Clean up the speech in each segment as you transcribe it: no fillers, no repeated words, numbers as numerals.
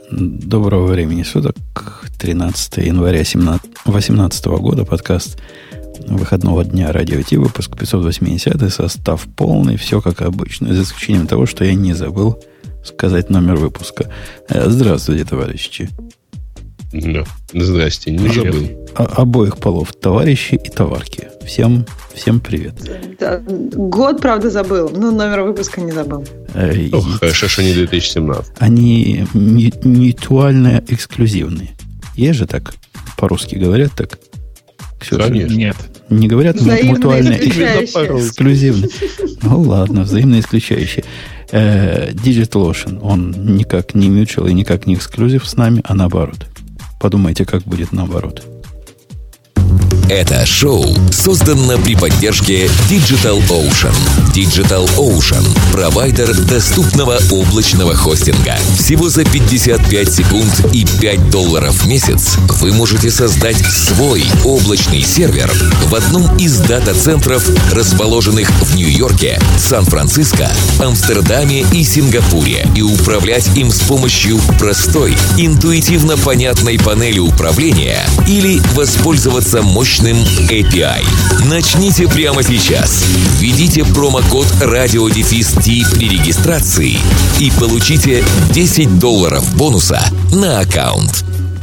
Доброго времени суток. 13 января 2018 года. Подкаст выходного дня Радио Ти. Выпуск 580. Состав полный. Все как обычно. За исключением того, что я не забыл сказать номер выпуска. Здравствуйте, товарищи. Да. Здрасте. Не забыл. Обоих полов. Товарищи и товарки. Всем привет. Да, год, правда, забыл, но номер выпуска не забыл. Хорошо, что не 2017. Они мутуально эксклюзивные. Есть же так? По-русски говорят так? Ксюша? Конечно. Нет. Не говорят мутуально эксклюзивные. Ну ладно, взаимно исключающие. DigitalOcean, он никак не mutual и никак не эксклюзив с нами, а наоборот. Подумайте, как будет наоборот. Это шоу создано при поддержке DigitalOcean. DigitalOcean – провайдер доступного облачного хостинга. Всего за 55 секунд и $5 в месяц вы можете создать свой облачный сервер в одном из дата-центров, расположенных в Нью-Йорке, Сан-Франциско, Амстердаме и Сингапуре, и управлять им с помощью простой, интуитивно понятной панели управления или воспользоваться мощным API. Начните прямо сейчас. Введите промокод RadioDefist при регистрации и получите $10 бонуса на аккаунт.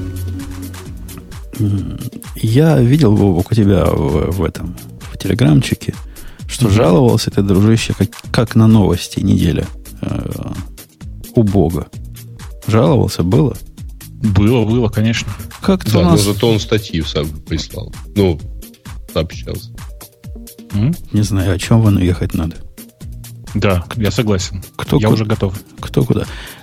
Я видел, Вовок, у тебя в телеграмчике, что жаловался ты, дружище, как на новости неделя убого. Жаловался, было? Было, конечно. Как-то да, у нас... но зато он статью сам прислал. Ну, сообщался. Не знаю, о чем вон уехать надо. Да, я согласен. Я уже готов. Кто куда?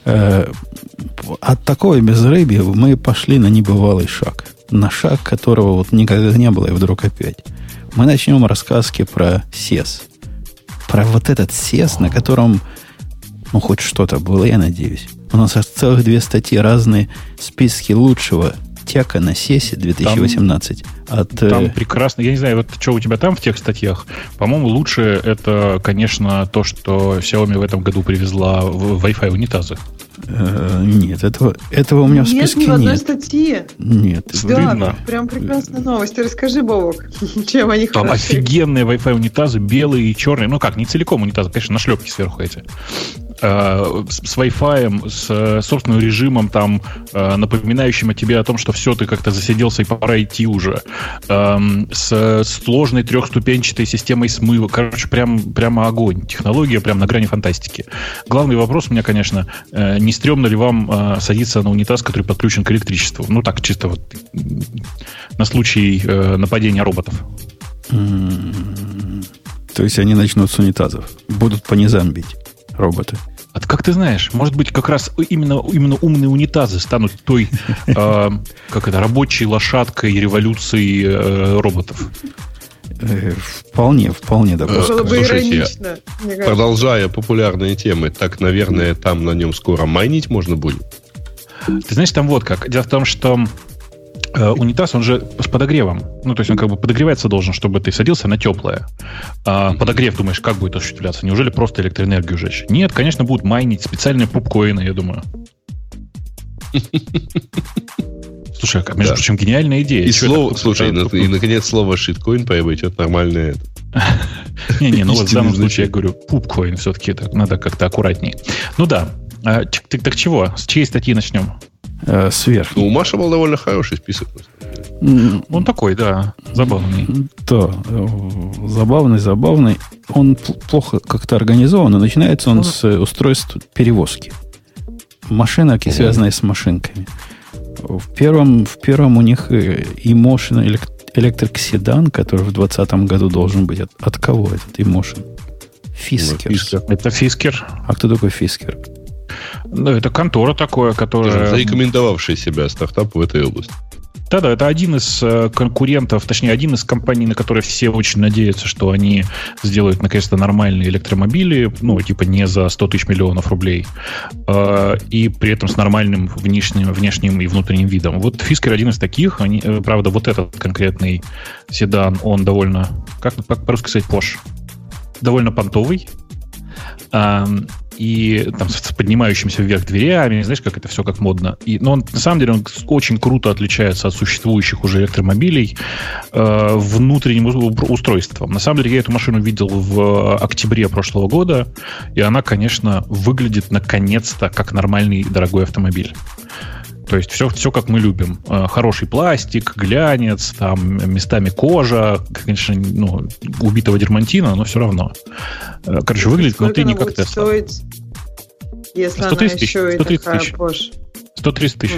От такого безрыбья мы пошли на небывалый шаг. На шаг, которого вот никогда не было, и вдруг опять. Мы начнем рассказки про SES. Про вот этот SES, на котором, ну, хоть что-то было, я надеюсь. У нас целых 2 статьи, разные списки лучшего тека на SES 2018. Там прекрасно. Я не знаю, вот что у тебя там в тех статьях. По-моему, лучше это, конечно, то, что Xiaomi в этом году привезла Wi-Fi унитазы. Нет, этого у меня в списке нет. Нет, ни в одной статьи. Нет. Да, прям прекрасная новость. Расскажи, Бобок, чем они там хороши. Там офигенные Wi-Fi унитазы, белые и черные. Ну как, не целиком унитазы, конечно, нашлепки сверху эти. С Wi-Fi, с собственным режимом, там, напоминающим о тебе о том, что все, ты как-то засиделся и пора идти уже. С сложной 3-ступенчатой системой смыва. Короче, прямо огонь. Технология прям на грани фантастики. Главный вопрос у меня, конечно, не стрёмно ли вам садиться на унитаз, который подключен к электричеству? Ну так, чисто вот на случай нападения роботов. То есть они начнут с унитазов. Будут по низам бить роботы. А как ты знаешь, может быть, как раз именно умные унитазы станут той рабочей лошадкой революции роботов. Вполне допустим. Было бы иронично. Продолжая популярные темы, так, наверное, там на нем скоро майнить можно будет? Ты знаешь, там вот как. Дело в том, что унитаз, он же с подогревом. Ну, то есть он как бы подогреваться должен, чтобы ты садился на теплое. Подогрев, думаешь, как будет осуществляться? Неужели просто электроэнергию жечь? Нет, конечно, будут майнить специальные пупкоины, я думаю. Слушай, между прочим, гениальная идея. И наконец слово шиткоин появится, нормальное. Не, ну вот в данном случае я говорю пупкоин, все-таки надо как-то аккуратнее. Ну да. Так чего? С чьей статьи начнем? Сверху. Ну, у Маши был довольно хороший список. Он такой, да, забавный. Да, забавный. Он плохо как-то организован, но начинается он с устройств перевозки. Машинок и связанные с машинками. В первом у них eMotion Electric Sedan, который в 2020 году должен быть. От кого этот eMotion? Fisker. Это Fisker. А кто такой Fisker? Ну, это контора такое, которая... Зарекомендовавшая себя стартап в этой области. Да, это один из конкурентов, точнее, один из компаний, на которые все очень надеются, что они сделают, наконец-то, нормальные электромобили, ну, типа не за 100 тысяч миллионов рублей, и при этом с нормальным внешним и внутренним видом. Вот Fisker один из таких. Правда, вот этот конкретный седан, он довольно, как по-русски сказать, пош, довольно понтовый. и там с поднимающимися вверх дверями, знаешь, как это все как модно. Но он, на самом деле, он очень круто отличается от существующих уже электромобилей внутренним устройством. На самом деле, я эту машину видел в октябре прошлого года, и она, конечно, выглядит наконец-то как нормальный дорогой автомобиль. То есть все как мы любим. Хороший пластик, глянец, там местами кожа, конечно, убитого дермантина, но все равно. Короче, выглядит внутри не как Тесла. Если 130 тысяч. 130 тысяч.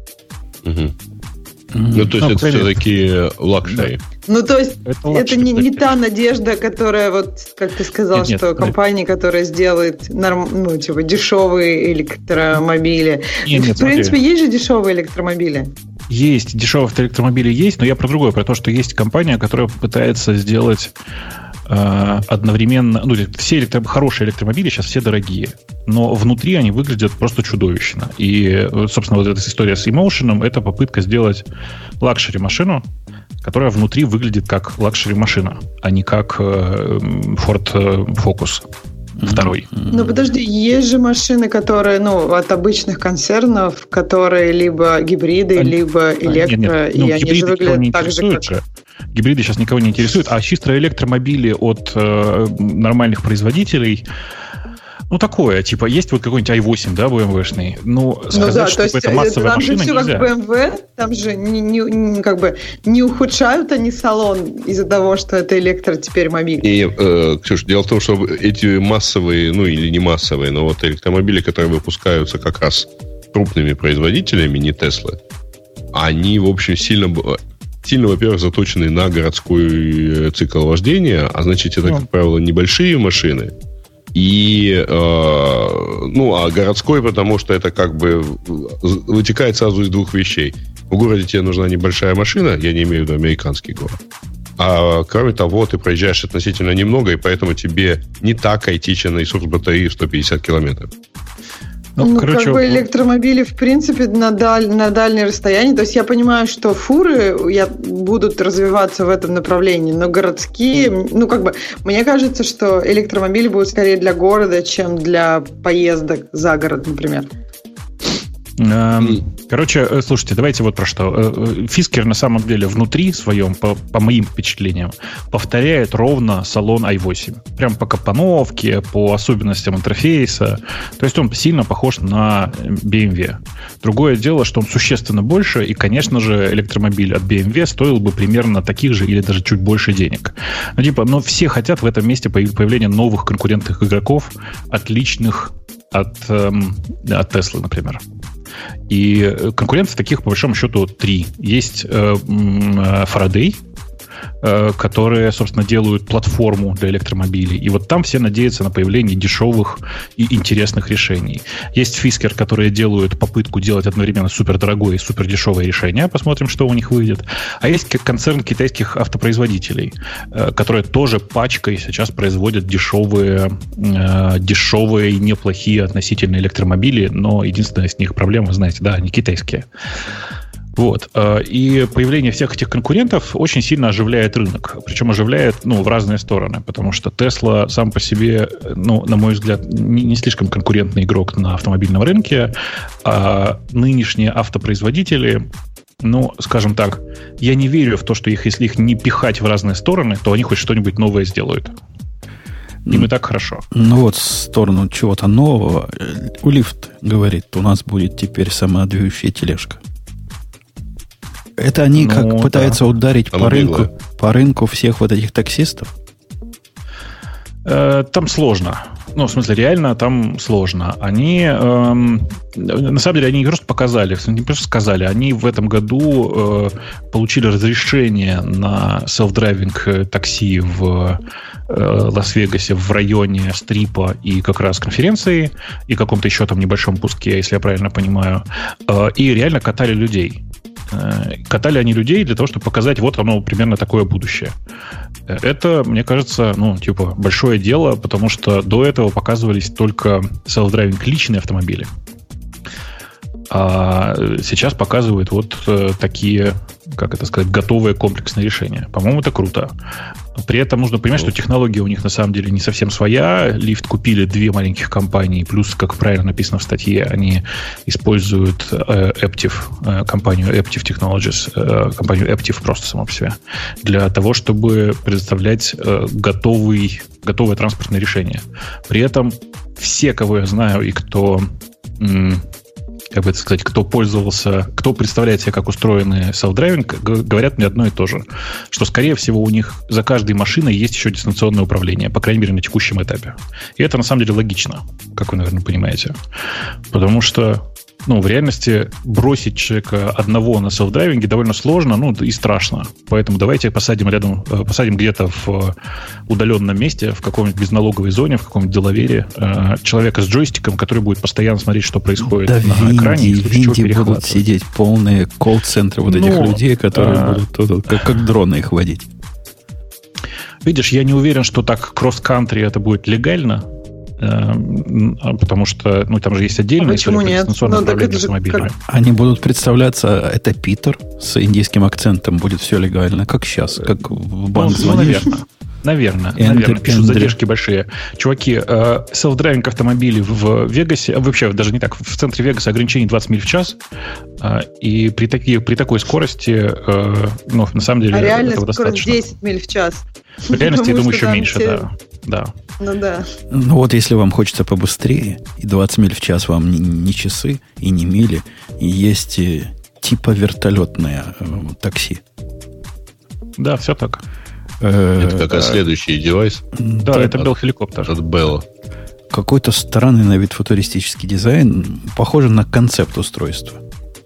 Ну, то есть это все-таки лакшери. Ну, то есть это не та надежда, которая, вот, как ты сказал, что компания, которая сделает дешевые электромобили. В принципе, есть же дешевые электромобили. Есть, дешевые электромобили есть, но я про другое, про то, что есть компания, которая пытается сделать одновременно... все хорошие электромобили сейчас все дорогие, но внутри они выглядят просто чудовищно. И, собственно, вот эта история с Emotion — это попытка сделать лакшери-машину, которая внутри выглядит как лакшери-машина, а не как Ford Focus второй. Ну, подожди, есть же машины, которые, от обычных концернов, которые либо гибриды, либо электро, и они же выглядят так же, как... Гибриды сейчас никого не интересуют, а чисто электромобили от нормальных производителей, такое, типа, есть вот какой-нибудь i8, да, BMW-шный, сказать, что это массовая машина, нельзя. Там же все как BMW, там же не ухудшают они салон из-за того, что это электро теперь мобиль. И, Ксюш, дело в том, что эти массовые, или не массовые, но вот электромобили, которые выпускаются как раз крупными производителями, не Теслы, они, в общем, сильно, во-первых, заточены на городской цикл вождения, а значит, это, как правило, небольшие машины. И, а городской, потому что это как бы вытекает сразу из двух вещей. В городе тебе нужна небольшая машина, я не имею в виду американский город. А кроме того, ты проезжаешь относительно немного, и поэтому тебе не так айтичен ресурс батареи в 150 километров. Электромобили, в принципе, на дальние расстояния. То есть я понимаю, что фуры будут развиваться в этом направлении, но городские, мне кажется, что электромобили будут скорее для города, чем для поездок за город, например. Короче, слушайте, давайте вот про что. Фискер на самом деле внутри своем, по моим впечатлениям, повторяет ровно салон i8. Прям по компоновке, по особенностям интерфейса. То есть он сильно похож на BMW. Другое дело, что он существенно больше, и, конечно же, электромобиль от BMW стоил бы примерно таких же или даже чуть больше денег. Но все хотят в этом месте появления новых конкурентных игроков, отличных от Tesla, например. И конкурентов таких, по большому счету, 3. Есть Faraday, которые, собственно, делают платформу для электромобилей. И вот там все надеются на появление дешевых и интересных решений. Есть Fisker, которые делают попытку делать одновременно супердорогое и супердешевое решение. Посмотрим, что у них выйдет. А есть концерн китайских автопроизводителей, которые тоже пачкой сейчас производят дешевые и неплохие относительно электромобили, но единственная из них проблема, знаете, да, они китайские. Вот. И появление всех этих конкурентов очень сильно оживляет рынок. Причем оживляет, в разные стороны. Потому что Tesla сам по себе, на мой взгляд, не слишком конкурентный игрок на автомобильном рынке. А нынешние автопроизводители, скажем так, я не верю в то, что если их не пихать в разные стороны, то они хоть что-нибудь новое сделают. Им и так хорошо. В сторону чего-то нового. Лифт говорит, у нас будет теперь самодвижущая тележка. Это они пытаются ударить по рынку всех вот этих таксистов? Там сложно. В смысле, реально там сложно. Они, на самом деле, они не просто показали, не просто сказали, они в этом году получили разрешение на self-driving такси в Лас-Вегасе в районе Стрипа и как раз конференции, и каком-то еще там небольшом пуске, если я правильно понимаю, и реально катали людей. Катали они людей для того, чтобы показать, вот оно примерно такое будущее. Это, мне кажется, большое дело, потому что до этого показывались только self-driving личные автомобили. А сейчас показывают вот такие как это сказать, готовое комплексное решение. По-моему, это круто. При этом нужно понимать, что технология у них на самом деле не совсем своя. Лифт купили 2 маленьких компании, плюс, как правильно написано в статье, они используют Aptiv, компанию Aptiv Technologies, компанию Aptiv просто само по себе, для того, чтобы предоставлять готовое транспортное решение. При этом все, кого я знаю и кто... как бы это сказать, кто пользовался, кто представляет себе, как устроены self-driving, говорят мне одно и то же, что, скорее всего, у них за каждой машиной есть еще дистанционное управление, по крайней мере, на текущем этапе. И это, на самом деле, логично, как вы, наверное, понимаете. Потому что, в реальности бросить человека одного на селф-драйвинге довольно сложно, и страшно. Поэтому давайте посадим где-то в удаленном месте, в каком-нибудь безналоговой зоне, в каком-нибудь Делавере, человека с джойстиком, который будет постоянно смотреть, что происходит на экране. В Индии будут сидеть полные колл-центры этих людей, которые будут как дроны их водить. Видишь, я не уверен, что так кросс-кантри это будет легально, потому что там же есть отдельные дистанционное управление автомобилями. Они будут представляться, это Питер с индийским акцентом, будет все легально, как сейчас, как в банк звонишь. Наверное. Пишут задержки большие. Чуваки, self-driving автомобили в Вегасе, вообще даже не так, в центре Вегаса ограничение 20 миль в час, и при такой скорости, на самом деле, этого достаточно. 10 миль в час. В реальности, я думаю, еще меньше, да. Да. Если вам хочется побыстрее, и 20 миль в час вам не часы и не мили, и есть типа вертолетное такси. Да, все так. Это как следующий девайс? Да, это Bell Helicopter. От Bell. Какой-то странный на вид футуристический дизайн, похоже на концепт устройства.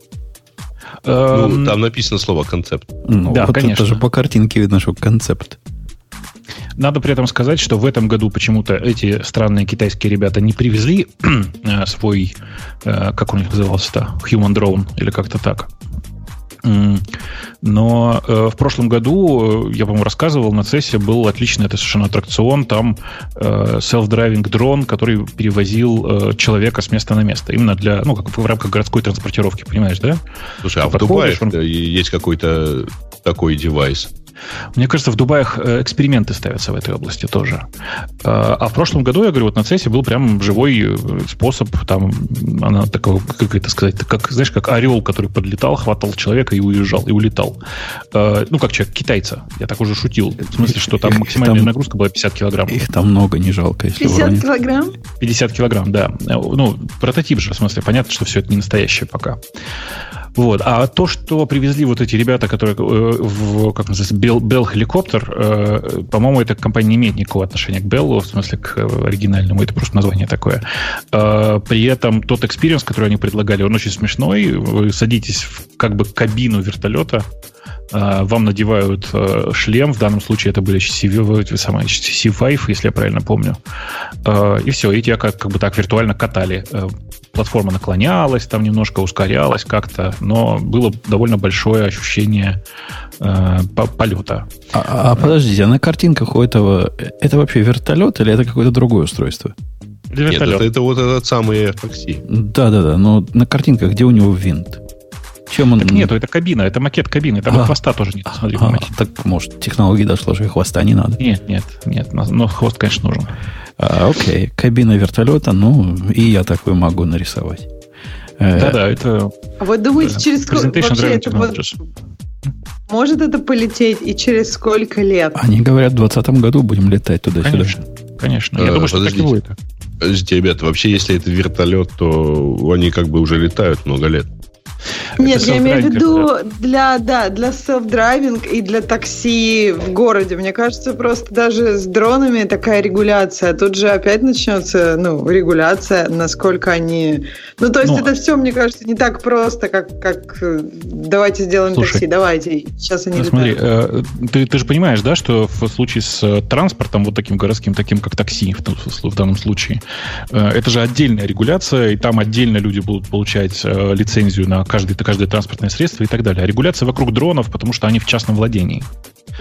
Там написано слово «концепт». Да, конечно. Это же по картинке видно, что концепт. Надо при этом сказать, что в этом году почему-то эти странные китайские ребята не привезли свой, как у них назывался-то, Human Drone, или как-то так. Но в прошлом году, я, по-моему, рассказывал, на CES был отличный это совершенно аттракцион, там self-driving дрон, который перевозил человека с места на место. Именно для, как в рамках городской транспортировки, понимаешь, да? Слушай, в Дубае есть какой-то такой девайс? Мне кажется, в Дубаях эксперименты ставятся в этой области тоже. А в прошлом году, я говорю, на CES был прям живой способ, там, она такого, как это сказать, как орел, который подлетал, хватал человека и уезжал, и улетал. Как человек, китайца. Я так уже шутил. В смысле, что там максимальная нагрузка была 50 килограмм. Их там много, не жалко. Если 50 килограмм? 50 килограмм, да. Прототип же, в смысле, понятно, что все это не настоящее пока. Вот. А то, что привезли вот эти ребята, которые как называется, Bell Helicopter, по-моему, эта компания не имеет никакого отношения к Bell, в смысле к оригинальному, это просто название такое. При этом тот экспириенс, который они предлагали, он очень смешной. Вы садитесь в кабину вертолета, вам надевают шлем, в данном случае это были C5, если я правильно помню. И все, и тебя как бы так виртуально катали. Платформа наклонялась, там немножко ускорялась как-то, но было довольно большое ощущение полета. Подождите, а на картинках у этого это вообще вертолет или это какое-то другое устройство? Нет, это вот этот самый такси. Да, но на картинках где у него винт? Чем он... Так нету, это кабина, это макет кабины, там и хвоста тоже нет. Смотри, так, может, технологии дошло, что и хвоста не надо? Нет, но хвост, конечно, нужен. Окей, кабина вертолета, и я такой могу нарисовать. Да, это... А вы думаете, через сколько вообще это может это полететь и через сколько лет? Они говорят, в 2020 году будем летать туда-сюда. Конечно. Я думаю, что так и будет. Подождите, ребята, вообще, если это вертолет, то они как бы уже летают много лет. Нет, я имею в виду для self-driving и для такси в городе. Мне кажется, просто даже с дронами такая регуляция. Тут же опять начнется, регуляция, насколько они... это все, мне кажется, не так просто, как давайте сделаем такси, давайте. Сейчас они летают. Смотри, ты же понимаешь, да, что в случае с транспортом, вот таким городским, таким как такси в данном случае, это же отдельная регуляция, и там отдельно люди будут получать лицензию на каждое транспортное средство и так далее. А регуляция вокруг дронов, потому что они в частном владении.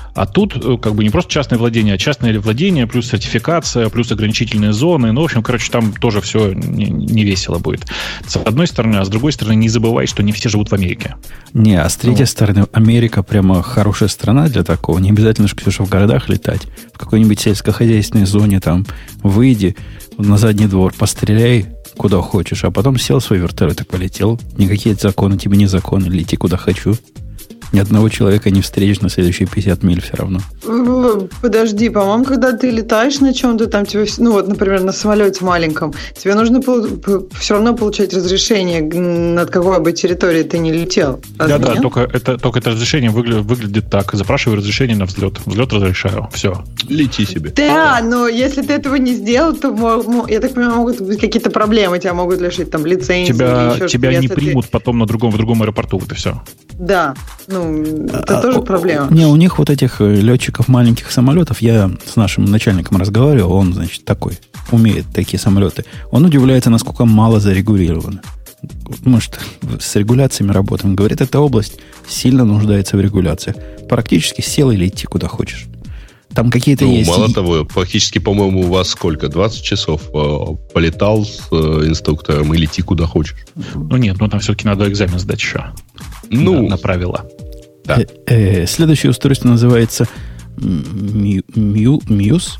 А тут как бы не просто частное владение, а частное владение, плюс сертификация, плюс ограничительные зоны. Ну, в общем, короче, там тоже все не весело будет. С одной стороны, а с другой стороны, не забывай, что не все живут в Америке. Не, а с третьей стороны, Америка прямо хорошая страна для такого. Не обязательно, Ксюша, в городах летать. В какой-нибудь сельскохозяйственной зоне там выйди на задний двор, постреляй куда хочешь, а потом сел в свой вертолет и полетел. Никакие законы тебе не законы. Лети куда хочу. Ни одного человека не встретишь на следующие 50 миль все равно. Подожди, по-моему, когда ты летаешь на чем-то, там тебе, ну вот, например, на самолете маленьком, тебе нужно все равно получать разрешение, над какой бы территорией ты не летел. Да, только это разрешение выглядит так. Запрашиваю разрешение на взлет. Взлет разрешаю. Все. Лети себе. Да, но если ты этого не сделал, то, я так понимаю, могут быть какие-то проблемы. Тебя могут лишить там лицензии. Тебя не примут потом в другом аэропорту. Вот и все. Да, это тоже проблема. Не, у них вот этих летчиков маленьких самолетов, я с нашим начальником разговаривал, он, значит, такой, умеет такие самолеты. Он удивляется, насколько мало зарегулировано. Мы что, с регуляциями работаем. Говорит, эта область сильно нуждается в регуляциях. Практически сел и лети куда хочешь. Там какие-то есть... Мало того, практически, по-моему, у вас сколько? 20 часов полетал с инструктором и лети куда хочешь. Ну нет, там все-таки надо экзамен сдать еще. На правила. Да. Следующее устройство называется Muse.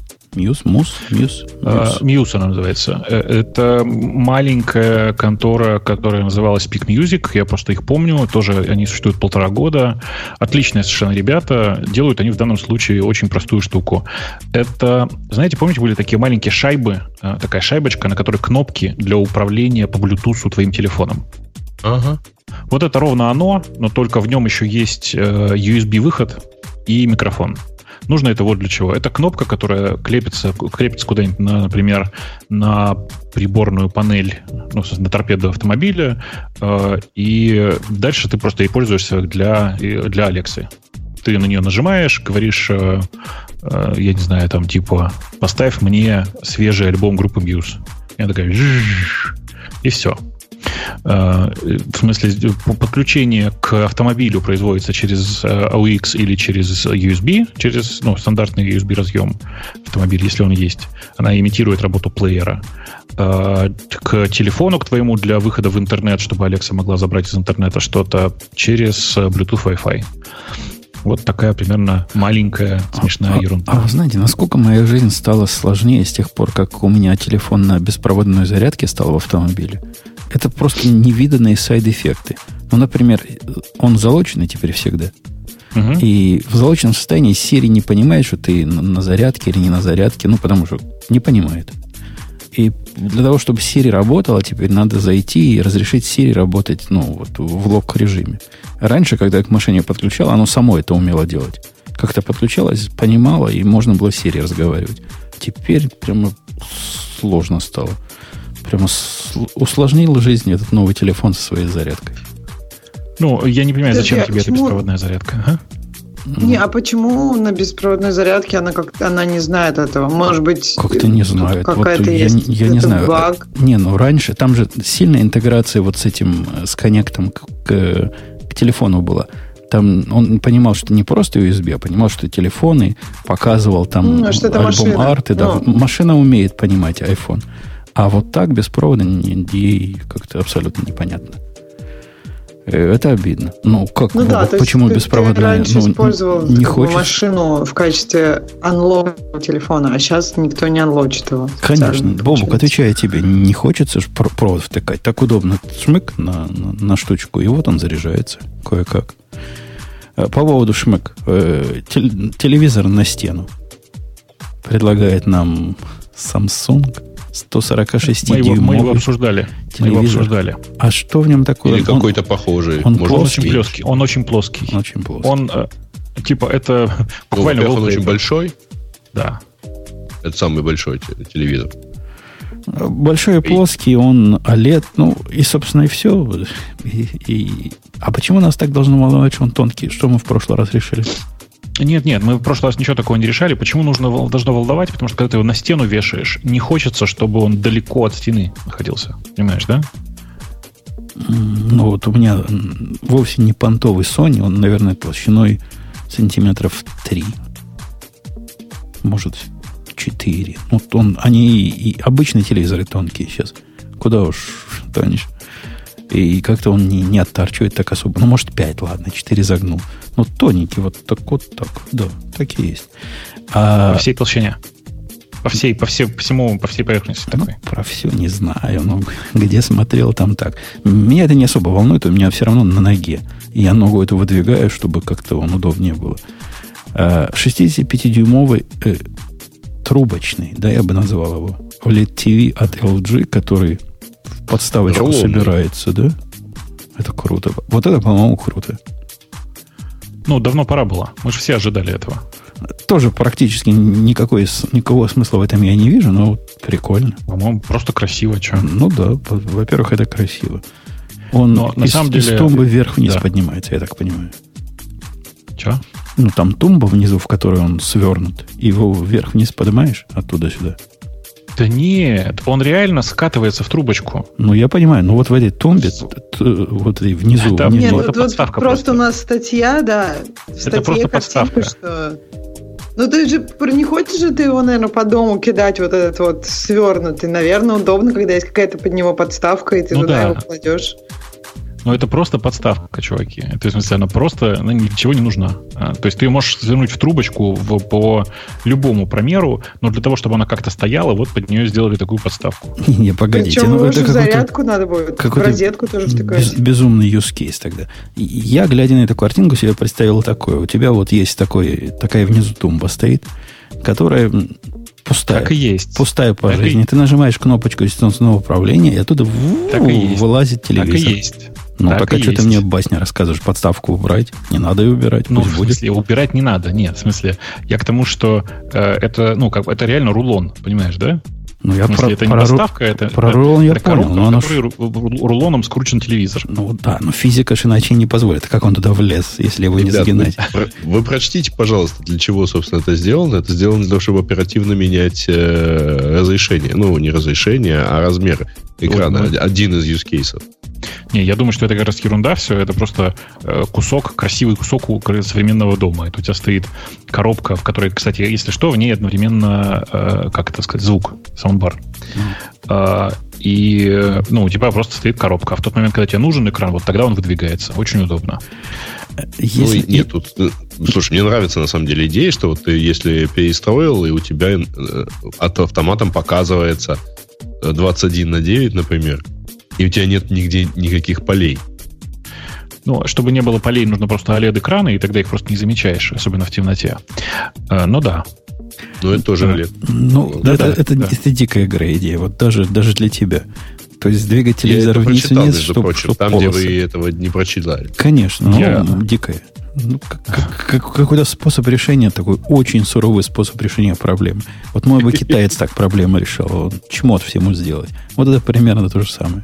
Muse она называется. Это маленькая контора, которая называлась Peak Music. Я просто их помню. Тоже они существуют 1,5 года. Отличные совершенно ребята. Делают они в данном случае очень простую штуку. Это, знаете, помните, были такие маленькие шайбы, такая шайбочка, на которой кнопки для управления по Bluetooth твоим телефоном. Ага. Вот это ровно оно, но только в нем еще есть USB-выход и микрофон. Нужно это вот для чего. Это кнопка, которая крепится куда-нибудь, например, на приборную панель, на торпеду автомобиля, и дальше ты просто ей пользуешься для Алексы. Ты на нее нажимаешь, говоришь, я не знаю, там типа поставь мне свежий альбом группы Muse. И она такая и все. В смысле, подключение к автомобилю производится через AUX или через USB, через стандартный USB разъем автомобиля, если он есть. Она имитирует работу плеера. К телефону, к твоему, для выхода в интернет, чтобы Алекса могла забрать из интернета что-то, через Bluetooth Wi-Fi. Вот такая примерно маленькая, смешная ерунда. А вы знаете, насколько моя жизнь стала сложнее с тех пор, как у меня телефон на беспроводной зарядке стал в автомобиле? Это просто невиданные сайд-эффекты. Например, он залоченный теперь всегда. Угу. И в залоченном состоянии Siri не понимает, что ты на зарядке или не на зарядке, потому что не понимает. И для того, чтобы Siri работала, теперь надо зайти и разрешить Siri работать в лок-режиме. Раньше, когда я к машине подключал, оно само это умело делать. Как-то подключалось, понимало, и можно было с Siri разговаривать. Теперь прямо сложно стало. Прямо усложнил жизнь этот новый телефон со своей зарядкой. Я не понимаю, зачем тебе эта беспроводная зарядка? А почему на беспроводной зарядке она не знает этого? Может быть, как-то не знает. Какая-то есть. Я не знаю. Баг? Раньше там же сильная интеграция с коннектом к телефону была. Там он понимал, что не просто USB, а понимал, что телефоны, показывал там альбом арты. Да, машина умеет понимать iPhone. А вот так беспроводно ей как-то абсолютно непонятно. Это обидно. Почему беспроводная? Ты раньше использовал машину в качестве анлока телефона, а сейчас никто не анлочит его. Конечно. Бобук, отвечаю тебе, не хочется же провод втыкать. Так удобно. Шмык на штучку, и вот он заряжается кое-как. По поводу шмык. Телевизор на стену предлагает нам Samsung 146-дюймовый. Мы его обсуждали. А что в нем такое? Или какой-то похожий. Он очень плоский. Он очень плоский. Он, это буквально... Он очень большой? Да. Это самый большой телевизор. Большой и плоский, он OLED, и, собственно, и все. А почему нас так должно волновать, что он тонкий? Что мы в прошлый раз решили? Нет, мы в прошлый раз ничего такого не решали. Почему должно волновать? Потому что когда ты его на стену вешаешь, не хочется, чтобы он далеко от стены находился. Понимаешь, да? У меня вовсе не понтовый Sony, он, наверное, толщиной сантиметров 3. Может, 4. Ну, они и обычные телевизоры тонкие сейчас. Куда уж тонешь. И как-то он не оттарчивает так особо. Ну, может, 5, ладно, 4 загнул. Но тоненький, вот так. Да, так и есть. По всей толщине? По всей поверхности такой? Про все не знаю. Но где смотрел, там так. Меня это не особо волнует, у меня все равно на ноге. И я ногу эту выдвигаю, чтобы как-то он удобнее было. 65-дюймовый трубочный, да, я бы назвал его, OLED TV от LG, который в подставочку Рулонный. собирается, да? Это круто. Вот это, по-моему, круто. Ну, давно пора было. Мы же все ожидали этого. Тоже практически никакого смысла в этом я не вижу, но прикольно. По-моему, просто красиво, что. Ну да, во-первых, это красиво. Он на самом деле, из тумбы вверх-вниз да. поднимается, я так понимаю. Че? Ну, там тумба внизу, в которой он свернут. Его вверх-вниз поднимаешь, оттуда сюда. Да нет, он реально скатывается в трубочку. Ну, я понимаю, но вот в этой тумбе, вот этой внизу... Это- Нет, это вот подставка просто просто. у нас статья, да. В статье просто картинка, подставка. что... Ну, ты же не хочешь же ты его, наверное, по дому кидать вот этот вот свернутый. Наверное, удобно, когда есть какая-то под него подставка, и ты Ну туда да. его кладешь. Но это просто подставка, чуваки. Это, в смысле, она просто ничего не нужна. То есть ты ее можешь завернуть в трубочку по любому промеру, но для того, чтобы она как-то стояла, вот под нее сделали такую подставку. Не, погодите. Причем ну, его это же в какой-то зарядку надо будет. В какой-то розетку тоже втыкать. безумный use case тогда. И я, глядя на эту картинку, себе представил такое. У тебя вот есть такая внизу тумба стоит, которая пустая. Так и есть. Пустая по Так и- жизни. Ты нажимаешь кнопочку дистанционного управления, и оттуда Так и есть. вылазит Так и телевизор. есть. Ну, Так так а и что ты есть. мне басня рассказываешь? Подставку убрать? Не надо ее убирать, Ну, пусть в будет. смысле, убирать не надо. Нет, в смысле, я к тому, что это, это реально рулон, понимаешь, да? Ну, я В смысле, это не подставка, это рулон я это понял, коробка, но оно в которой рулоном скручен телевизор. Ну да, но физика же иначе не позволит. Как он туда влез, если его не Ребят, загинать? вы прочтите, пожалуйста, для чего, собственно, это сделано. Это сделано для того, чтобы оперативно менять разрешение. Ну, не разрешение, а размер экрана. Вот. Один из use cases. Не, я думаю, что это как раз ерунда все. Это просто красивый кусок у современного дома. Это у тебя стоит коробка, в которой, кстати, если что, в ней одновременно, как это сказать, звук, саундбар. И, у тебя просто стоит коробка. А в тот момент, когда тебе нужен экран, вот тогда он выдвигается. Очень удобно. Если... Нет, тут... Слушай, мне нравится, на самом деле, идея, что вот ты, если перестроил, и у тебя автоматом показывается 21:9, например, и у тебя нет нигде никаких полей. Ну, чтобы не было полей, нужно просто OLED-экраны, и тогда их просто не замечаешь, особенно в темноте. Но да. Но это тоже OLED. Ну, Да, это дикая игра идея. Вот даже для тебя. То есть двигать телевизор Я это вниз прочитал, вниз, между чтобы прочим, там, полосы. где вы этого не прочитали. Конечно, Я- дикая. Ну, какой-то способ решения, такой очень суровый способ решения проблемы. Вот мой бы китаец так проблему решал. Он чмот всему сделать. Вот это примерно то же самое.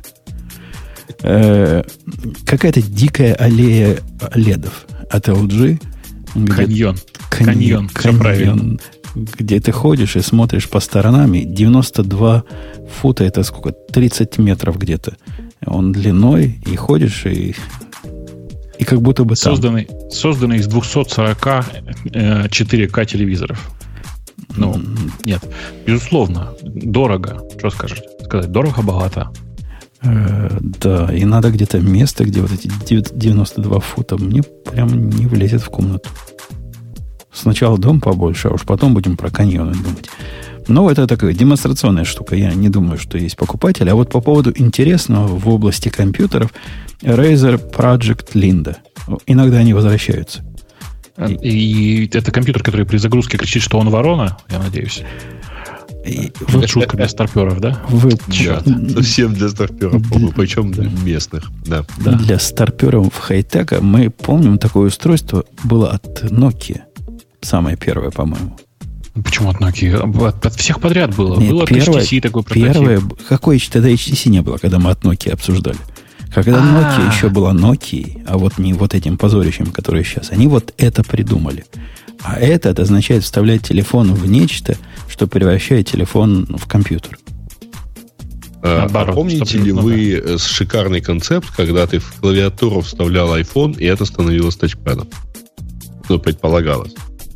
Какая-то дикая аллея ледов от LG. Каньон. Каньон. Все правильно. Где ты ходишь и смотришь по сторонам, и 92 фута, это сколько? 30 метров где-то. Он длиной, и ходишь, и как будто бы там. Созданный из 240 4К телевизоров. Ну, нет. Безусловно, дорого. Что сказать? Дорого-богато. Да, и надо где-то место, где вот эти 92 фута мне прям не влезет в комнату. Сначала дом побольше, а уж потом будем про каньоны думать. Но это такая демонстрационная штука. Я не думаю, что есть покупатель. А вот по поводу интересного в области компьютеров Razer Project Linda. Иногда они возвращаются. И это компьютер, который при загрузке кричит, что он ворона, я надеюсь. Это шутка для старперов, да? Совсем для старперов, причем местных. Да. Для старперов хай-тека мы помним, такое устройство было от Nokia. Самое первое, по-моему. Почему от Nokia? От всех подряд было. Нет, было от HTC такой прототип. Первое, какой тогда HTC не было, когда мы от Nokia обсуждали. Когда Nokia еще была Nokia, а вот не вот этим позорищем, которое сейчас, они вот это придумали. А это означает вставлять телефон в нечто, что превращает телефон в компьютер. Наоборот, помните ли вы шикарный концепт, когда ты в клавиатуру вставлял iPhone, и это становилось тачпадом? предполагалось.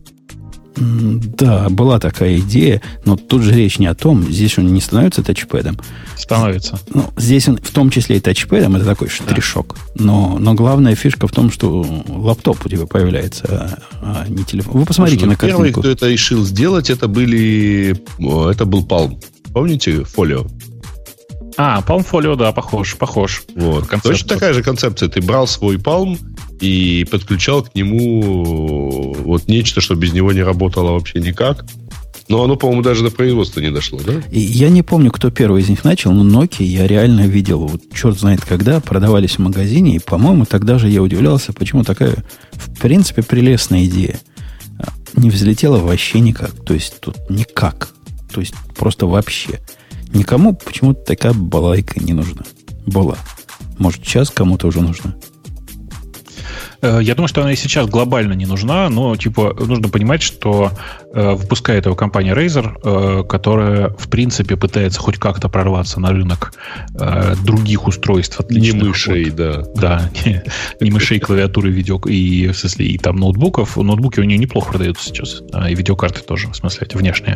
Да, была такая идея, но тут же речь не о том. Здесь он не становится тачпэдом. Становится. Ну, здесь он в том числе и тачпэдом, это такой штришок. Да. Но главная фишка в том, что лаптоп у тебя появляется, а не телефон. Вы посмотрите на картинку. Первый, кто это решил сделать, это был Palm. Помните Folio? Palm Folio, да, похож. Вот. Точно такая же концепция. Ты брал свой Palm и подключал к нему вот нечто, что без него не работало вообще никак. Но оно, по-моему, даже до производства не дошло, да? И я не помню, кто первый из них начал, но Nokia я реально видел, вот черт знает когда, продавались в магазине, и, по-моему, тогда же я удивлялся, почему такая, в принципе, прелестная идея не взлетела вообще никак. То есть тут никак. То есть просто вообще. Никому почему-то такая балайка не нужна. Была. Может, сейчас кому-то уже нужна. Я думаю, что она и сейчас глобально не нужна, но нужно понимать, что выпускает его компания Razer, которая, в принципе, пытается хоть как-то прорваться на рынок других устройств отличных. Не мышей, да. Да, не мышей, клавиатуры, в смысле, и там ноутбуков. Ноутбуки у нее неплохо продаются сейчас, и видеокарты тоже, в смысле, эти внешние.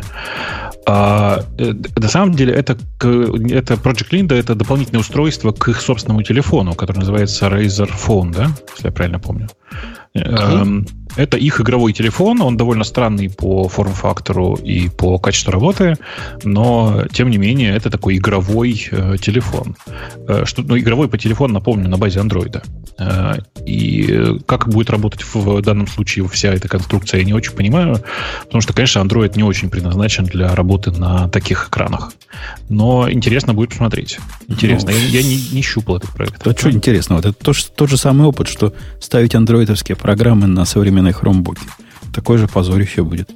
На самом деле, это Project Linda, это дополнительное устройство к их собственному телефону, который называется Razer Phone, да, если я правильно помню. Это их игровой телефон, он довольно странный по форм-фактору и по качеству работы, но, тем не менее, это такой игровой телефон. Игровой по телефону, напомню, на базе Android. И как будет работать в данном случае вся эта конструкция, я не очень понимаю, потому что, конечно, Android не очень предназначен для работы на таких экранах. Но интересно будет посмотреть. Интересно. Я не щупал этот проект. Это что интересного? Это тот же самый опыт, что ставить андроидовские программы на современные хромбуки. Такой же позорище будет.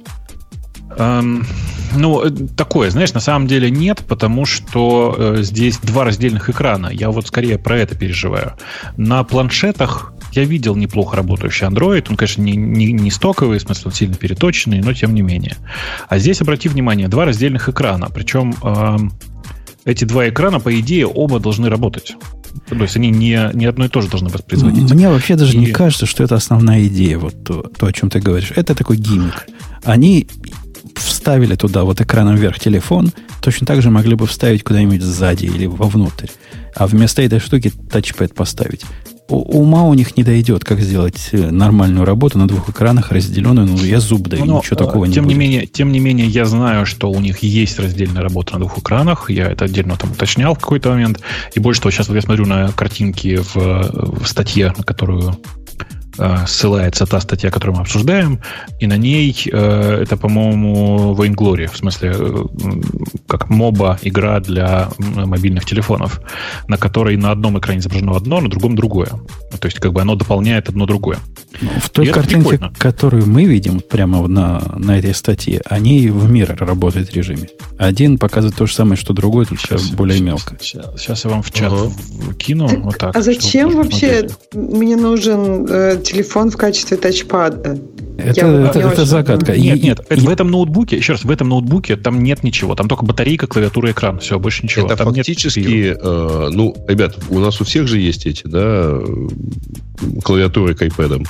Такое, знаешь, на самом деле нет, потому что здесь два раздельных экрана. Я вот скорее про это переживаю. На планшетах я видел неплохо работающий Android. Он, конечно, не стоковый, в смысле, он сильно переточенный, но тем не менее. А здесь, обрати внимание, два раздельных экрана. Причем эти два экрана, по идее, оба должны работать. То есть они не одно и то же должны воспроизводить. Мне вообще даже не кажется, что это основная идея, вот то, о чем ты говоришь. Это такой гиммик. Они вставили туда вот экраном вверх телефон, точно так же могли бы вставить куда-нибудь сзади или вовнутрь. А вместо этой штуки тачпэд поставить. Ума у них не дойдет, как сделать нормальную работу на двух экранах, разделенную. Я зуб даю, ничего такого не будет. Тем не менее, я знаю, что у них есть раздельная работа на двух экранах. Я это отдельно там уточнял в какой-то момент. И больше того, сейчас вот я смотрю на картинки в статье, на которую ссылается та статья, которую мы обсуждаем, и на ней это, по-моему, Vainglory, в смысле, как моба игра для мобильных телефонов, на которой на одном экране изображено одно, на другом другое. То есть, как бы оно дополняет одно другое. В той картинке, которую мы видим прямо на этой статье, они в Mirror работают в режиме. Один показывает то же самое, что другой, только более мелко. Сейчас я вам в чат кину. Так, вот так. А зачем вообще мне нужен телефон в качестве тачпада? Это загадка. Нет. В этом ноутбуке, еще раз, в этом ноутбуке там нет ничего. Там только батарейка, клавиатура, экран. Все, больше ничего. Это там фактически, ребят, у нас у всех же есть эти, да, клавиатуры к iPad'ам.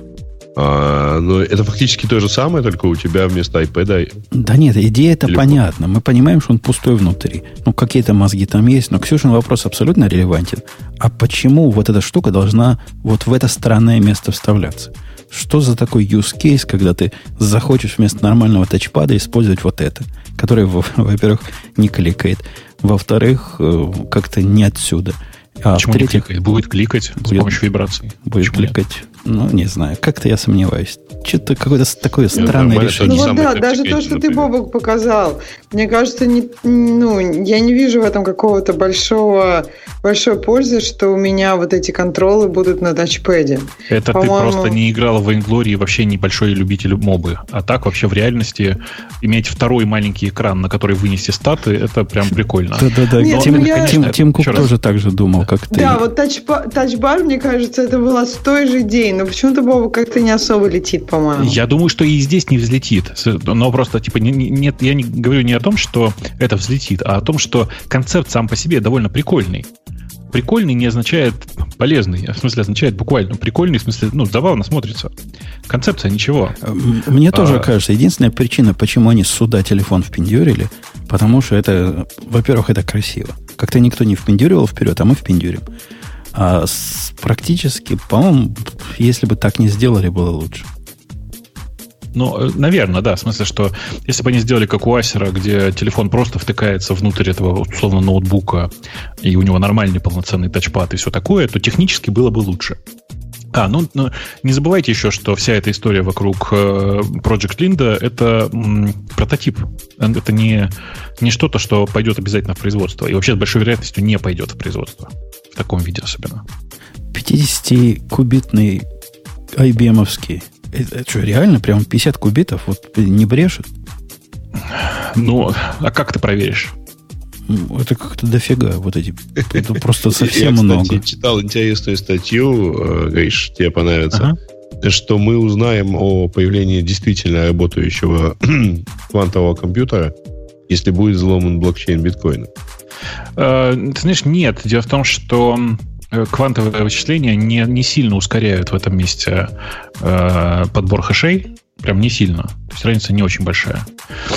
Но это фактически то же самое, только у тебя вместо iPad. Да нет, идея-то понятна. Мы понимаем, что он пустой внутри. Какие-то мозги там есть, но Ксюшин вопрос абсолютно релевантен. А почему вот эта штука должна вот в это странное место вставляться? Что за такой use case, когда ты захочешь вместо нормального тачпада использовать вот это, которое, во-первых, не кликает, во-вторых, как-то не отсюда. Почему не кликает? Будет кликать с помощью вибраций. Будет кликать. Не знаю. Как-то я сомневаюсь. Что-то какое-то такое странное решение. Даже то, что ты, Бобок, показал. Мне кажется, я не вижу в этом какого-то большой пользы, что у меня вот эти контролы будут на тачпэде. Это ты просто не играл в Vainglory и вообще небольшой любитель мобы. А так вообще в реальности иметь второй маленький экран, на который вынести статы, это прям прикольно. Да. Тим Кук тоже так же думал, как ты. Да, вот тачбар, мне кажется, это была с той же идеей. Но почему-то Бобок как-то не особо летит, по-моему. Я думаю, что и здесь не взлетит. Но просто, нет, я не говорю не о том, что это взлетит, а о том, что концепт сам по себе довольно прикольный. Прикольный не означает полезный. В смысле, означает буквально прикольный, в смысле, забавно смотрится. Концепция ничего. Мне тоже кажется, единственная причина, почему они сюда телефон впендюрили, потому что это, во-первых, это красиво. Как-то никто не впендюривал вперед, а мы впендюрим. А практически, по-моему, если бы так не сделали, было лучше. Наверное, да. В смысле, что если бы они сделали как у Acer, где телефон просто втыкается внутрь этого, условно, ноутбука, и у него нормальный полноценный тачпад и все такое, то технически было бы лучше. Не забывайте еще, что вся эта история вокруг Project Linda — это прототип. Это не что-то, что пойдет обязательно в производство. И вообще с большой вероятностью не пойдет в производство. В таком виде особенно. 50-кубитный IBM-овский. Это что, реально? Прям 50 кубитов? Вот не брешет? А как ты проверишь? Это как-то дофига. Вот эти. Это просто совсем много. Я, кстати, читал интересную статью, Гриш, тебе понравится, что мы узнаем о появлении действительно работающего квантового компьютера, если будет взломан блокчейн биткоина. Ты знаешь, нет. Дело в том, что квантовые вычисления не сильно ускоряют в этом месте подбор хэшей. Прям не сильно. То есть разница не очень большая.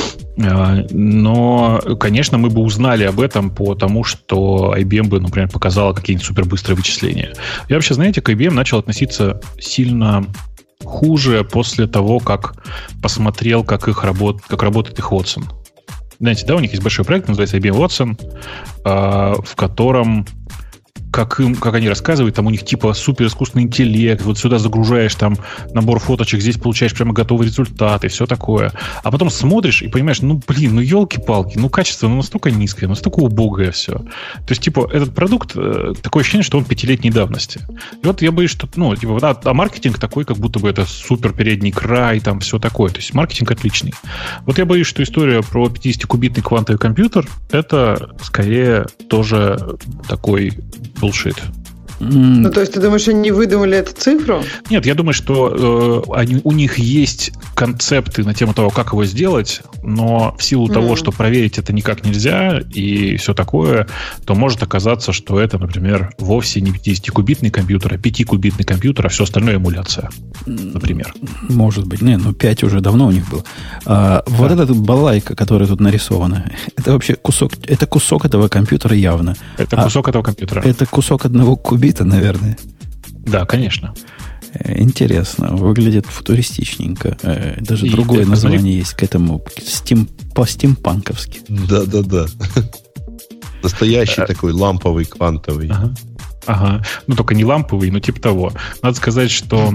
Но, конечно, мы бы узнали об этом по тому, что IBM бы, например, показала какие-нибудь супербыстрые вычисления. Я вообще, знаете, к IBM начал относиться сильно хуже после того, как посмотрел, как работает их Watson. Знаете, да, у них есть большой проект, называется IBM Watson, в котором, как они рассказывают, там у них типа супер искусственный интеллект, вот сюда загружаешь там набор фоточек, здесь получаешь прямо готовый результат и все такое. А потом смотришь и понимаешь, елки-палки, качество настолько низкое, настолько убогое все. То есть, типа, этот продукт, такое ощущение, что он 5-летней давности. И вот я боюсь, что, а маркетинг такой, как будто бы это супер передний край, там все такое. То есть, маркетинг отличный. Вот я боюсь, что история про 50-кубитный квантовый компьютер, это скорее тоже такой bullshit. То есть ты думаешь, они не выдумали эту цифру? Нет, я думаю, что у них есть концепты на тему того, как его сделать, но в силу того, что проверить это никак нельзя и все такое, то может оказаться, что это, например, вовсе не 50-кубитный компьютер, а 5-кубитный компьютер, а все остальное эмуляция, например. Может быть. 5 уже давно у них был. Вот эта балайка, которая тут нарисована, это вообще кусок этого компьютера явно. Это кусок этого компьютера. Это кусок одного кубита, наверное. Да, конечно. Интересно. Выглядит футуристичненько. Даже и другое название есть к этому. По-стимпанковски. Да. Настоящий такой ламповый, квантовый. Ага. Только не ламповый, но типа того. Надо сказать, что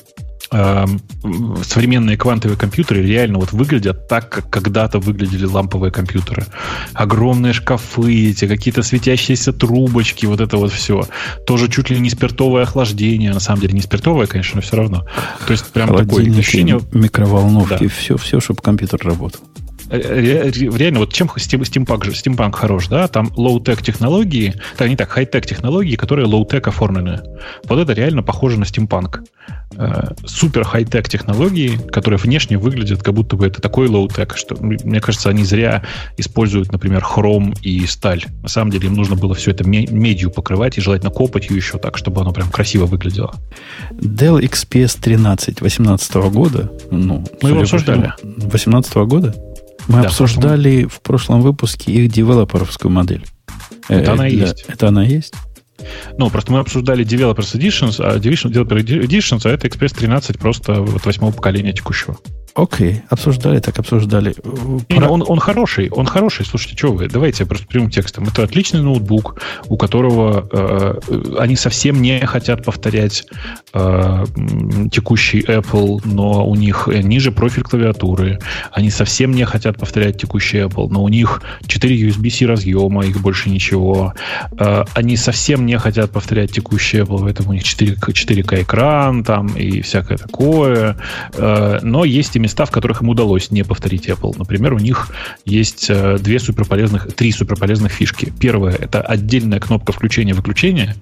современные квантовые компьютеры реально вот выглядят так, как когда-то выглядели ламповые компьютеры. Огромные шкафы, эти какие-то светящиеся трубочки, вот это вот все. Тоже чуть ли не спиртовое охлаждение. На самом деле не спиртовое, конечно, но все равно. То есть прям такое ощущение... Микроволновки, да. все, чтобы компьютер работал. Реально, вот чем стимпанк хорош, да? Там лоу-тек технологии, не так, хай-тек технологии, которые лоу-тек оформлены. Вот это реально похоже на стимпанк. Супер хай-тек технологии, которые внешне выглядят, как будто бы это такой лоу-тек, что, мне кажется, они зря используют, например, хром и сталь. На самом деле им нужно было все это медью покрывать и желательно копать ее еще так, чтобы оно прям красиво выглядело. Dell XPS 13 2018 года, мы его обсуждали. 2018 года? Мы обсуждали в прошлом выпуске их девелоперскую модель. Это она и есть. Это она и есть? Просто мы обсуждали Developers Editions, а Developer Editions, а это XPS 13 просто вот 8-го поколения текущего. Окей, обсуждали. Он хороший, слушайте, что вы, давайте я просто прямым текстом. Это отличный ноутбук, у которого они совсем не хотят повторять текущий Apple, но у них ниже профиль клавиатуры. Они совсем не хотят повторять текущий Apple, но у них 4 USB-C разъема, их больше ничего. Они совсем не хотят повторять текущий Apple, поэтому у них 4К экран там и всякое такое. Но есть и места, в которых им удалось не повторить Apple. Например, у них есть 3 суперполезных фишки. Первая — это отдельная кнопка включения-выключения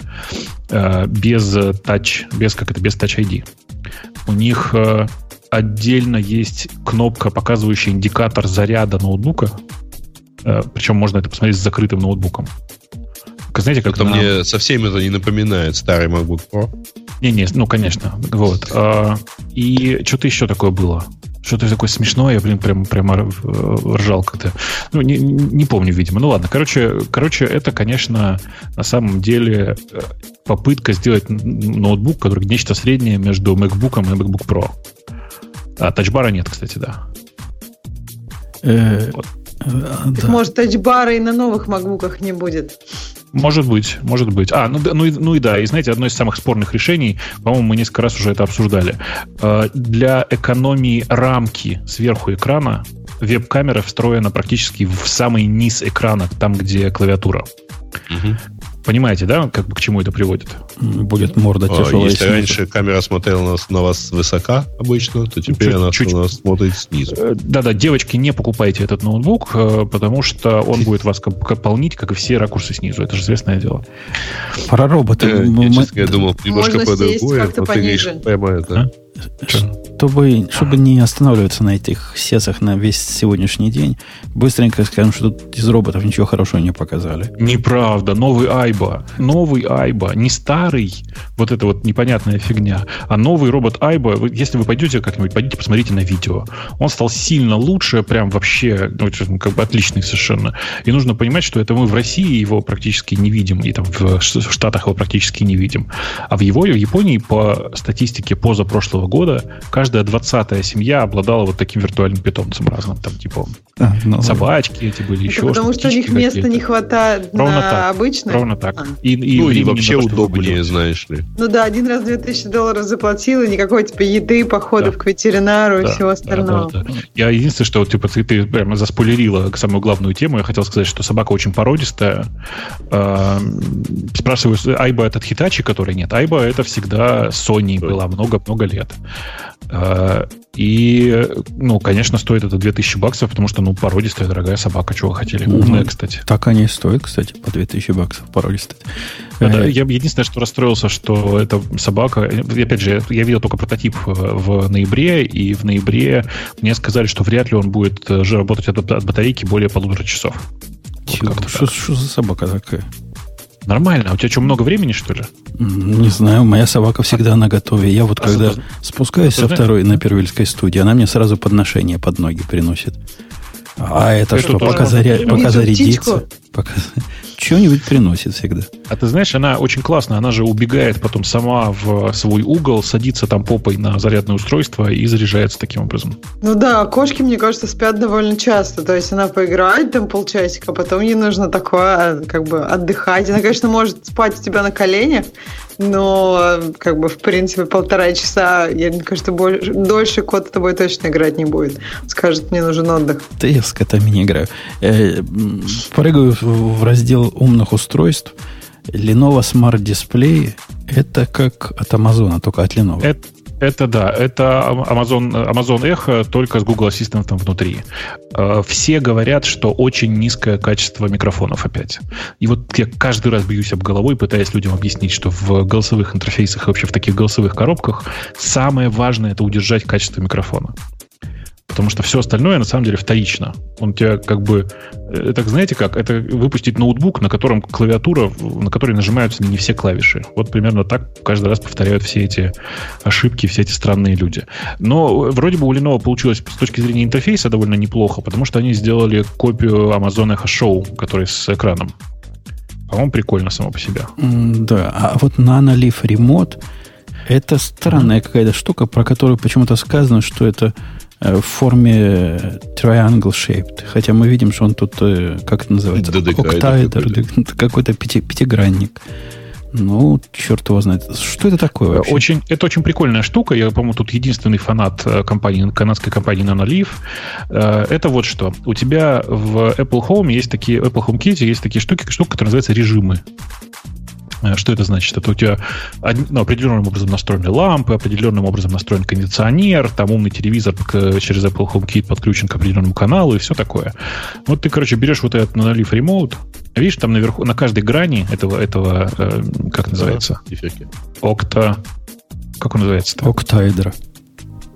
без Touch ID. У них отдельно есть кнопка, показывающая индикатор заряда ноутбука. Причем можно это посмотреть с закрытым ноутбуком. Знаете, как это мне совсем это не напоминает старый MacBook Pro. Не, ну, конечно. Вот. И что-то еще такое было. Что-то такое смешное, я, прямо ржал как-то. Ну, не помню, видимо. Ну, ладно. Короче, это, конечно, на самом деле попытка сделать ноутбук, который нечто среднее между MacBook'ом и MacBook Pro. А тачбара нет, кстати, да. Вот. Так, может, тачбара и на новых MacBook'ах не будет? Может быть. Ну и да, и знаете, одно из самых спорных решений, по-моему, мы несколько раз уже это обсуждали. Для экономии рамки сверху экрана веб-камера встроена практически в самый низ экрана, там, где клавиатура. Угу. Понимаете, да, как бы к чему это приводит? Будет морда тяжелая. Если раньше камера смотрела на вас свысока обычно, то теперь она на нас смотрит снизу. Да-да, девочки, не покупайте этот ноутбук, потому что он будет вас полнить, как и все ракурсы снизу. Это же известное дело. Про робота. Я думал, немножко по другое, но ты говоришь прямо это. Чтобы не останавливаться на этих сесах на весь сегодняшний день, быстренько скажем, что тут из роботов ничего хорошего не показали. Неправда. Новый Айба. Не старый, вот это вот непонятная фигня, а новый робот Айба. Если вы пойдете как-нибудь, пойдите посмотрите на видео. Он стал сильно лучше, прям вообще, как бы отличный совершенно. И нужно понимать, что это мы в России его практически не видим, и там в Штатах его практически не видим. А в Японии, по статистике позапрошлого года, каждая 20-я семья обладала вот таким виртуальным питомцем разным, там типа собачки эти были, еще что-то. Потому что у них места не хватает на обычных. Ровно так. И вообще удобнее, знаешь ли. Ну да, один раз $2000 заплатил, и никакой типа еды, походов к ветеринару и всего остального. Да. Я единственное, что типа ты прямо заспойлерила самую главную тему. Я хотел сказать, что собака очень породистая. Спрашиваю, Айба это Hitachi, который нет. Айба это всегда Sony была много-много лет. И, конечно, стоит это $2000, потому что, породистая, дорогая собака, чего вы хотели. Умная, кстати. Так они и стоят, кстати, по $2000 породистая. Я единственное, что расстроился, что эта собака... Опять же, я видел только прототип в ноябре, и в ноябре мне сказали, что вряд ли он будет же работать от батарейки более 1,5 часов. Что за собака такая? Нормально. А у тебя что, много времени, что ли? Не знаю. Моя собака всегда наготове. Я вот когда спускаюсь со второй на Первильской студии, она мне сразу подношение под ноги приносит. А это что, пока зарядится? Что-нибудь приносит всегда. А ты знаешь, она очень классная. Она же убегает потом сама в свой угол, садится там попой на зарядное устройство и заряжается таким образом. Ну да, кошки, мне кажется, спят довольно часто. То есть она поиграет там полчасика, а потом ей нужно такое, как бы, отдыхать. Она, конечно, может спать у тебя на коленях, но, как бы, в принципе, 1,5 часа, мне кажется, дольше кот с тобой точно играть не будет. Скажет, мне нужен отдых. Да я с котами не играю. Прыгаю в раздел умных устройств. Lenovo Smart Display это как от Amazon, только от Lenovo. Это да, это Amazon Echo, только с Google Assistant внутри. Все говорят, что очень низкое качество микрофонов опять. И вот я каждый раз бьюсь об головой, пытаясь людям объяснить, что в голосовых интерфейсах и вообще в таких голосовых коробках самое важное — это удержать качество микрофона. Потому что все остальное, на самом деле, вторично. Он тебя как бы... Это, знаете как? Это выпустить ноутбук, на котором клавиатура, на которой нажимаются не все клавиши. Вот примерно так каждый раз повторяют все эти ошибки, все эти странные люди. Но вроде бы у Lenovo получилось с точки зрения интерфейса довольно неплохо, потому что они сделали копию Amazon Echo Show, который с экраном. По-моему, прикольно само по себе. Да, а вот Nano Leaf Remote это странная какая-то штука, про которую почему-то сказано, что это в форме triangle shaped. Хотя мы видим, что он тут, как это называется? Октаэдр, какой-то пятигранник. Ну, черт его знает. Что это такое вообще? Это очень прикольная штука. Я, по-моему, тут единственный фанат канадской компании Nanolive. Это вот что. У тебя в Apple Home есть такие, Apple HomeKit есть такие штуки, которая называется режимы. Что это значит? Это у тебя определенным образом настроены лампы, определенным образом настроен кондиционер, там умный телевизор через Apple HomeKit подключен к определенному каналу и все такое. Вот ты, берешь вот этот Nanolive Remote, видишь, там наверху, на каждой грани этого как называется? Эффекты. Как он называется-то? Октаэдра.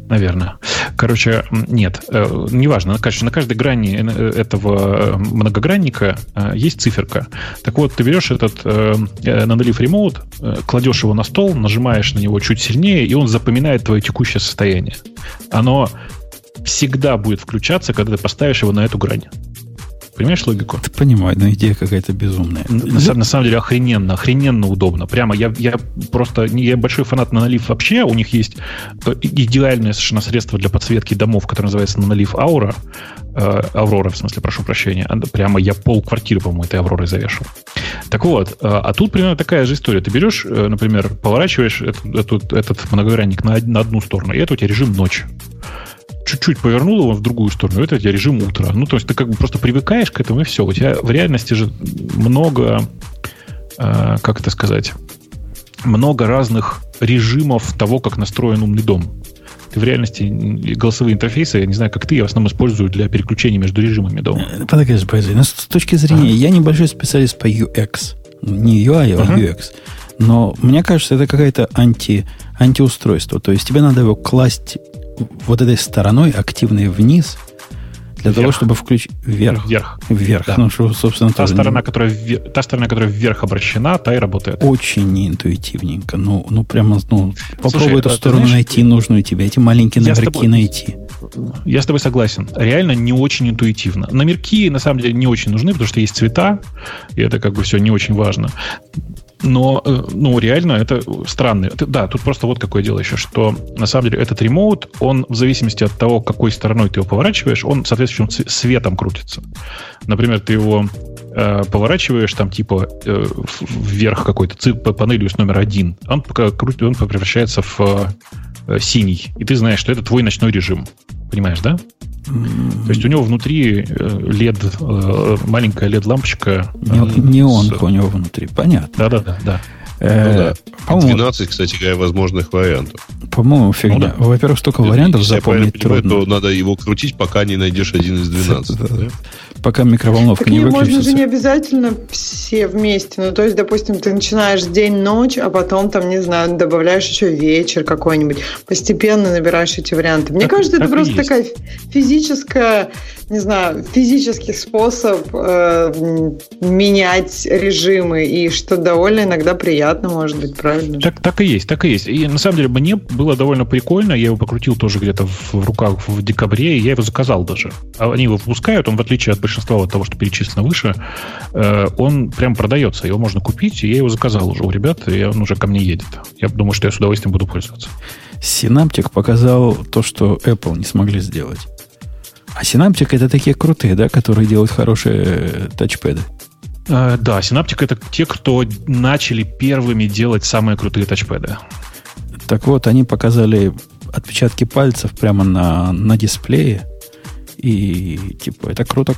Наверное. Короче, нет. Неважно. На каждой грани этого многогранника есть циферка. Так вот, ты берешь этот Nanolive Remote, кладешь его на стол, нажимаешь на него чуть сильнее, и он запоминает твое текущее состояние. Оно всегда будет включаться, когда ты поставишь его на эту грань. Понимаешь логику? Ты понимаю, но идея какая-то безумная. На самом деле охрененно удобно. Прямо я большой фанат Nanolive вообще. У них есть идеальное совершенно средство для подсветки домов, которое называется Nanolive Aura. Аврора, в смысле, прошу прощения. Прямо я полквартиры, по-моему, этой Авророй завешал. Так вот, а тут примерно такая же история. Ты берешь, например, поворачиваешь этот многогранник на одну сторону, и это у тебя режим ночь. Чуть-чуть повернул его в другую сторону, это у тебя режим утра. Ну, то есть ты как бы просто привыкаешь к этому, и все. У тебя в реальности же много, как это сказать, много разных режимов того, как настроен умный дом. Ты в реальности голосовые интерфейсы, я не знаю, как ты, я в основном использую для переключения между режимами дома. Подожди. Но с точки зрения, я небольшой специалист по UX. Не UI, а UX. Но мне кажется, это какое-то антиустройство. То есть тебе надо его класть вот этой стороной активной вниз для того, чтобы включить вверх. Да. Ну, что, собственно, та сторона, которая вверх обращена, та и работает. Очень неинтуитивненько. прямо, попробуй эту сторону найти, нужную тебе, эти маленькие номерки найти. Я с тобой согласен. Реально не очень интуитивно. Номерки, на самом деле, не очень нужны, потому что есть цвета, и это как бы все не очень важно. Но, реально, это странно. Да, тут просто вот какое дело еще, что, на самом деле, этот ремоут, он в зависимости от того, какой стороной ты его поворачиваешь, он соответствующим светом крутится. Например, ты его поворачиваешь там типа вверх какой-то панелью с номер 1, он превращается в синий. И ты знаешь, что это твой ночной режим. Понимаешь, да? То есть у него внутри LED, маленькая LED-лампочка. Неонка у него внутри, понятно. Да. 12, кстати говоря, возможных вариантов. По-моему, фигня. Во-первых, столько вариантов запомнить трудно. То надо его крутить, пока не найдешь один из 12. Да? Пока микроволновка не выключится. Можно же не обязательно все вместе. То есть, допустим, ты начинаешь день-ночь, а потом, там, не знаю, добавляешь еще вечер какой-нибудь. Постепенно набираешь эти варианты. Мне кажется, это просто такая физическая, не знаю, физический способ менять режимы. И что довольно иногда приятно, может быть, правильно? Так и есть. И на самом деле мне было довольно прикольно. Я его покрутил тоже где-то в руках в декабре, и я его заказал даже. Они его выпускают, он в отличие от большинства от того, что перечислено выше, он прям продается. Его можно купить, и я его заказал уже у ребят, и он уже ко мне едет. Я думаю, что я с удовольствием буду пользоваться. Synaptic показал то, что Apple не смогли сделать. А Synaptic это такие крутые, да, которые делают хорошие тачпэды. Да, Synaptic это те, кто начали первыми делать самые крутые тачпэды. Так вот, они показали отпечатки пальцев прямо на дисплее. И типа это круто.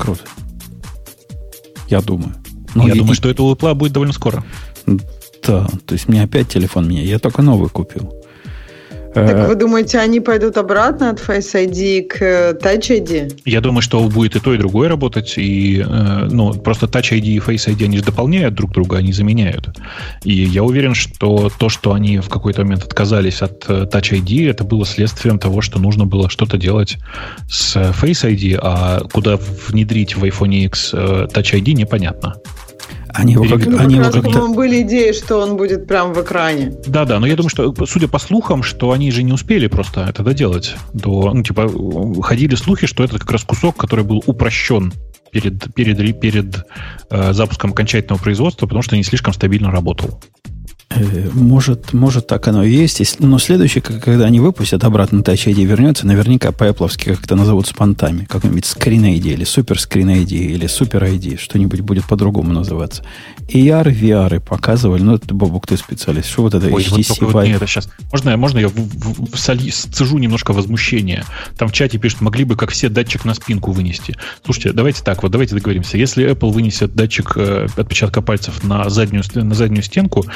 Я думаю. Я думаю, что это у Apple будет довольно скоро. Да, то есть мне опять телефон меняет. Я только новый купил. Так вы думаете, они пойдут обратно от Face ID к Touch ID? Я думаю, что будет и то, и другое работать. И, просто Touch ID и Face ID, они же дополняют друг друга, они заменяют. И я уверен, что то, что они в какой-то момент отказались от Touch ID, это было следствием того, что нужно было что-то делать с Face ID, а куда внедрить в iPhone X Touch ID, непонятно. Они его по-моему, были идеи, что он будет прямо в экране. Да, но я думаю, что, судя по слухам, что они же не успели просто это доделать. Ходили слухи, что это как раз кусок, который был упрощен перед запуском окончательного производства, потому что не слишком стабильно работал. Может, так оно и есть. Но следующее, когда они выпустят обратно Touch ID вернется, наверняка по-эпловски как-то назовут спонтами. Как-нибудь Screen ID или Super Screen ID или Super ID. Что-нибудь будет по-другому называться. AR, VR показывали. Это, Бобук, ты специалист. Что вот это HTC Vive? Это сейчас. Можно я сцежу немножко возмущения? Там в чате пишут, могли бы, как все, датчик на спинку вынести. Слушайте, давайте договоримся. Если Apple вынесет датчик отпечатка пальцев на заднюю стенку, я в это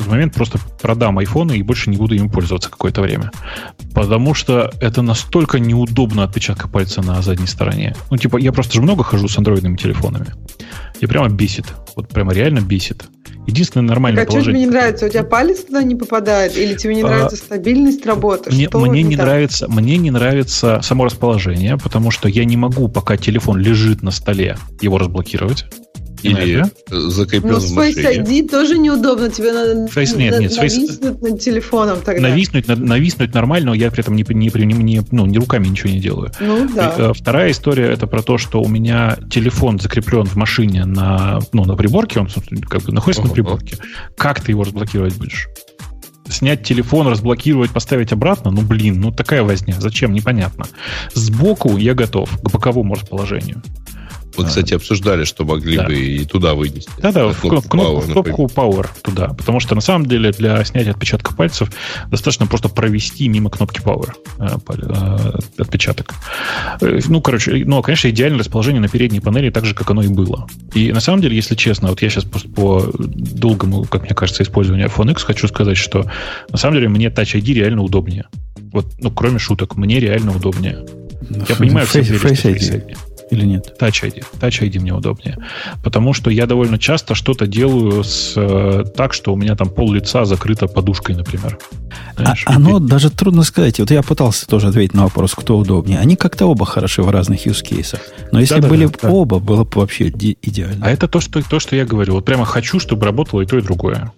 какой-то момент просто продам айфоны и больше не буду им пользоваться какое-то время. Потому что это настолько неудобно отпечатка пальца на задней стороне. Ну, типа, я просто же много хожу с андроидными телефонами. И прямо бесит. Вот прямо реально бесит. Единственное нормальное положение... А что тебе не нравится? У тебя палец туда не попадает? Или тебе не нравится стабильность работы? Мне не нравится само расположение, потому что я не могу, пока телефон лежит на столе, его разблокировать. Или закреплен в машине. Но Face ID тоже неудобно. Тебе надо нависнуть над телефоном тогда. Нависнуть нормально, но я при этом ни руками ничего не делаю. Ну, да. Вторая история, это про то, что у меня телефон закреплен в машине на приборке, он как бы находится на приборке. Как ты его разблокировать будешь? Снять телефон, разблокировать, поставить обратно? Такая возня. Зачем? Непонятно. Сбоку я готов к боковому расположению. Мы, кстати, обсуждали, что могли бы и туда вынести. Да, в кнопку Power туда. Потому что, на самом деле, для снятия отпечатков пальцев достаточно просто провести мимо кнопки Power отпечаток. Конечно, идеальное расположение на передней панели, так же, как оно и было. И, на самом деле, если честно, вот я сейчас по долгому, как мне кажется, использованию iPhone X хочу сказать, что, на самом деле, мне Touch ID реально удобнее. Вот, кроме шуток, мне реально удобнее. Я понимаю, что Face ID. Или нет? Touch ID мне удобнее. Потому что я довольно часто что-то делаю так, что у меня там пол лица закрыто подушкой, например. Оно даже трудно сказать. Вот я пытался тоже ответить на вопрос, кто удобнее. Они как-то оба хороши в разных use cases. Но если были оба, было бы вообще идеально. А это то, что я говорю. Вот прямо хочу, чтобы работало и то, и другое.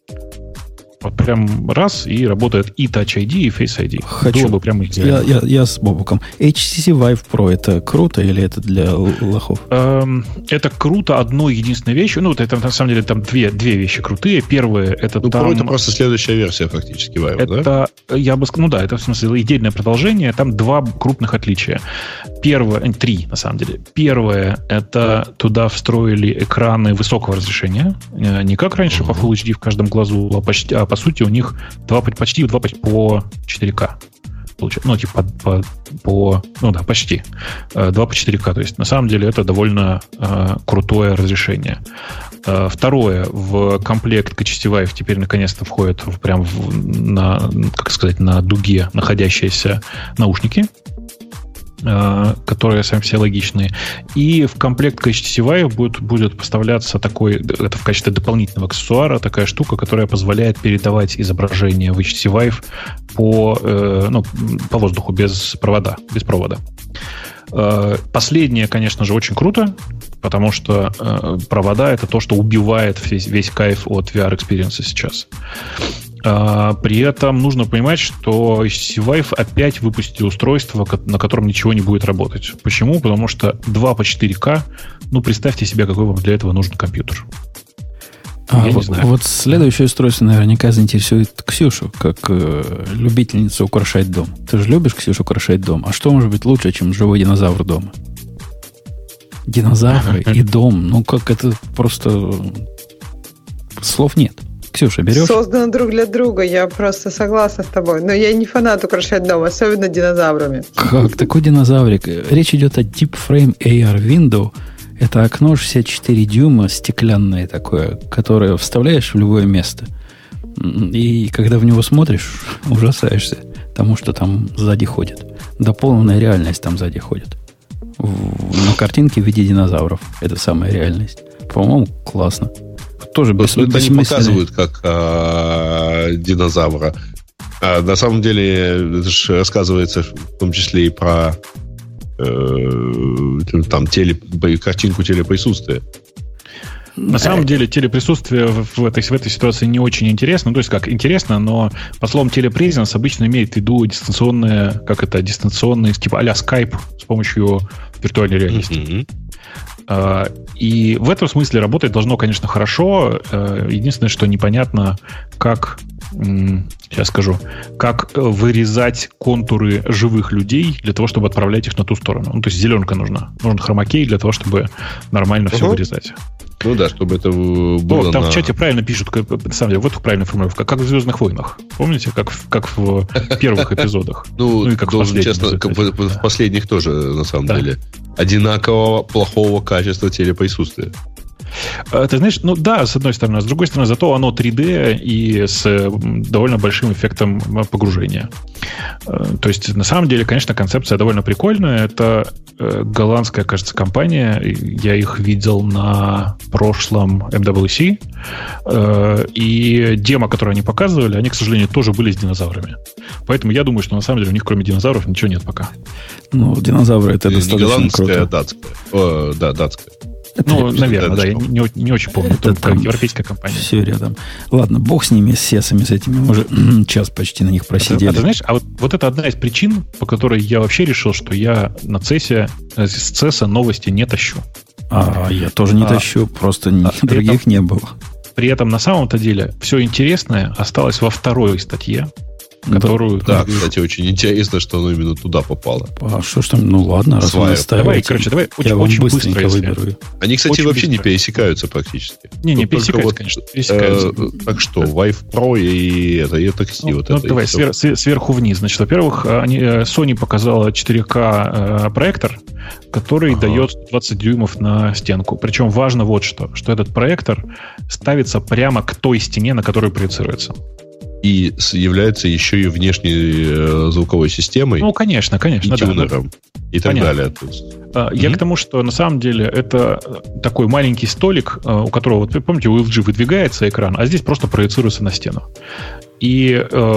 Вот прям раз, и работает и Touch ID, и Face ID. Хочу. Было бы прямо идеально. Я с Бобуком. HTC Vive Pro это круто или это для лохов? Это круто, одно единственная вещь. Это на самом деле там две вещи крутые. Первое, это Pro это просто следующая версия фактически Vive, да? Я бы сказал, это в смысле идейное продолжение. Там два крупных отличия. Три, на самом деле. Первое, это туда встроили экраны высокого разрешения. Не как раньше по Full HD в каждом глазу, а по сути у них почти по 4К. Почти. 2 по 4К. То есть, на самом деле, это довольно крутое разрешение. Второе, в комплект к HTC Vive теперь наконец-то входят на дуге находящиеся наушники, которые сами все логичные. И в комплект к HTC Vive будет поставляться это в качестве дополнительного аксессуара, такая штука, которая позволяет передавать изображение в HTC Vive по воздуху без провода. Последнее, конечно же, очень круто, потому что провода — это то, что убивает весь кайф от VR-экспириенса сейчас. При этом нужно понимать, что HTC Vive опять выпустил устройство, на котором ничего не будет работать. Почему? Потому что 2 по 4К, представьте себе, какой вам для этого нужен компьютер. Не знаю. Вот следующее устройство наверняка заинтересует Ксюшу, как любительницу украшать дом. Ты же любишь, Ксюша, украшать дом? А что может быть лучше, чем живой динозавр дома? Динозавры и дом. Как это просто... Слов нет. Ксюша, берешь? Создано друг для друга, я просто согласна с тобой. Но я не фанат украшать дом, особенно динозаврами. Как? Такой динозаврик. Речь идет о Deep Frame AR Window. Это окно 64 дюйма, стеклянное такое, которое вставляешь в любое место. И когда в него смотришь, ужасаешься тому, что там сзади ходит. Дополненная реальность там сзади ходит. На картинке в виде динозавров. Это самая реальность. По-моему, классно. Тоже это не показывают как динозавра. На самом деле, это же рассказывается в том числе и про картинку телеприсутствия. На самом деле телеприсутствие в этой ситуации не очень интересно. То есть как интересно, но по словам телепрезенс обычно имеет в виду дистанционные, типа а-ля Skype с помощью виртуальной реальности. И в этом смысле работать должно, конечно, хорошо. Единственное, что непонятно, как вырезать контуры живых людей для того, чтобы отправлять их на ту сторону. То есть зеленка нужна. Нужен хромакей для того, чтобы нормально все вырезать. Чтобы это было. Там в чате правильно пишут, на самом деле, вот правильная формулировка, как в «Звездных войнах». Помните, как в первых эпизодах? И как должен честно, в последних тоже, на самом деле, одинаково плохого качества телеприсутствия. Ты знаешь, ну да, с одной стороны. С другой стороны, зато оно 3D и с довольно большим эффектом погружения. То есть, на самом деле, конечно, концепция довольно прикольная. Это голландская, кажется, компания. Я их видел на прошлом MWC. И демо, которое они показывали, они, к сожалению, тоже были с динозаврами. Поэтому я думаю, что на самом деле у них, кроме динозавров, ничего нет пока. Ну, динозавры это достаточно круто. Датская. Да, датская. Ну, наверное, да, я не очень помню. Это там европейская компания. Все рядом. Ладно, бог с ними, с сесами, с этими. Мы уже час почти на них просидели. А ты знаешь, вот это одна из причин, по которой я вообще решил, что я на CES, с CES новости не тащу. Я тоже не тащу, просто других не было. При этом на самом-то деле все интересное осталось во второй статье, которую... Да, кстати, очень интересно, что оно именно туда попало. А что ж там? Ну ладно, раз вы настаиваете. Давай очень быстро выберу. Они, кстати, вообще не пересекаются практически. Не пересекаются, конечно. Пересекаются. Так что, Vive Pro и такси. Давай, сверху вниз. Значит, во-первых, Sony показала 4К проектор, который дает 20 дюймов на стенку. Причем важно вот что этот проектор ставится прямо к той стене, на которую проецируется. И является еще и внешней звуковой системой. Ну, конечно. И тюнером. И так далее. Я к тому, что на самом деле это такой маленький столик, у которого, вот помните, у LG выдвигается экран, а здесь просто проецируется на стену. И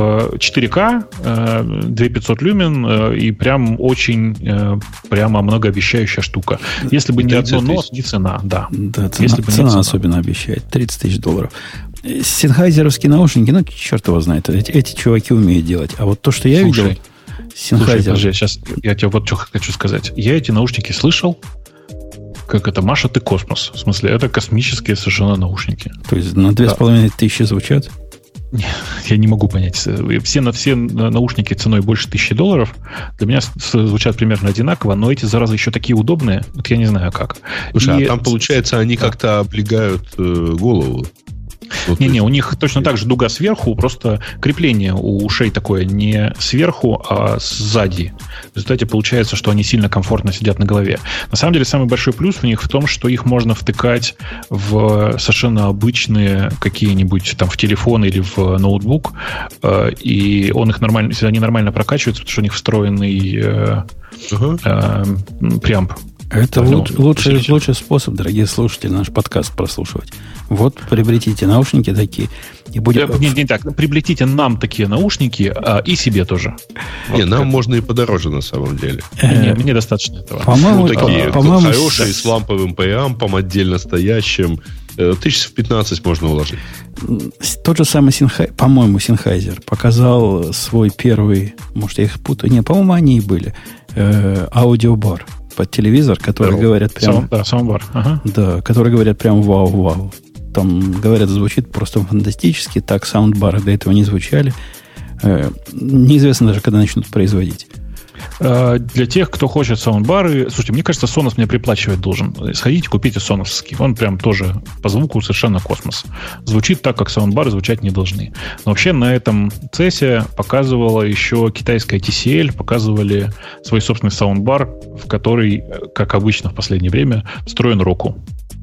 4К, 2500 люмен, и прям очень прямо многообещающая штука. Если бы не одно но, не цена, да. Да, цена особенно обещает. $30,000. Синхайзеровские наушники, ну, черт его знает. Эти чуваки умеют делать. А вот то, что я видел... Слушай, подожди, сейчас я тебе вот что хочу сказать. Я эти наушники слышал, как это, Маша, ты космос. В смысле, это космические совершенно наушники. То есть на 2500 звучат? Я не могу понять. Все наушники ценой больше $1000 для меня звучат примерно одинаково, но эти, заразы, еще такие удобные. Вот я не знаю как. Слушай, а там, получается, они как-то облегают голову. Не, у них точно так же дуга сверху, просто крепление у ушей такое не сверху, а сзади. В результате получается, что они сильно комфортно сидят на голове. На самом деле, самый большой плюс у них в том, что их можно втыкать в совершенно обычные какие-нибудь там в телефон или в ноутбук, и он их нормально, если они нормально прокачиваются, потому что у них встроенный преамп. Это лучший способ, дорогие слушатели, наш подкаст прослушивать. Вот приобретите наушники такие. И будет... Не так. Приобретите нам такие наушники и себе тоже. Нам можно и подороже на самом деле. Мне достаточно этого. По-моему, такие хорошие, с ламповым преампом, отдельно стоящим. 15 можно уложить. Тот же самый по-моему, Sennheiser показал свой первый, может, я их путаю. Не, по-моему, они и были. Аудиобар под телевизор, которые говорят прям... Саундбар. Да, которые говорят прям вау-вау. Там, говорят, звучит просто фантастически. Так саундбары до этого не звучали. Неизвестно даже, когда начнут производить. Для тех, кто хочет саундбары... Слушайте, мне кажется, Sonos мне приплачивать должен. Сходите, купите соновский. Он прям тоже по звуку совершенно космос. Звучит так, как саундбары звучать не должны. Но вообще на этом CES показывала еще китайская TCL, показывали свой собственный саундбар, в который, как обычно в последнее время, встроен Roku.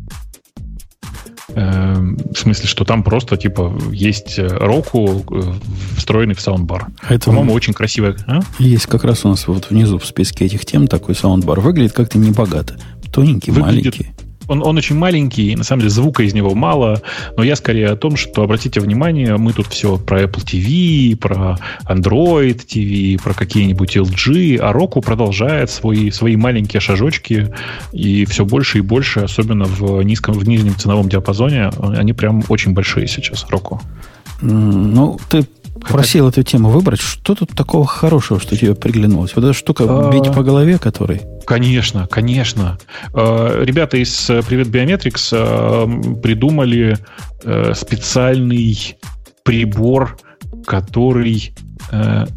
В смысле, что там просто типа есть Roku, встроенный в саундбар. Это, по-моему, очень красиво. Есть как раз у нас вот внизу в списке этих тем такой саундбар. Выглядит как-то небогато. Тоненький, маленький. Он очень маленький, на самом деле звука из него мало, но я скорее о том, что, обратите внимание, мы тут все про Apple TV, про Android TV, про какие-нибудь LG, а Roku продолжает свои маленькие шажочки, и все больше и больше, особенно в нижнем ценовом диапазоне, они прям очень большие сейчас, Roku. Ну, ты просил эту тему выбрать. Что тут такого хорошего, что тебе приглянулось? Вот эта штука бить по голове, который... Конечно. Ребята из Привет Biometrics придумали специальный прибор, который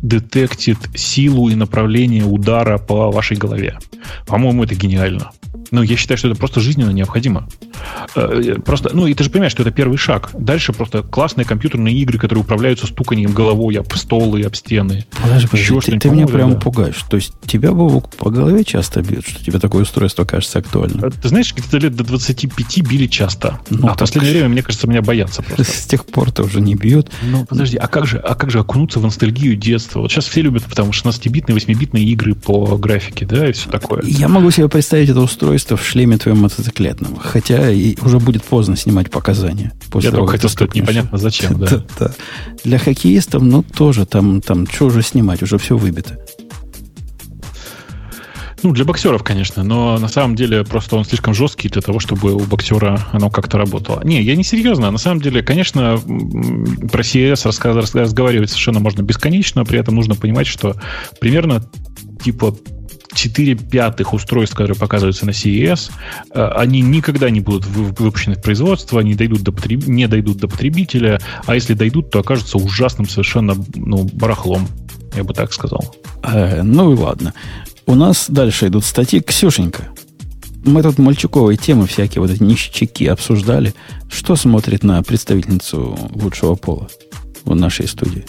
детектит силу и направление удара по вашей голове. По-моему, это гениально. Ну, я считаю, что это просто жизненно необходимо. Просто, и ты же понимаешь, что это первый шаг. Дальше просто классные компьютерные игры, которые управляются стуканием головой об столы, об стены. Подожди, ты меня прямо пугаешь. То есть тебя, Бобук, по голове часто бьют, что тебе такое устройство кажется актуальным? Ты знаешь, где-то лет до 25 били часто. В последнее время, мне кажется, меня боятся просто. С тех пор-то уже не бьют. Ну, подожди, а как же окунуться в ностальгию детства? Вот сейчас все любят, потому что 16-битные, 8-битные игры по графике, да, и все такое. Я могу себе представить это устройство в шлеме твоем мотоциклетном. Хотя и уже будет поздно снимать показания. Я только хотел сказать, непонятно зачем, да. Для хоккеистов, тоже там что уже снимать, уже все выбито. Для боксеров, конечно, но на самом деле просто он слишком жесткий для того, чтобы у боксера оно как-то работало. Не, я не серьезно. На самом деле, конечно, про CES разговаривать совершенно можно бесконечно, при этом нужно понимать, что примерно 4/5 устройств, которые показываются на CES, они никогда не будут выпущены в производство, не дойдут до потребителя, а если дойдут, то окажутся ужасным совершенно барахлом, я бы так сказал. Ну и ладно. У нас дальше идут статьи. Ксюшенька, мы тут мальчуковые темы всякие, вот эти ништяки обсуждали. Что смотрит на представительницу лучшего пола в нашей студии?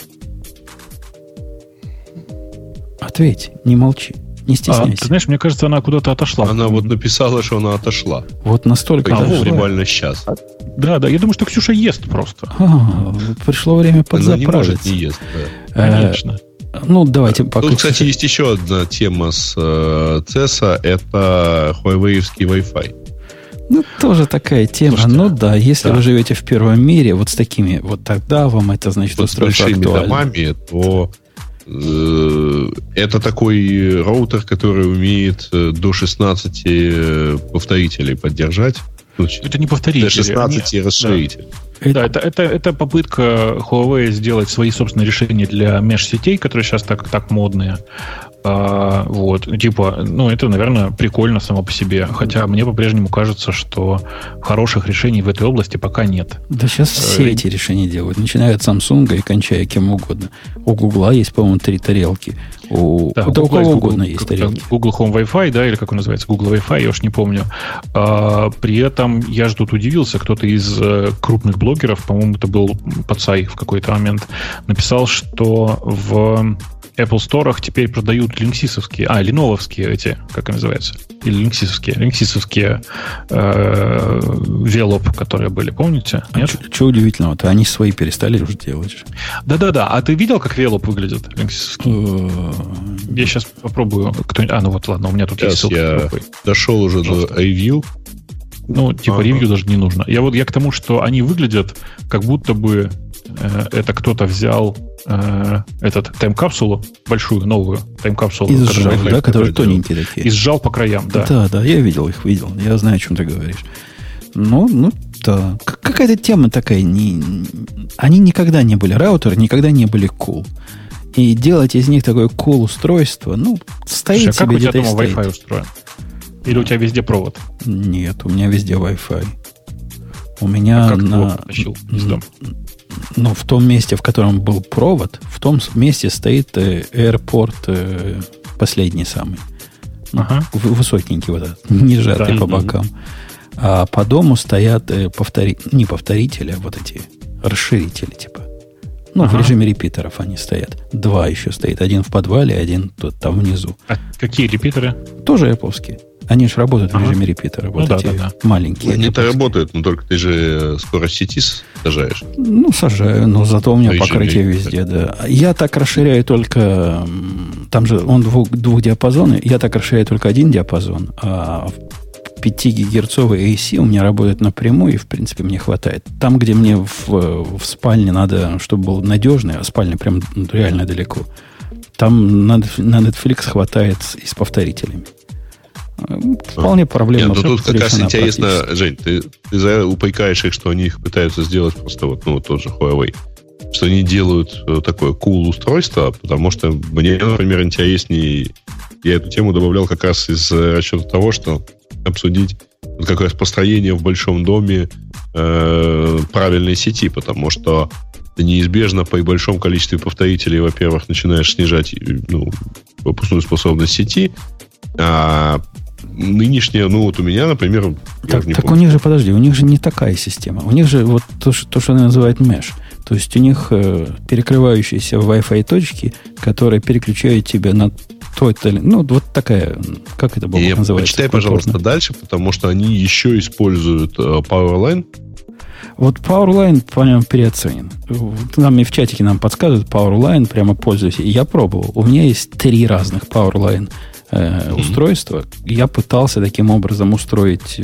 Ответь, не молчи, не стесняйся. Ты знаешь, мне кажется, она куда-то отошла. Она написала, что она отошла. Вот настолько отошла. Буквально сейчас. Да, я думаю, что Ксюша ест просто. Пришло время подзаправиться. Она не может не ест, да. Конечно. Давайте пока. Тут, кстати, есть еще одна тема с CES, это Huawei-евский Wi-Fi. Тоже такая тема. Слушайте, если вы живете в первом мире, вот с такими, вот тогда вам это, значит, устройство актуально. С большими домами, то это такой роутер, который умеет до 16 повторителей поддержать. Это не повторитель. До 16 расширитель. Да, это попытка Huawei сделать свои собственные решения для межсетей, которые сейчас так модные. Это, наверное, прикольно само по себе. Хотя мне по-прежнему кажется, что хороших решений в этой области пока нет. Да сейчас все эти решения делают. Начиная от Samsung и кончая кем угодно. У Гугла есть, по-моему, 3 тарелки. У кого угодно есть тарелки. Google Home Wi-Fi, да, или как он называется, Google Wi-Fi, я уж не помню. При этом я же тут удивился, кто-то из крупных блогеров, по-моему, это был Пацай в какой-то момент, написал, что в Apple Store теперь продают ленововские эти, как они называются? Или линксисовские Velop, которые были, помните? Нет? Что удивительного-то? Они свои перестали уже делать. Да. А ты видел, как Velop выглядит? Я сейчас попробую. Ладно, у меня тут есть ссылка. Я дошел уже до ревью. Ревью даже не нужно. Я к тому, что они выглядят, как будто бы это кто-то взял тайм-капсулу, большую, новую тайм-капсулу. И сжал, которые тоненькие такие. И сжал по краям, да. Да, я видел их. Я знаю, о чем ты говоришь. Да. Какая-то тема такая. Они никогда не были раутер, никогда не были cool. И делать из них такое cool устройство, стоит Слушай, себе где-то и стоит. стоит. Как у тебя дома Wi-Fi устроен? Или у тебя везде провод? Нет, у меня везде Wi-Fi. У меня как ты его потащил из дома? В том месте, в котором был провод, в том месте стоит AirPort последний самый. Высокенький вот этот, не сжатый по бокам. А по дому стоят не повторители, а вот эти расширители типа. В режиме репитеров они стоят. 2 еще стоит. Один в подвале, один тут там внизу. А какие репитеры? Тоже Apple-ские. Они же работают в режиме репитера. Вот эти маленькие. Они-то работают, но только ты же скорость сети сажаешь. Сажаю, но зато у меня покрытие везде, да. Я так расширяю только... Там же он двухдиапазонный. Я так расширяю только один диапазон, а 5-гигагерцовый AC у меня работает напрямую, и, в принципе, мне хватает. Там, где мне в спальне надо, чтобы был надежный, а спальня прям реально далеко, там на Netflix хватает и с повторителями. Вполне проблема. Тут как раз интересно, Жень, ты упрекаешь их, что они их пытаются сделать просто тоже Huawei. Что они делают такое cool устройство, потому что мне, например, интереснее, я эту тему добавлял как раз из расчета того, что обсудить как раз построение в большом доме правильной сети, потому что ты неизбежно при большом количестве повторителей, во-первых, начинаешь снижать пропускную способность сети, а нынешняя, ну вот у меня, например... Так у них же, подожди, у них же не такая система. У них же вот то, что они называют mesh. То есть у них перекрывающиеся Wi-Fi точки, которые переключают тебя на то-то... Ну, вот такая, как это называется? Почитай, пожалуйста, дальше, потому что они еще используют Powerline. Вот Powerline прямо переоценен. Нам и в чатике нам подсказывают, Powerline прямо пользуюсь. И я пробовал. У меня есть 3 разных Powerline устройства. Я пытался таким образом устроить,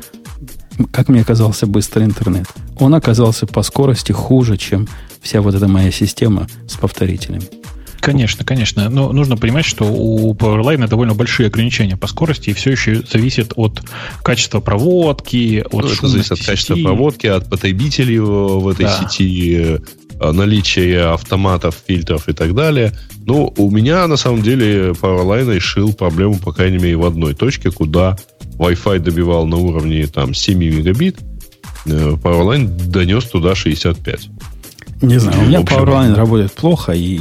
как мне казался, быстрый интернет. Он оказался по скорости хуже, чем вся вот эта моя система с повторителями. Конечно, конечно. Но нужно понимать, что у Powerline довольно большие ограничения по скорости, и все еще зависит от качества проводки, от шумности. Это зависит от качества проводки, от потребителей в этой сети, наличия автоматов, фильтров и так далее. Но у меня, на самом деле, Powerline решил проблему, по крайней мере, в одной точке, куда Wi-Fi добивал на уровне там, 7 мегабит, Powerline донес туда 65. Не знаю, у меня Powerline работает плохо, и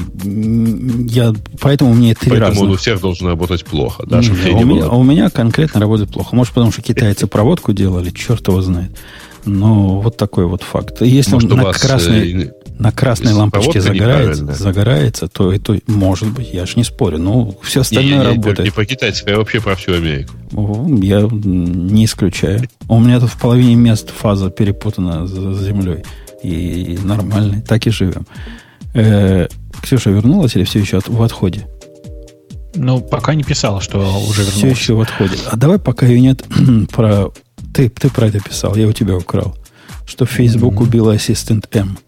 поэтому мне 3 раза. Поэтому он у всех должен работать плохо, да? У меня конкретно работает плохо. Может, потому что китайцы проводку делали, черт его знает. Но вот такой вот факт. Если он на красной лампочке загорается, то это может быть, я ж не спорю. Но все остальное работает. Не про китайцев, а вообще про всю Америку. Я не исключаю. У меня тут в половине мест фаза перепутана с землей. И нормально. Так и живем. Ксюша вернулась или все еще в отходе? Ну, пока не писала, что уже вернулась. Все еще в отходе. А давай, пока ее нет, Ты про это писал, я у тебя украл. Что Facebook убила Assistant M.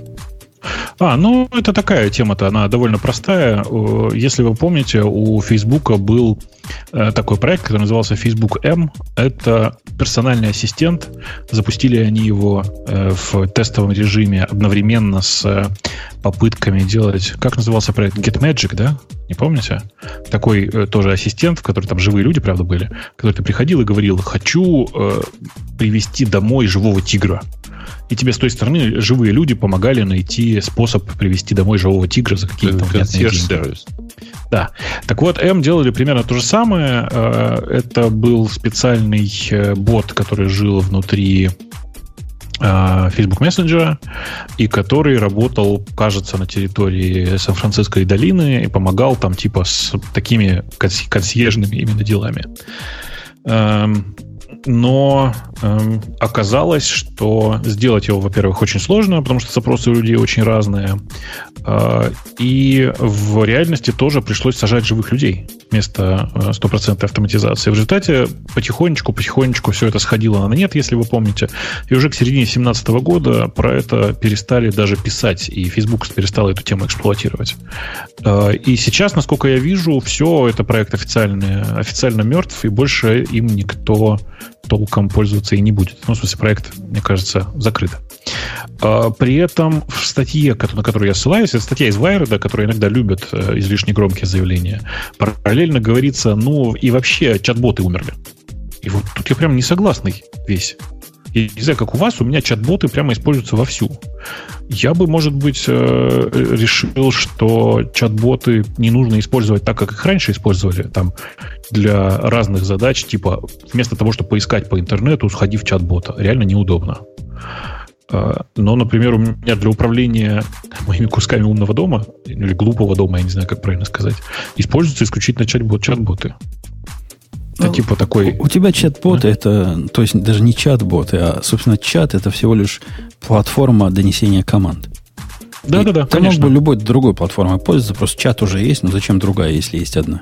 Ну, это такая тема-то, она довольно простая. Если вы помните, у Facebook был такой проект, который назывался Facebook M. Это персональный ассистент. Запустили они его в тестовом режиме одновременно с попытками делать... Как назывался проект? GetMagic, да? Не помните? Такой тоже ассистент, в который там живые люди, правда, были, который ты приходил и говорил: хочу привести домой живого тигра. И тебе с той стороны живые люди помогали найти способ привести домой живого тигра за какие-то внятные деньги. Да. Так вот, M делали примерно то же самое. Это был специальный бот, который жил внутри Facebook Messenger, и который работал, кажется, на территории Сан-Франциской долины и помогал там типа с такими консьержными именно делами. Но оказалось, что сделать его, во-первых, очень сложно, потому что запросы у людей очень разные. И в реальности тоже пришлось сажать живых людей вместо 100% автоматизации. В результате потихонечку все это сходило на нет, если вы помните. И уже к середине 2017 года про это перестали даже писать, и Facebook перестал эту тему эксплуатировать. И сейчас, насколько я вижу, все, это проект официально мертв, и больше им никто толком пользоваться и не будет. Ну, в смысле, проект, мне кажется, закрыт. При этом в статье, на которую я ссылаюсь, это статья из Wired, которая иногда любят излишне громкие заявления, параллельно говорится, и вообще чат-боты умерли. И вот тут я прям не согласный весь. Я не знаю, как у вас, у меня чат-боты прямо используются вовсю. Я бы, может быть, решил, что чат-боты не нужно использовать так, как их раньше использовали, там, для разных задач, типа, вместо того, чтобы поискать по интернету, сходи в чат-бота. Реально неудобно. Но, например, у меня для управления моими кусками умного дома, или глупого дома, я не знаю, как правильно сказать, используются исключительно чат-боты. Это типа такой... У тебя чат-боты, это, то есть даже не чат-боты, а, собственно, чат — это всего лишь платформа донесения команд. Да, ты конечно. мог бы любой другой платформой пользоваться, просто чат уже есть, но зачем другая, если есть одна?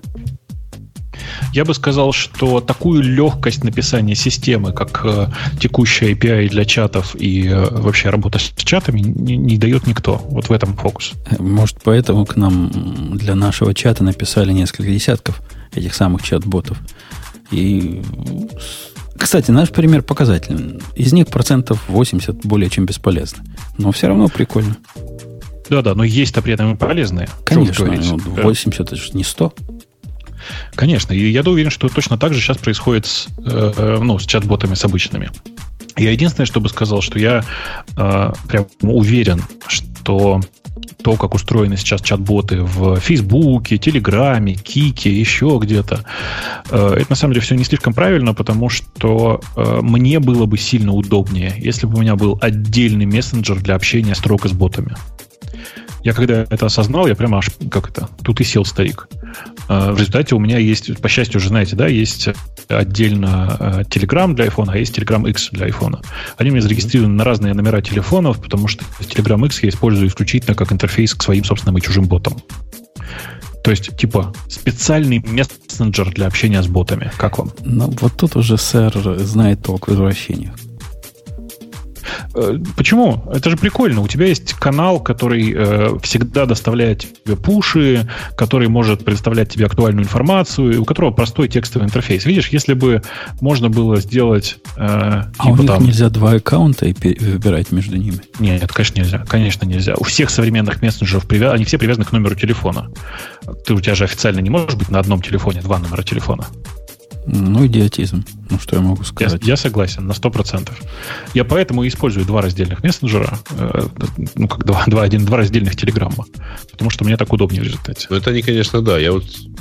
Я бы сказал, что такую легкость написания системы, как текущая API для чатов и вообще работа с чатами, не дает никто. Вот в этом фокус. Может, поэтому к нам для нашего чата написали несколько десятков этих самых чат-ботов. И, кстати, наш пример показательный. Из них 80% более чем бесполезны. Но все равно прикольно. Да, но есть-то при этом и полезные. Конечно, 80 это же не 100. Конечно, и я уверен, что точно так же сейчас происходит с чат-ботами, с обычными. Я единственное, что бы сказал, что я прям уверен, что то, как устроены сейчас чат-боты в Фейсбуке, Телеграме, Кике, еще где-то. Это на самом деле все не слишком правильно, потому что мне было бы сильно удобнее, если бы у меня был отдельный мессенджер для общения строго с ботами. Я когда это осознал, я прямо аж, тут и сел старик. В результате у меня есть, по счастью, уже знаете, да, есть отдельно Telegram для iPhone, а есть Telegram X для iPhone. Они у меня зарегистрированы на разные номера телефонов, потому что Telegram X я использую исключительно как интерфейс к своим собственным и чужим ботам. То есть, типа, специальный мессенджер для общения с ботами. Как вам? Ну, вот тут уже сэр знает толк в извращениях. Почему? Это же прикольно. У тебя есть канал, который всегда доставляет тебе пуши, который может предоставлять тебе актуальную информацию, у которого простой текстовый интерфейс. Видишь, если бы можно было сделать... у них нельзя два аккаунта и выбирать между ними? Нет, конечно, нельзя. Конечно, нельзя. У всех современных мессенджеров они все привязаны к номеру телефона. У тебя же официально не может быть на одном телефоне два номера телефона. Ну, идиотизм. Ну, что я могу сказать? Я согласен, на 100%. Я поэтому и использую два раздельных мессенджера, как два раздельных телеграмма. Потому что мне так удобнее в результате. Ну, это они, конечно, да. Я вот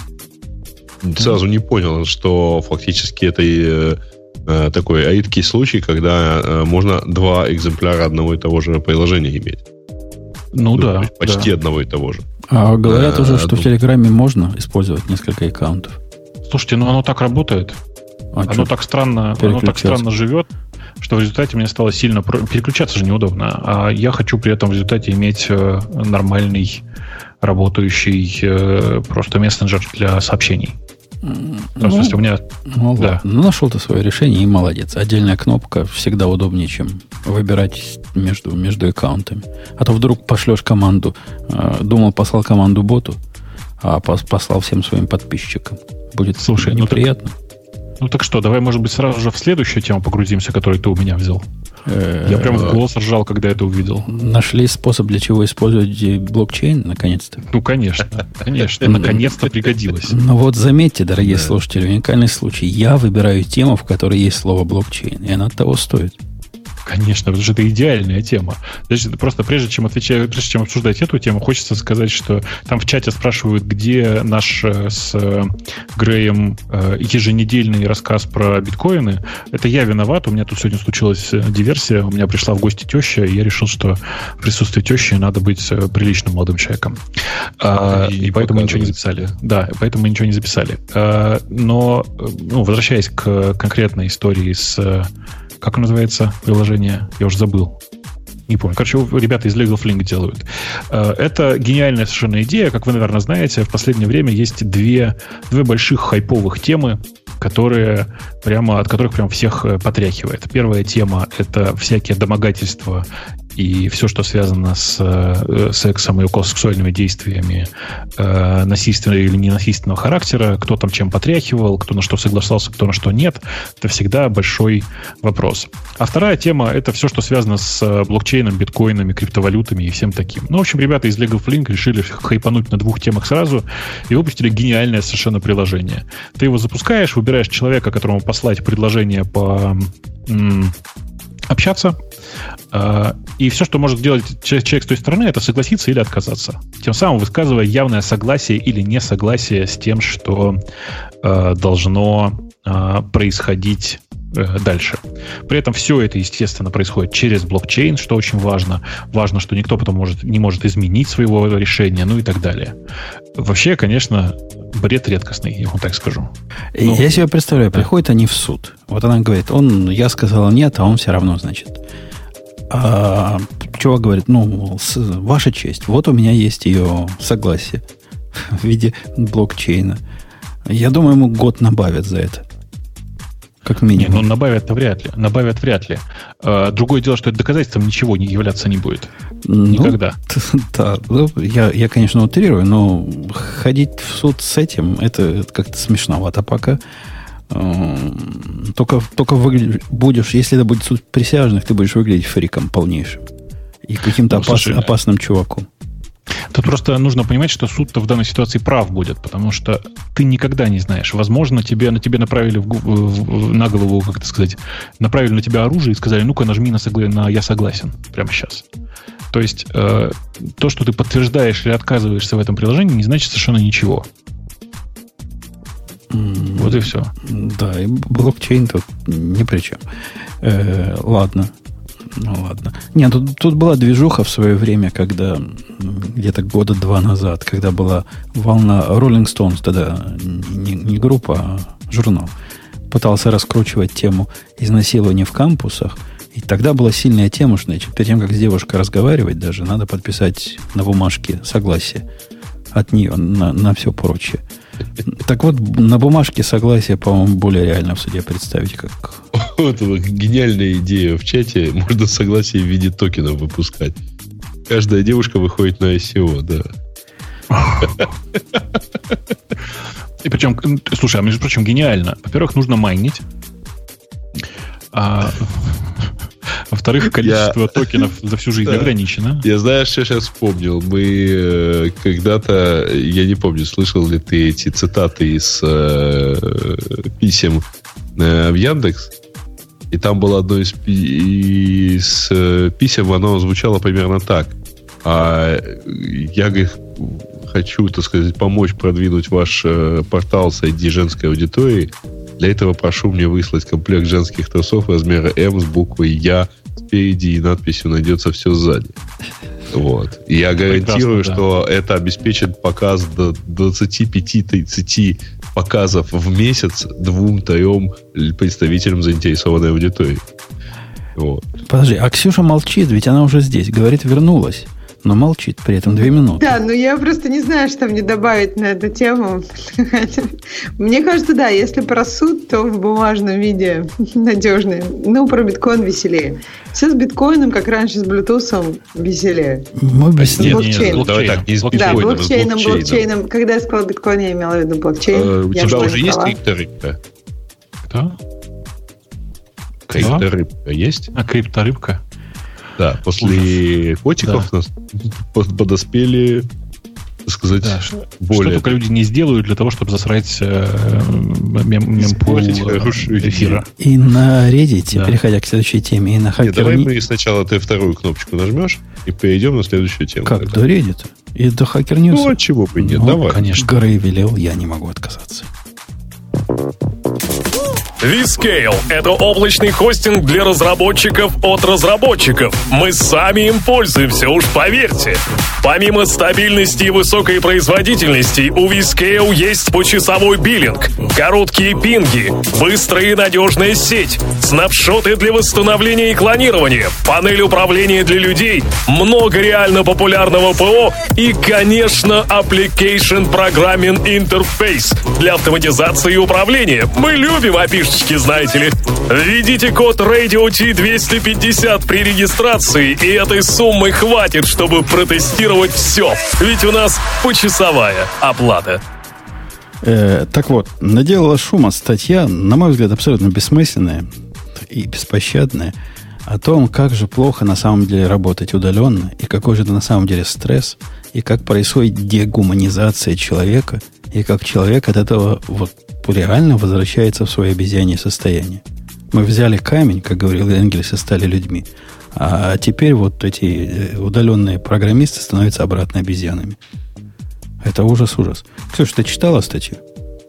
сразу не понял, что фактически это такой аидкий случай, когда можно два экземпляра одного и того же приложения иметь. Ну да. Почти одного и того же. А говорят уже, что в Телеграме можно использовать несколько аккаунтов. Слушайте, оно так работает. Оно так странно живет, что в результате мне стало сильно... Переключаться же неудобно. А я хочу при этом в результате иметь нормальный, работающий просто мессенджер для сообщений. В смысле, у меня... Да. Ну, нашел ты свое решение и молодец. Отдельная кнопка всегда удобнее, чем выбирать между аккаунтами. А то вдруг пошлешь команду, послал команду боту, а послал всем своим подписчикам. Будет, слушай, неприятно. Ну так что, давай, может быть, сразу же в следующую тему погрузимся, которую ты у меня взял. Я прям в голос ржал, когда это увидел. Нашли способ, для чего использовать блокчейн, наконец-то? Ну, конечно. Наконец-то пригодилось. Ну вот заметьте, дорогие слушатели, уникальный случай. Я выбираю тему, в которой есть слово блокчейн, и она того стоит. Конечно, потому что это идеальная тема. Значит, просто прежде чем обсуждать эту тему, хочется сказать, что там в чате спрашивают, где наш с Греем еженедельный рассказ про биткоины. Это я виноват. У меня тут сегодня случилась диверсия. У меня пришла в гости теща, и я решил, что в присутствии тещи надо быть приличным молодым человеком. И поэтому ничего не записали. Да, поэтому мы ничего не записали. Но, возвращаясь к конкретной истории с... Как называется приложение? Я уже забыл. Не помню. Короче, ребята из Legal Flink делают. Это гениальная совершенно идея. Как вы, наверное, знаете, в последнее время есть две больших хайповых темы, от которых прям всех потряхивает. Первая тема – это всякие домогательства и все, что связано с сексом и околосексуальными действиями насильственного или ненасильственного характера, кто там чем потряхивал, кто на что соглашался, кто на что нет, это всегда большой вопрос. А вторая тема – это все, что связано с блокчейном, биткоинами, криптовалютами и всем таким. Ну, в общем, ребята из Legal Flink решили хайпануть на двух темах сразу и выпустили гениальное совершенно приложение. Ты его запускаешь, выбираешь человека, которому послать предложение по общаться, и все, что может делать человек с той стороны, это согласиться или отказаться. Тем самым высказывая явное согласие или несогласие с тем, что должно происходить дальше. При этом все это, естественно, происходит через блокчейн, что очень важно. Важно, что никто потом не может изменить своего решения, ну и так далее. Вообще, конечно, бред редкостный, я вам так скажу. Я себе представляю, приходят они в суд. Вот она говорит, я сказала нет, а он все равно, значит. А чувак говорит, ваша честь, вот у меня есть ее согласие в виде блокчейна. Я думаю, ему год набавят за это. Как минимум. Не, набавят вряд ли. Другое дело, что это доказательством ничего не являться не будет. Никогда. Да. Я, конечно, утрирую, но ходить в суд с этим, это как-то смешновато пока. Только будешь, если это будет суд присяжных, ты будешь выглядеть фриком полнейшим. И каким-то опасным чуваком. Тут просто нужно понимать, что суд-то в данной ситуации прав будет, потому что ты никогда не знаешь. Возможно, тебе направили на голову, направили на тебя оружие и сказали, ну-ка нажми на «я согласен» прямо сейчас. То есть то, что ты подтверждаешь или отказываешься в этом приложении, не значит совершенно ничего. Вот и все. Да, и блокчейн тут ни при чем. Ладно. Ну ладно. Нет, тут была движуха в свое время, когда где-то года 2 назад, когда была волна Rolling Stones, тогда не группа, а журнал, пытался раскручивать тему изнасилования в кампусах. И тогда была сильная тема, что значит, перед тем, как с девушкой разговаривать, даже надо подписать на бумажке согласие от нее на все прочее. Так вот, на бумажке согласие, по-моему, более реально в суде представить, как... Вот гениальная идея в чате. Можно согласие в виде токенов выпускать. Каждая девушка выходит на ICO, да. И причем, слушай, а между прочим, гениально. Во-первых, нужно майнить. Во-вторых, количество токенов за всю жизнь ограничено. Я, знаешь, что сейчас вспомнил? Мы когда-то, я не помню, слышал ли ты эти цитаты из писем в Яндекс, и там было одно из писем, оно звучало примерно так. Я, говорит, хочу, так сказать, помочь продвинуть ваш портал среди женской аудитории. Для этого прошу мне выслать комплект женских трусов размера М с буквой Я спереди и надписью «Найдется все сзади». Вот. И я гарантирую, что это обеспечит показ до 25-30 показов в месяц 2-3 представителям заинтересованной аудитории. Вот. Подожди, а Ксюша молчит, ведь она уже здесь. Говорит, вернулась. Но молчит при этом 2 минуты. Да, но я просто не знаю, что мне добавить на эту тему. Мне кажется, да, если про суд, то в бумажном виде надежнее. Ну, про биткоин веселее. Все с биткоином, как раньше с блютусом, веселее. Мы без блокчейном. Давай так, не с Да, биткоином, блокчейном. Когда я сказала биткоин, я имела в виду блокчейн. У тебя уже есть крипторыбка? Кто? Крипторыбка есть? А крипторыбка? Да, после котиков нас подоспели, так сказать, более... Что только люди не сделают для того, чтобы засрать мемпул эфира. И на Reddit, переходя к следующей теме, и на Hacker... Давай мы сначала ты вторую кнопочку нажмешь и перейдем на следующую тему. Как, до Reddit? И до Hacker News? Ну, а чего бы нет, ну, давай. Конечно, Грей велел, я не могу отказаться. vScale – это облачный хостинг для разработчиков от разработчиков. Мы сами им пользуемся, уж поверьте. Помимо стабильности и высокой производительности, у vScale есть почасовой биллинг, короткие пинги, быстрая и надежная сеть, снапшоты для восстановления и клонирования, панель управления для людей, много реально популярного ПО и, конечно, Application Programming Interface для автоматизации и управления. Мы любим API-шечки, знаете ли. Введите код RadioT250 при регистрации, и этой суммы хватит, чтобы протестировать все. Ведь у нас почасовая оплата. Так вот, наделала шума статья, на мой взгляд, абсолютно бессмысленная и беспощадная, о том, как же плохо на самом деле работать удаленно, и какой же это на самом деле стресс, и как происходит дегуманизация человека, и как человек от этого вот реально возвращается в свое обезьянье состояние. Мы взяли камень, как говорил Энгельс, и стали людьми. А теперь вот эти удаленные программисты становятся обратно обезьянами. Это ужас-ужас. Ксюша, ты читала статью?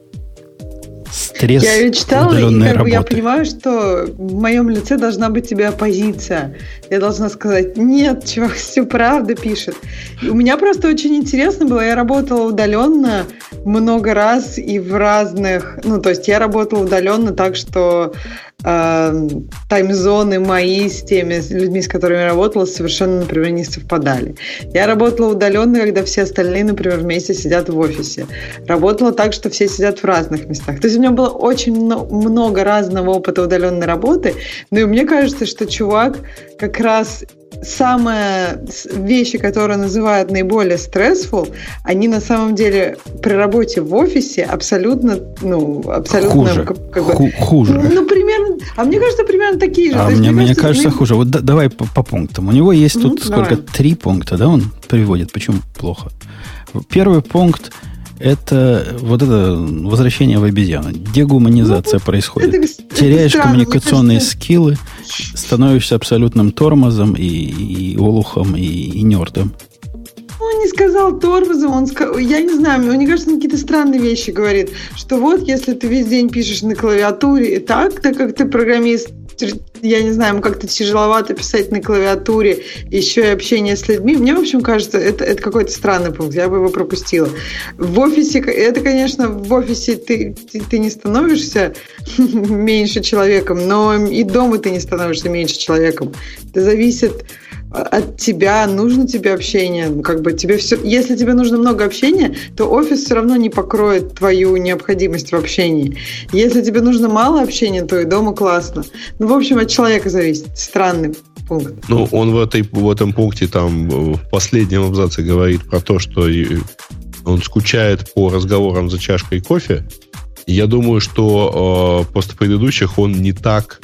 Стресс я ее читала, удаленной и работы. Я понимаю, что в моем лице должна быть тебе оппозиция. Я должна сказать, нет, чувак, все правда пишет. И у меня просто очень интересно было, я работала удаленно много раз и в разных... Ну, то есть я работала удаленно так, что таймзоны мои с теми людьми, с которыми я работала, совершенно, например, не совпадали. Я работала удаленно, когда все остальные, например, вместе сидят в офисе. Работала так, что все сидят в разных местах. То есть у меня было очень много разного опыта удаленной работы, но и мне кажется, что чувак как раз самые вещи, которые называют наиболее stressful, они на самом деле при работе в офисе абсолютно, хуже. Хуже. Ну, примерно. А мне кажется, примерно такие же. А мне кажется, хуже. Вот давай по пунктам. У него есть тут сколько? 3 пункта, да, он приводит. Почему плохо? Первый пункт. Это вот это возвращение в обезьяну. Дегуманизация происходит. Теряешь коммуникационные скиллы, становишься абсолютным тормозом и олухом, и нердом. Он не сказал тормозом, он сказал, я не знаю, мне кажется, он какие-то странные вещи говорит, что вот если ты весь день пишешь на клавиатуре и так как ты программист, я не знаю, ему как-то тяжеловато писать на клавиатуре, еще и общение с людьми. Мне, в общем, кажется, это какой-то странный пункт, я бы его пропустила. В офисе, это, конечно, в офисе ты не становишься меньше человеком, но и дома ты не становишься меньше человеком. Это зависит от тебя, нужно тебе общение. Как бы тебе все, если тебе нужно много общения, то офис все равно не покроет твою необходимость в общении. Если тебе нужно мало общения, то и дома классно. Ну, в общем, от человека зависит. Странный пункт. Ну, он в этом пункте там в последнем абзаце говорит про то, что он скучает по разговорам за чашкой кофе. И я думаю, что после предыдущих он не так...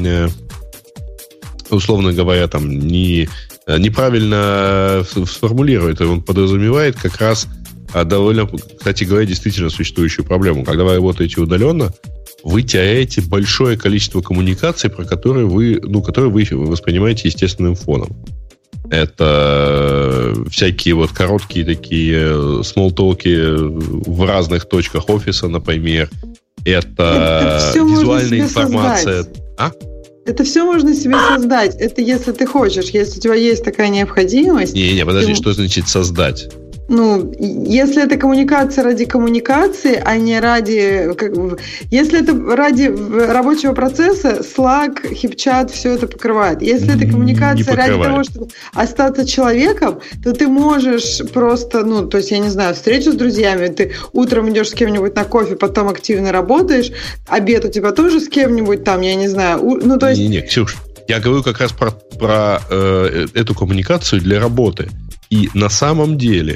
условно говоря, там неправильно сформулирует, и он подразумевает как раз довольно, кстати говоря, действительно существующую проблему. Когда вы работаете удаленно, вы теряете большое количество коммуникаций, которые вы воспринимаете естественным фоном. Это всякие вот короткие такие смолтолки в разных точках офиса, например. Это визуальная информация. Это все можно себе создать. Это если ты хочешь, если у тебя есть такая необходимость. Подожди, что значит создать? Ну, если это коммуникация ради коммуникации, а не ради... Если это ради рабочего процесса, Slack, HipChat, все это покрывает. Если это коммуникация ради того, чтобы остаться человеком, то ты можешь просто, то есть, я не знаю, встречу с друзьями, ты утром идешь с кем-нибудь на кофе, потом активно работаешь, обед у тебя тоже с кем-нибудь там, я не знаю. То есть... Не, Ксюш, я говорю как раз про эту коммуникацию для работы. И на самом деле,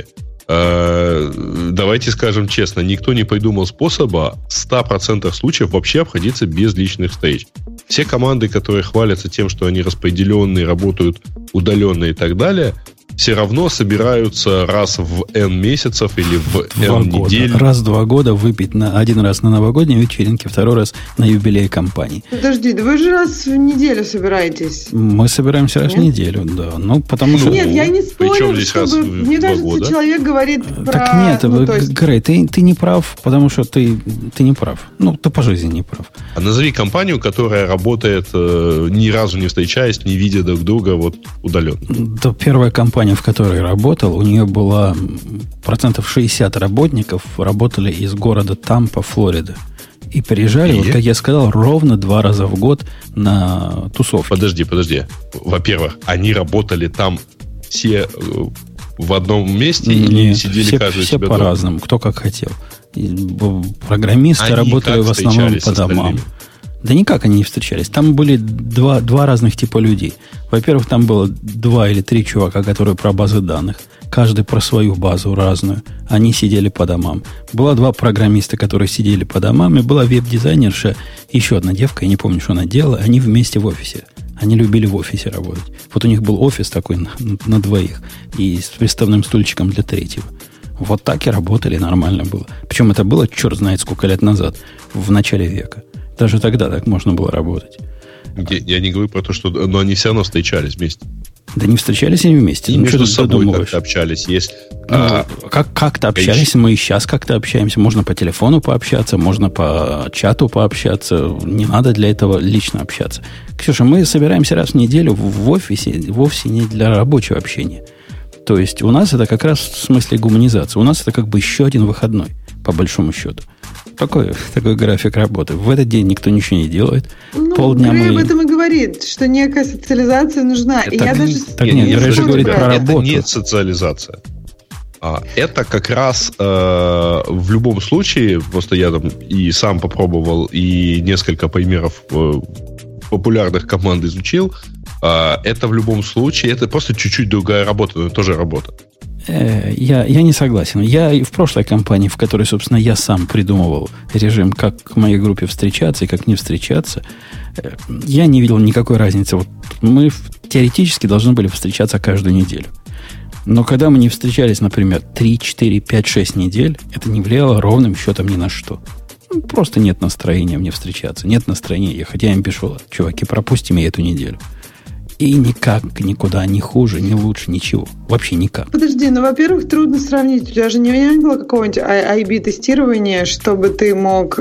давайте скажем честно, никто не придумал способа в 100% случаев вообще обходиться без личных встреч. Все команды, которые хвалятся тем, что они распределенные, работают удаленно и так далее, все равно собираются раз в N месяцев или в N недель. Раз в 2 года выпить один раз на новогодней вечеринке, второй раз на юбилей компании. Подожди, да вы же раз в неделю собираетесь. Мы собираемся раз в неделю, да. Потому что... Нет, я не спорю, чтобы... Мне кажется, человек говорит про... Так нет, Грей, ты не прав, потому что ты не прав. Ты по жизни не прав. А назови компанию, которая работает ни разу не встречаясь, не видя друг друга удаленно. Да, первая компания, в которой работал, у нее было 60% работников работали из города Тампа, Флорида. И приезжали, как я сказал, ровно 2 раза в год на тусовки. Подожди. Во-первых, они работали там все в одном месте или сидели каждый все по-разному, кто как хотел. Программисты работали в основном по домам. Да никак они не встречались. Там были два разных типа людей. Во-первых, там было 2 или 3 чувака, которые про базы данных. Каждый про свою базу разную. Они сидели по домам. Было 2 программиста, которые сидели по домам. И была веб-дизайнерша, еще одна девка, я не помню, что она делала. Они вместе в офисе. Они любили в офисе работать. Вот у них был офис такой на 2. И с приставным стульчиком для 3. Вот так и работали, нормально было. Причем это было, черт знает сколько лет назад, в начале века. Даже тогда так можно было работать. Я не говорю про то, что... Но они все равно встречались вместе. Да не встречались они вместе. И между собой как-то общались. Как-то общались. Мы и сейчас как-то общаемся. Можно по телефону пообщаться, можно по чату пообщаться. Не надо для этого лично общаться. Ксюша, мы собираемся раз в неделю в офисе, вовсе не для рабочего общения. То есть у нас это как раз в смысле гуманизации. У нас это как бы еще один выходной, по большому счету. Такой график работы. В этот день никто ничего не делает. Полдня Грей об этом и говорит, что некая социализация нужна. Грей же говорит про работу. Это не социализация. Это как раз в любом случае, просто я там и сам попробовал, и несколько примеров популярных команд изучил, это в любом случае, это просто чуть-чуть другая работа, но тоже работа. Я не согласен. Я и в прошлой компании, в которой, собственно, я сам придумывал режим, как в моей группе встречаться и как не встречаться, я не видел никакой разницы. Вот мы теоретически должны были встречаться каждую неделю. Но когда мы не встречались, например, 3, 4, 5, 6 недель, это не влияло ровным счетом ни на что. Ну, просто нет настроения мне встречаться. Нет настроения. Хотя я им пишу: чуваки, пропусти меня эту неделю. И никак, никуда, ни хуже, ни лучше, ничего. Вообще никак. Подожди, ну, во-первых, трудно сравнить. У тебя же не было какого-нибудь IB-тестирования, чтобы ты мог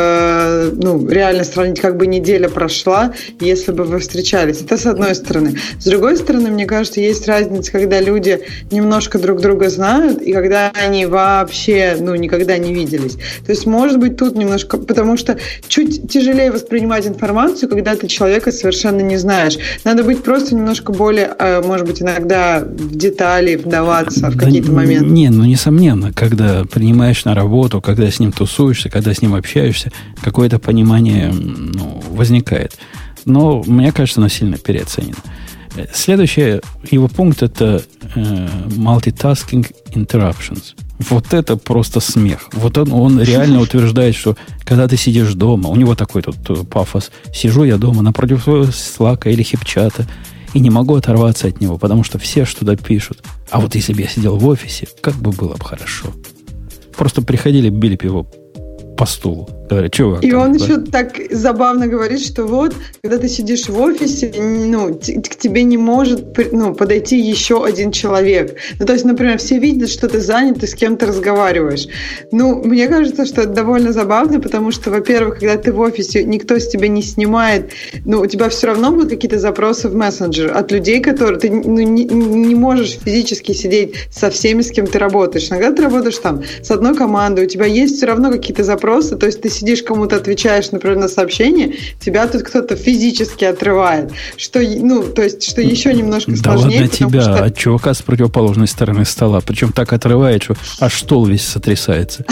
реально сравнить, как бы неделя прошла, если бы вы встречались. Это с одной стороны. С другой стороны, мне кажется, есть разница, когда люди немножко друг друга знают, и когда они вообще, никогда не виделись. То есть, может быть, тут немножко... Потому что чуть тяжелее воспринимать информацию, когда ты человека совершенно не знаешь. Надо быть просто немножко более, может быть, иногда в детали вдаваться в какие-то моменты. Несомненно, когда принимаешь на работу, когда с ним тусуешься, когда с ним общаешься, какое-то понимание возникает. Но, мне кажется, оно сильно переоценено. Следующий его пункт – это multitasking interruptions. Вот это просто смех. Вот он реально утверждает, что когда ты сидишь дома, у него такой тут пафос, сижу я дома напротив своего Slack или хипчата и не могу оторваться от него, потому что все что-то пишут. А вот если бы я сидел в офисе, как бы было бы хорошо. Просто приходили, били бы его по стулу. Говорят, чувак. И он еще так забавно говорит, что вот, когда ты сидишь в офисе, к тебе не может подойти еще один человек. То есть, например, все видят, что ты занят, ты с кем-то разговариваешь. Мне кажется, что это довольно забавно, потому что, во-первых, когда ты в офисе, никто с тебя не снимает, у тебя все равно будут какие-то запросы в мессенджер от людей, которые ты не можешь физически сидеть со всеми, с кем ты работаешь. Иногда ты работаешь там с одной командой, у тебя есть все равно какие-то запросы, то есть ты сидишь, кому-то отвечаешь, например, на сообщение, тебя тут кто-то физически отрывает. Что еще немножко сложнее. Да ладно тебя, от чувака с противоположной стороны стола. Причем так отрывает, что аж стол весь сотрясается.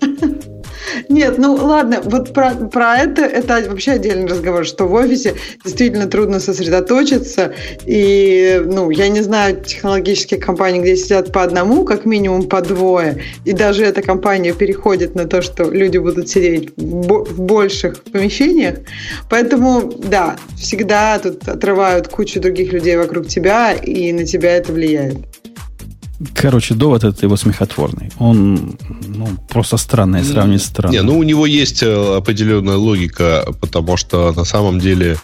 Нет, ладно, вот про это вообще отдельный разговор, что в офисе действительно трудно сосредоточиться, и, я не знаю технологических компаний, где сидят по одному, как минимум по двое, и даже эта компания переходит на то, что люди будут сидеть в больших помещениях, поэтому, да, всегда тут отрывают кучу других людей вокруг тебя, и на тебя это влияет. Короче, довод этот его смехотворный. Он просто странный, сравнить с странным. У него есть определенная логика, потому что на самом деле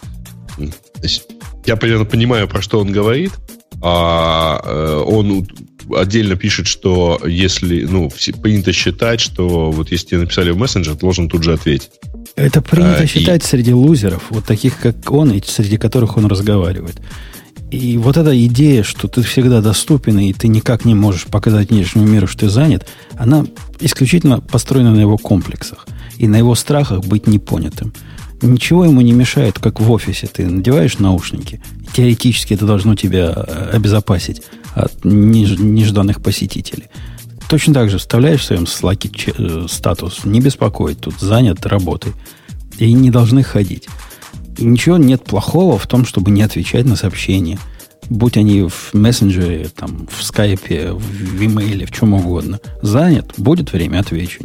я примерно понимаю, про что он говорит. Он отдельно пишет, что если принято считать, что вот если тебе написали в мессенджер, ты должен тут же ответить. Это принято считать среди лузеров, вот таких, как он, и среди которых он разговаривает. И вот эта идея, что ты всегда доступен, и ты никак не можешь показать внешнему миру, что ты занят, она исключительно построена на его комплексах и на его страхах быть непонятым. Ничего ему не мешает, как в офисе. Ты надеваешь наушники, теоретически это должно тебя обезопасить от нежданных посетителей. Точно так же вставляешь в своем Slack статус, не беспокоить, тут занят работой, и не должны ходить. И ничего нет плохого в том, чтобы не отвечать на сообщения. Будь они в мессенджере, там, в скайпе, в имейле, в чем угодно. Занят, будет время, отвечу.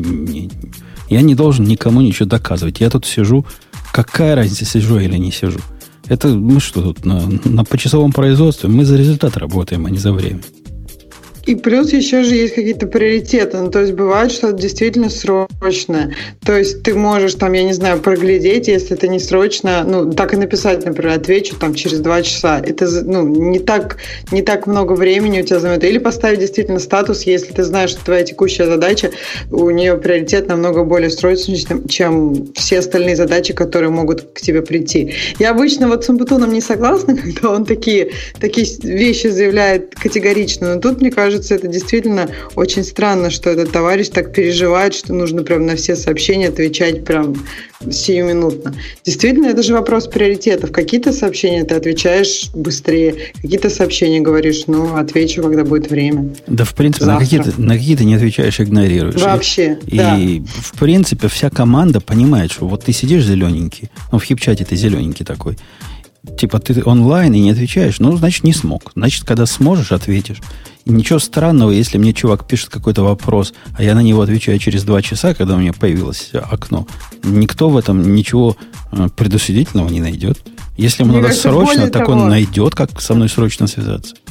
Я не должен никому ничего доказывать. Я тут сижу. Какая разница, сижу или не сижу? Это мы что тут, на почасовом производстве? Мы за результат работаем, а не за время. И плюс еще же есть какие-то приоритеты. То есть бывает, что это действительно срочное. То есть ты можешь проглядеть, если это не срочно, так и написать, например, отвечу через 2 часа. Это не так много времени у тебя займет. Или поставить действительно статус, если ты знаешь, что твоя текущая задача, у нее приоритет намного более срочный, чем все остальные задачи, которые могут к тебе прийти. Я обычно с Умпутуном не согласна, когда он такие вещи заявляет категорично. Но тут, мне кажется, это действительно очень странно, что этот товарищ так переживает, что нужно прям на все сообщения отвечать прям сиюминутно. Действительно, это же вопрос приоритетов. Какие-то сообщения ты отвечаешь быстрее, какие-то сообщения говоришь, отвечу, когда будет время. Да, в принципе, на какие-то не отвечаешь, игнорируешь. Вообще, И, в принципе, вся команда понимает, что вот ты сидишь зелененький, в хипчате ты зелененький такой, типа ты онлайн и не отвечаешь, значит, не смог. Значит, когда сможешь, ответишь. И ничего странного, если мне чувак пишет какой-то вопрос, а я на него отвечаю через 2 часа, когда у меня появилось окно. Никто в этом ничего предусудительного не найдет. Если ему надо срочно, так он найдет, как со мной срочно связаться.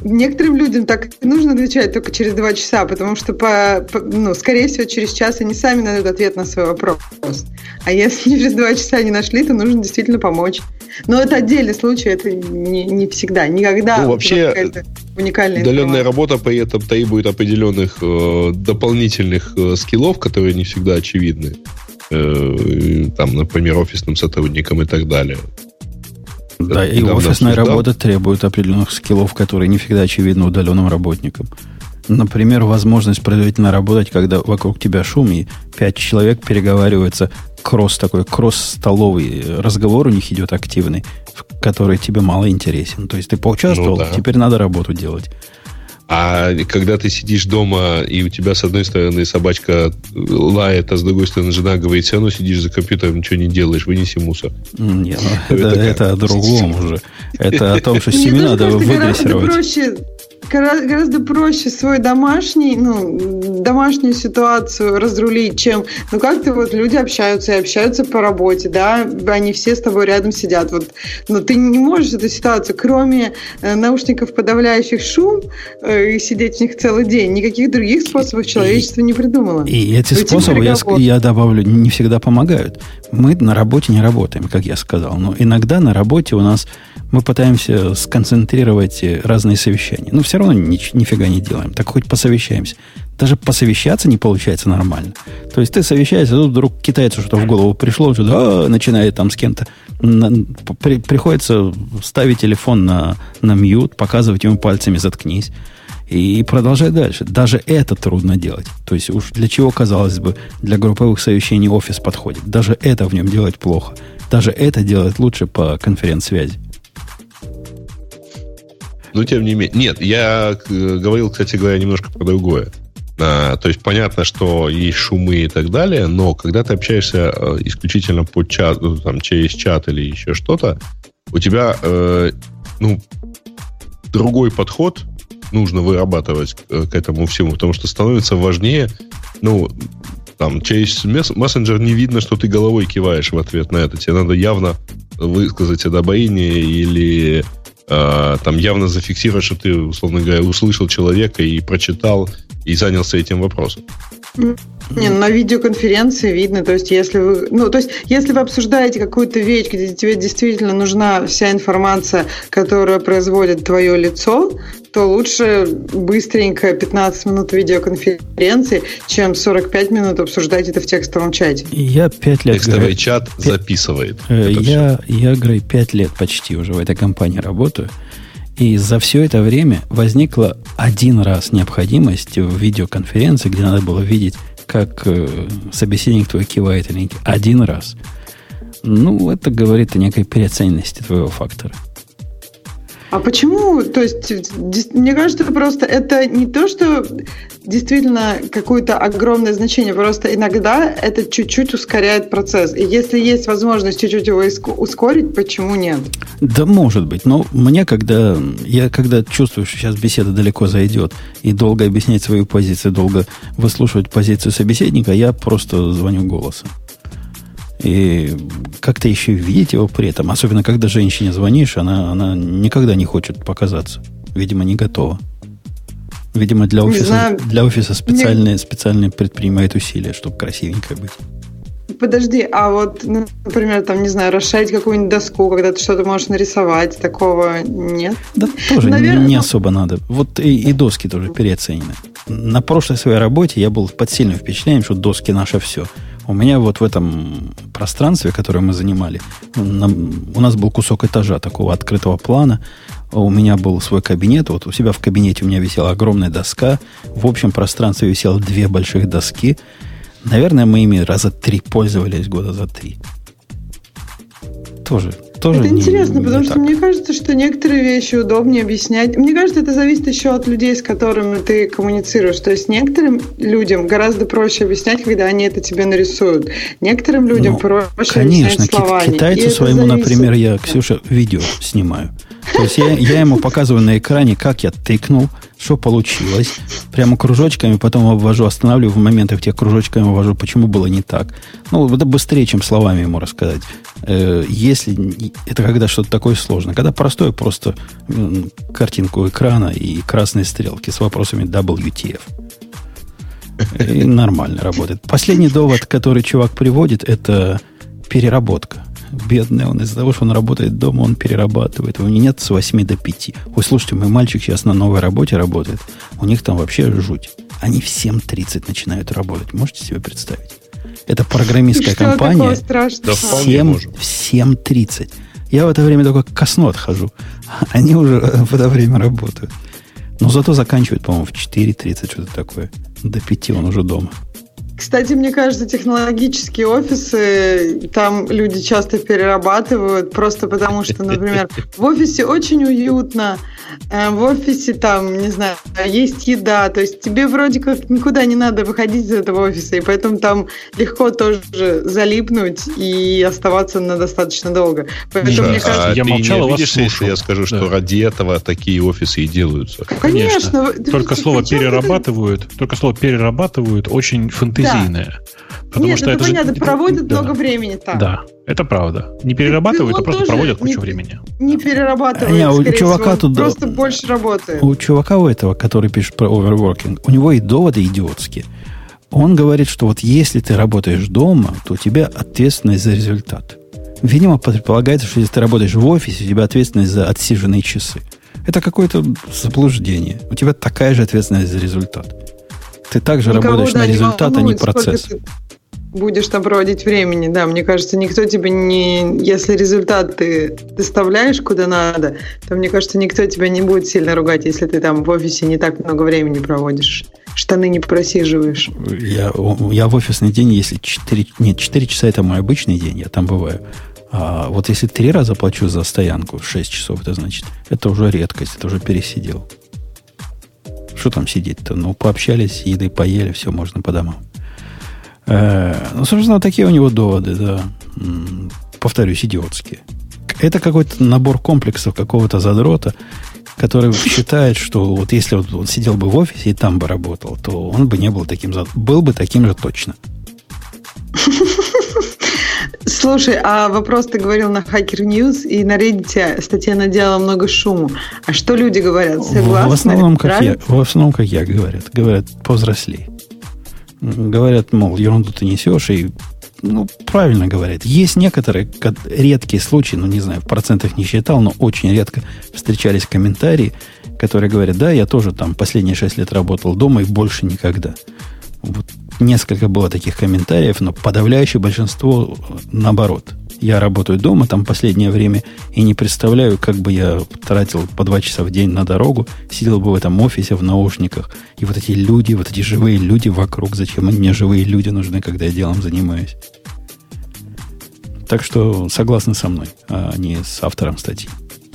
некоторым людям так нужно отвечать только через 2 часа, потому что, скорее всего, через час они сами найдут ответ на свой вопрос. А если через 2 часа не нашли, то нужно действительно помочь. Но это отдельный случай, это не всегда, никогда. Вообще, удаленная работа при этом требует определенных дополнительных скиллов, которые не всегда очевидны. Там, например, офисным сотрудникам и так далее. Да, и офисная работа требует определенных скиллов, которые не всегда очевидны удаленным работникам. Например, возможность производительно работать, когда вокруг тебя шум, и 5 человек переговариваются, кросс-столовый разговор у них идет активный, который тебе мало интересен. То есть ты поучаствовал, теперь надо работу делать. А когда ты сидишь дома, и у тебя с одной стороны собачка лает, а с другой стороны жена говорит, все равно сидишь за компьютером, ничего не делаешь, вынеси мусор. Нет, это о другом уже. Это о том, что семью надо выдрессировать. Гораздо проще свою домашнюю ситуацию разрулить, чем, как-то люди общаются по работе, да, они все с тобой рядом сидят, но ты не можешь эту ситуацию, кроме наушников, подавляющих шум, и сидеть в них целый день, никаких других способов человечество не придумало. И эти способы, я добавлю, не всегда помогают. Мы на работе не работаем, как я сказал, но иногда на работе у нас мы пытаемся сконцентрировать разные совещания. Но все равно нифига не делаем. Так хоть посовещаемся. Даже посовещаться не получается нормально. То есть ты совещаешься, тут вдруг китайцу что-то в голову пришло, что начинает там с кем-то. Приходится ставить телефон на мьют, показывать ему пальцами «заткнись». И продолжать дальше. Даже это трудно делать. То есть уж для чего, казалось бы, для групповых совещаний офис подходит. Даже это в нем делать плохо. Даже это делать лучше по конференц-связи. Но тем не менее. Нет, я говорил, кстати говоря, немножко про другое. То есть понятно, что есть шумы и так далее, но когда ты общаешься исключительно по чату, через чат или еще что-то, у тебя другой подход нужно вырабатывать к этому всему, потому что становится важнее, через мессенджер не видно, что ты головой киваешь в ответ на это. Тебе надо явно высказать одобрение или явно зафиксировать, что ты, условно говоря, услышал человека и прочитал, и занялся этим вопросом. На видеоконференции видно, то есть если вы обсуждаете какую-то вещь, где тебе действительно нужна вся информация, которая производит твое лицо, то лучше быстренько 15 минут видеоконференции, чем 45 минут обсуждать это в текстовом чате. Я 5 лет... Текстовый чат записывает. Я, Грей, 5 лет почти уже в этой компании работаю. И за все это время возникла один раз необходимость в видеоконференции, где надо было видеть, как собеседник твой кивает или нет. Один раз. Это говорит о некой переоцененности твоего фактора. А почему? То есть, мне кажется, это не то, что действительно какое-то огромное значение, просто иногда это чуть-чуть ускоряет процесс. И если есть возможность чуть-чуть его ускорить, почему нет? Да, может быть. Но мне, когда чувствую, что сейчас беседа далеко зайдет, и долго объяснять свою позицию, долго выслушивать позицию собеседника, я просто звоню голосом. И как-то еще видеть его при этом, особенно когда женщине звонишь, она никогда не хочет показаться. Видимо, не готова. Видимо, для офиса специальные предпринимает усилия, чтобы красивенько быть. Подожди, а например, расшарить какую-нибудь доску, когда ты что-то можешь нарисовать, такого нет? Да, тоже не особо надо. И доски тоже переоценены. На прошлой своей работе я был под сильным впечатлением, что доски наше все. У меня в этом пространстве, которое мы занимали, у нас был кусок этажа такого открытого плана. У меня был свой кабинет. У себя в кабинете у меня висела огромная доска. В общем пространстве висело 2 больших доски. Наверное, мы ими раза 3 пользовались, года за 3. Тоже это интересно, потому что мне кажется, что некоторые вещи удобнее объяснять. Мне кажется, это зависит еще от людей, с которыми ты коммуницируешь. То есть некоторым людям гораздо проще объяснять, когда они это тебе нарисуют. Некоторым людям проще объяснять словами. Конечно, китайцу своему, например, я, Ксюша, видео снимаю. То есть я ему показываю на экране, как я тыкнул, что получилось. Прямо кружочками, потом обвожу, останавливаю в моментах, где кружочками обвожу, почему было не так. Ну, это быстрее, чем словами ему рассказать. Если это когда что-то такое сложное. Когда простое, просто картинку экрана и красные стрелки с вопросами WTF. И нормально работает. Последний довод, который чувак приводит, это переработка. Бедный он из-за того, что он работает дома, он перерабатывает. У него нет с 8 до 5. Ой, слушайте, мой мальчик сейчас на новой работе работает. У них там вообще жуть. Они в 7:30 начинают работать. Можете себе представить? Это программистская компания. В 7:30. Я в это время только ко сну отхожу. Они уже в это время работают. Но зато заканчивают, по-моему, в 4:30, что-то такое. До 5 он уже дома. Кстати, мне кажется, технологические офисы, там люди часто перерабатывают, просто потому что, например, в офисе очень уютно, в офисе там, не знаю, есть еда, то есть тебе вроде как никуда не надо выходить из этого офиса, и поэтому там легко тоже залипнуть и оставаться на достаточно долго. Поэтому, мне кажется, я молчал, не видишь, если я скажу, что ради этого такие офисы и делаются? Конечно. Только слово перерабатывают, очень фантазийное. Потому нет, что это понятно, проводят много времени там. Да, это правда. Не перерабатывают, а просто проводят кучу времени. Не перерабатывают, у чувака тут просто больше работает. У чувака у этого, который пишет про оверворкинг, у него и доводы идиотские. Он говорит, что вот если ты работаешь дома, то у тебя ответственность за результат. Видимо, предполагается, что если ты работаешь в офисе, у тебя ответственность за отсиженные часы. Это какое-то заблуждение. У тебя такая же ответственность за результат. Ты также работаешь на результат, а не процесс. Будешь там проводить времени, да. Мне кажется, никто тебе не... Если результат ты доставляешь куда надо, то, мне кажется, никто тебя не будет сильно ругать, если ты там в офисе не так много времени проводишь. Штаны не просиживаешь. Я в офисный день, если 4 часа это мой обычный день, я там бываю. А вот если 3 раза плачу за стоянку, 6 часов, это значит, это уже редкость, это уже пересидел. Что там сидеть-то? Ну, пообщались, еды поели, все, можно по домам. Ну, собственно, такие у него доводы, да. Повторюсь, идиотские. Это какой-то набор комплексов какого-то задрота, который считает, что вот если он сидел бы в офисе и там бы работал, то он бы не был таким был бы таким же точно. Слушай, а вопрос ты говорил на Hacker News, и на Reddit статья наделала много шума. А что люди говорят? Согласны? В основном, как я говорят. Говорят, повзрослей. Говорят, мол, ерунду ты несешь, и, ну, правильно говорят. Есть некоторые редкие случаи, ну, не знаю, в процентах не считал, но очень редко встречались комментарии, которые говорят, да, я тоже там последние 6 лет работал дома и больше никогда. Вот несколько было таких комментариев, но подавляющее большинство наоборот. Я работаю дома там последнее время и не представляю, как бы я тратил по 2 часа в день на дорогу, сидел бы в этом офисе в наушниках, и вот эти люди, вот эти живые люди вокруг, зачем мне живые люди нужны, когда я делом занимаюсь. Так что согласны со мной, а не с автором статьи.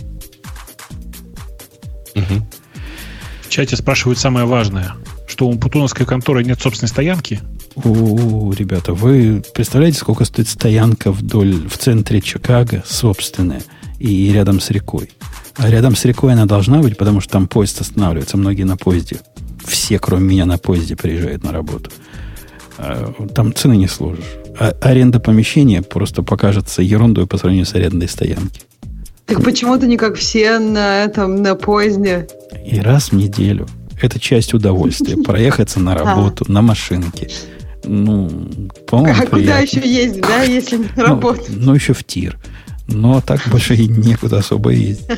Угу. В чате спрашивают самое важное. Что у путуновской конторы нет собственной стоянки? Ребята, вы представляете, сколько стоит стоянка в центре Чикаго собственная и рядом с рекой? А рядом с рекой она должна быть, потому что там поезд останавливается. Многие на поезде, все, кроме меня, на поезде приезжают на работу. Там цены не сложишь. А аренда помещения просто покажется ерундой по сравнению с арендой стоянки. Так почему-то не как все на поезде. И раз в неделю. Это часть удовольствия. Проехаться на работу, на машинке. Ну, по-моему, приятно. Куда еще ездить, да, если не на работу? Ну, еще в тир. Но так больше и некуда особо ездить.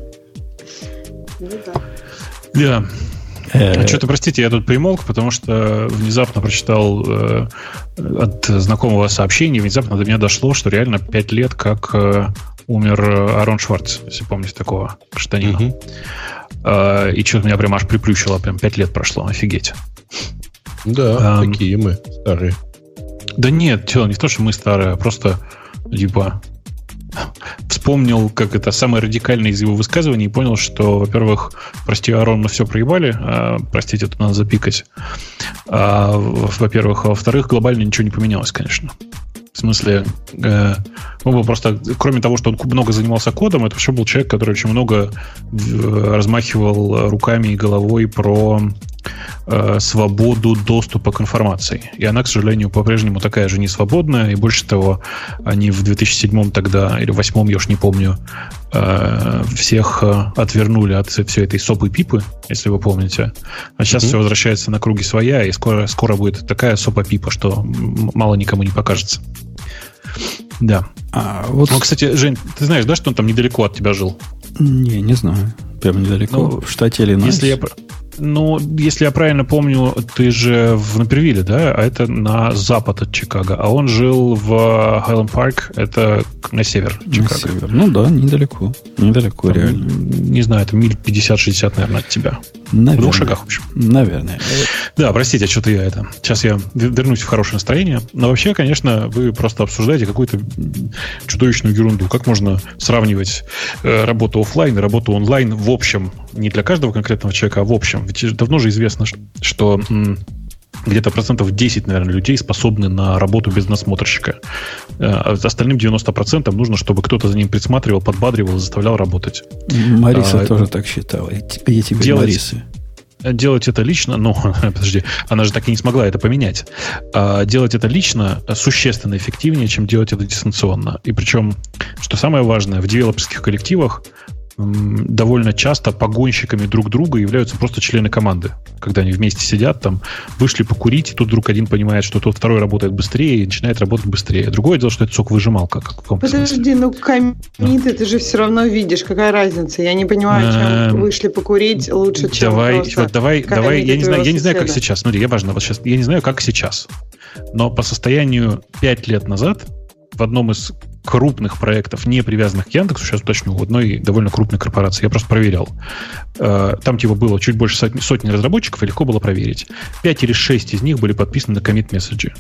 Да. Что-то, простите, я тут примолк, потому что внезапно прочитал от знакомого сообщения, внезапно до меня дошло, что реально 5 лет как умер Арон Шварц, если помните такого штанина. И что-то меня прям аж приплющило, прям 5 лет прошло, офигеть. Да, такие мы старые. Да нет, не то, что мы старые, а просто типа вспомнил, как это самое радикальное из его высказываний, и понял, что, во-первых, прости, Арон, мы все проебали, простите, тут надо запикать. Во-первых, а во-вторых, глобально ничего не поменялось, конечно. смысле, он был просто, кроме того, что он много занимался кодом, это еще был человек, который очень много размахивал руками и головой про свободу доступа к информации. И она, к сожалению, по-прежнему такая же несвободная. И больше того, они в 2007 тогда, или в 2008, я уж не помню, всех отвернули от всей этой сопы пипы, если вы помните. А сейчас все возвращается на круги своя, и скоро будет такая сопа пипа, что мало никому не покажется. Да. Ну, кстати, Жень, ты знаешь, да, что он там недалеко от тебя жил? Не знаю. Прямо недалеко. В штате Иллинойс. Если я правильно помню, ты же в Напервилле, да? А это на запад от Чикаго. А он жил в Хайленд-Парк, это на север Чикаго. На север. Ну да, недалеко. Недалеко, там, реально. Не знаю, это миль 50-60, наверное, от тебя. Наверное. В 2 шагах, в общем. Наверное. Да, простите, что-то я это... Сейчас я вернусь в хорошее настроение. Но вообще, конечно, вы просто обсуждаете какую-то чудовищную ерунду. Как можно сравнивать работу офлайн и работу онлайн в общем? Не для каждого конкретного человека, а в общем. Ведь давно же известно, что где-то 10%, наверное, людей способны на работу без надсмотрщика. А остальным 90% нужно, чтобы кто-то за ним присматривал, подбадривал и заставлял работать. Мариса тоже так считала. Где тебе Марисы? Делать это лично, подожди, она же так и не смогла это поменять. Делать это лично существенно эффективнее, чем делать это дистанционно. И причем, что самое важное, в девелоперских коллективах довольно часто погонщиками друг друга являются просто члены команды. Когда они вместе сидят, там, вышли покурить, и тут вдруг один понимает, что тот второй работает быстрее и начинает работать быстрее. Другое дело, что это сок-выжималка. Подожди, коммиты ты же все равно видишь. Какая разница? Я не понимаю, чем вышли покурить лучше, чем Давай, я не знаю, как сейчас. Смотри, я не знаю, как сейчас. Но по состоянию 5 лет назад в одном из крупных проектов, не привязанных к Яндексу, сейчас уточню, в одной довольно крупной корпорации, я просто проверял. Там было чуть больше сотни разработчиков, и легко было проверить. 5 или 6 из них были подписаны на commit-месседжи.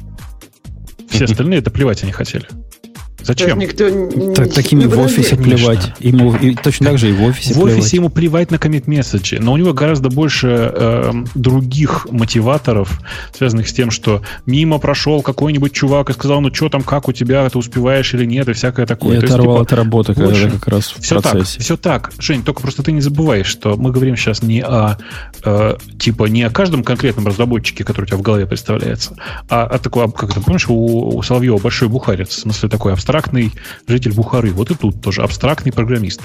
Все остальные это плевать они хотели. Зачем? Такими в офисе плевать. Ему точно так же и в офисе плевать. В офисе ему плевать на commit-месседжи, но у него гораздо больше других мотиваторов, связанных с тем, что мимо прошел какой-нибудь чувак и сказал, что там, как у тебя, ты успеваешь или нет, и всякое такое. И оторвал от работы, когда как раз в процессе. Все так. Жень, только просто ты не забывай, что мы говорим сейчас не о каждом конкретном разработчике, который у тебя в голове представляется, а такой, как ты помнишь, у Соловьева большой бухарец, в смысле такой абстрактный житель Бухары. Вот и тут тоже абстрактный программист.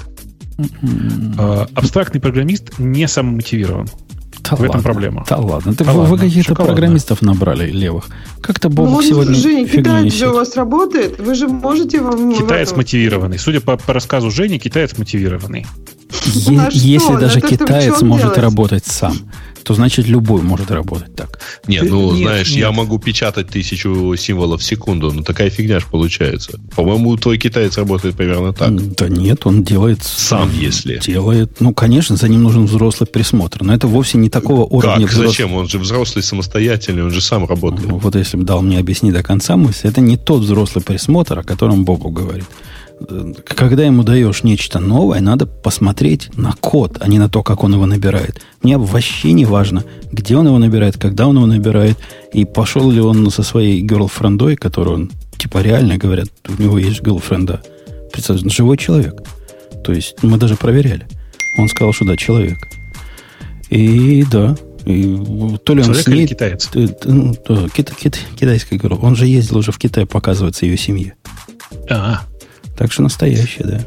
Абстрактный программист не самомотивирован. В этом проблема. Да ладно. Вы каких-то программистов набрали левых. Как-то Бобок сегодня Жень, китаец же у вас работает. Вы же можете... Китаец мотивированный. Судя по рассказу Жени, китаец мотивированный. Если даже китаец может работать сам, то значит любой может работать так. Знаешь, я могу печатать 1000 символов в секунду, но такая фигня же получается. По-моему, твой китаец работает примерно так. Да нет, он делает... Сам, если. Делает. Конечно, за ним нужен взрослый присмотр, но это вовсе не такого уровня взрослого. Зачем? Он же взрослый, самостоятельный, он же сам работает. Вот если бы дал мне объяснить до конца мысль, это не тот взрослый присмотр, о котором Бобу говорит. Когда ему даешь нечто новое, надо посмотреть на код, а не на то, как он его набирает. Мне вообще не важно, где он его набирает, когда он его набирает, и пошел ли он со своей герлфрендой, которую он, реально говорят, у него есть герлфренда. Представьте, живой человек. То есть мы даже проверяли. Он сказал, что да, человек. И да, и то ли он человек с ней... или китаец? Китайская girl. Он же ездил уже в Китай показываться ее семье. Так что настоящее, да.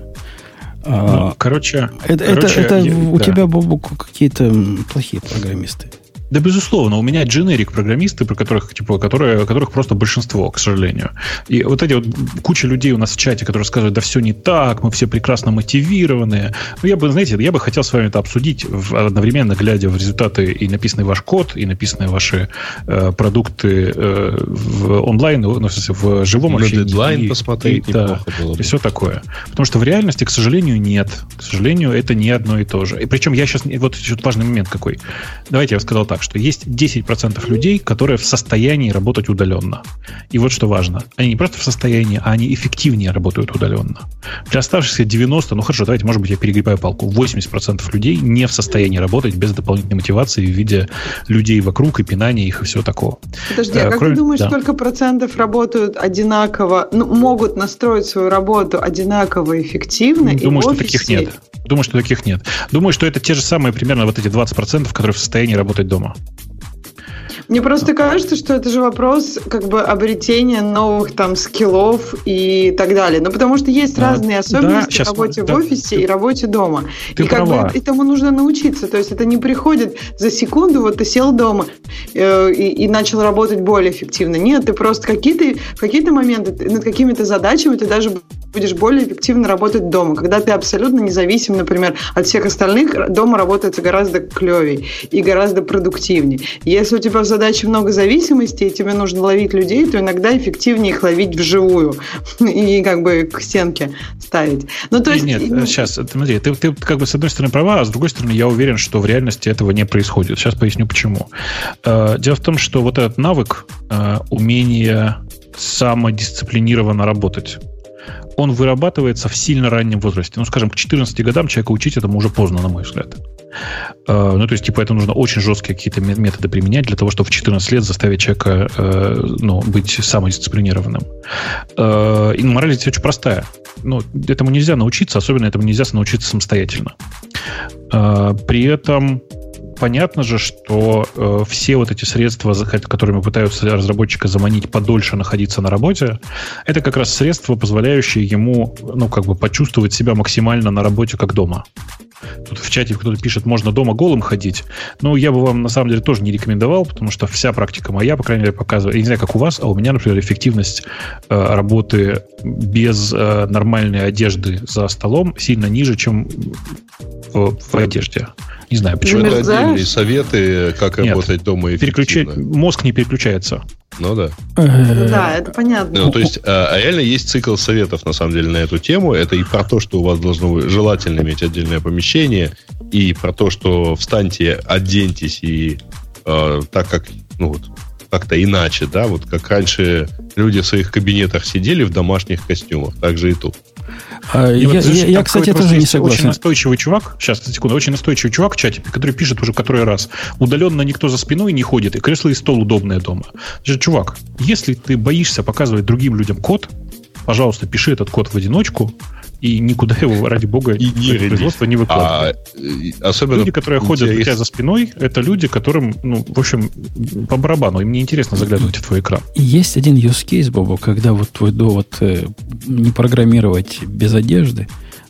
У тебя, Бобук, какие-то плохие программисты. Да, безусловно, у меня дженерик-программисты, про которых просто большинство, к сожалению. И вот эти куча людей у нас в чате, которые скажут, да все не так, мы все прекрасно мотивированные. Я бы хотел с вами это обсудить, одновременно глядя в результаты и написанный ваш код, и написанные ваши продукты в онлайн, в живом общении. На дедлайн посмотреть неплохо было бы. И все такое. Потому что в реальности, к сожалению, нет. К сожалению, это не одно и то же. И причем я сейчас... Вот еще важный момент какой. Давайте я сказал так. так, что есть 10% людей, которые в состоянии работать удаленно. И вот что важно. Они не просто в состоянии, а они эффективнее работают удаленно. Для оставшихся 90%, ну хорошо, давайте, может быть, я перегибаю палку, 80% людей не в состоянии работать без дополнительной мотивации в виде людей вокруг и пинания их и всего такого. Подожди, а как ты думаешь, сколько процентов работают одинаково, могут настроить свою работу одинаково эффективно? Думаю, что таких нет. Думаю, что это те же самые примерно вот эти 20%, которые в состоянии работать дома. Мне просто кажется, что это же вопрос как бы обретения новых там скиллов и так далее. Ну, потому что есть разные особенности в работе в офисе и работе дома. Ты и как бы этому нужно научиться. То есть это не приходит за секунду, вот ты сел дома и начал работать более эффективно. Нет, ты просто в какие-то моменты над какими-то задачами ты даже будешь более эффективно работать дома. Когда ты абсолютно независим, например, от всех остальных, дома работается гораздо клевее и гораздо продуктивнее. Если у тебя в задаче много зависимостей, и тебе нужно ловить людей, то иногда эффективнее их ловить вживую и как бы к стенке ставить. Ну, то есть... Нет, сейчас, смотри, ты как бы с одной стороны права, а с другой стороны я уверен, что в реальности этого не происходит. Сейчас поясню, почему. Дело в том, что вот этот навык, умение самодисциплинированно работать, он вырабатывается в сильно раннем возрасте. Ну, скажем, к 14 годам человека учить этому уже поздно, на мой взгляд. Ну, то есть, типа, это нужно очень жесткие какие-то методы применять для того, чтобы в 14 лет заставить человека быть самодисциплинированным. И мораль здесь очень простая. Ну, этому нельзя научиться, особенно этому нельзя научиться самостоятельно. При этом понятно же, что все вот эти средства, которыми пытаются разработчика заманить подольше находиться на работе, это как раз средства, позволяющие ему, почувствовать себя максимально на работе, как дома. Тут в чате кто-то пишет, можно дома голым ходить. Но я бы вам, на самом деле, тоже не рекомендовал, потому что вся практика моя, по крайней мере, показывает, я не знаю, как у вас, а у меня, например, эффективность работы без нормальной одежды за столом сильно ниже, чем в одежде. Не знаю, почему. Это отдельные советы, как работать дома эффективно. Мозг не переключается. Ну да. Да, это понятно. Ну, то есть, реально есть цикл советов, на самом деле, на эту тему. Это и про то, что у вас должно быть желательно иметь отдельное помещение, и про то, что встаньте, оденьтесь, и так как, как-то иначе, да, вот как раньше люди в своих кабинетах сидели в домашних костюмах, так же и тут. Я, кстати, тоже не согласен. Очень настойчивый чувак, сейчас, секунду, очень настойчивый чувак в чате, который пишет уже который раз, удаленно никто за спиной не ходит, и кресло и стол удобное дома. Значит, чувак, если ты боишься показывать другим людям код, пожалуйста, пиши этот код в одиночку, и никуда его, ради бога, производство не выкладывает. Особенно люди, которые ходят у тебя за спиной, это люди, которым, в общем, по барабану. Им не интересно заглядывать в твой экран. Есть один use case, Боба, когда вот твой довод не программировать без одежды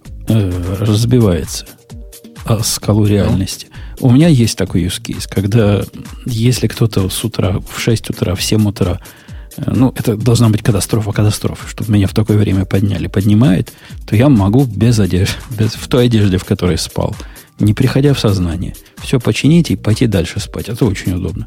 разбивается о скалу реальности. У меня есть такой use case, когда если кто-то с утра, в 6 утра, в 7 утра, это должна быть катастрофа, чтобы меня в такое время поднимает, то я могу без одежды, в той одежде, в которой спал, не приходя в сознание, все починить и пойти дальше спать. Это очень удобно.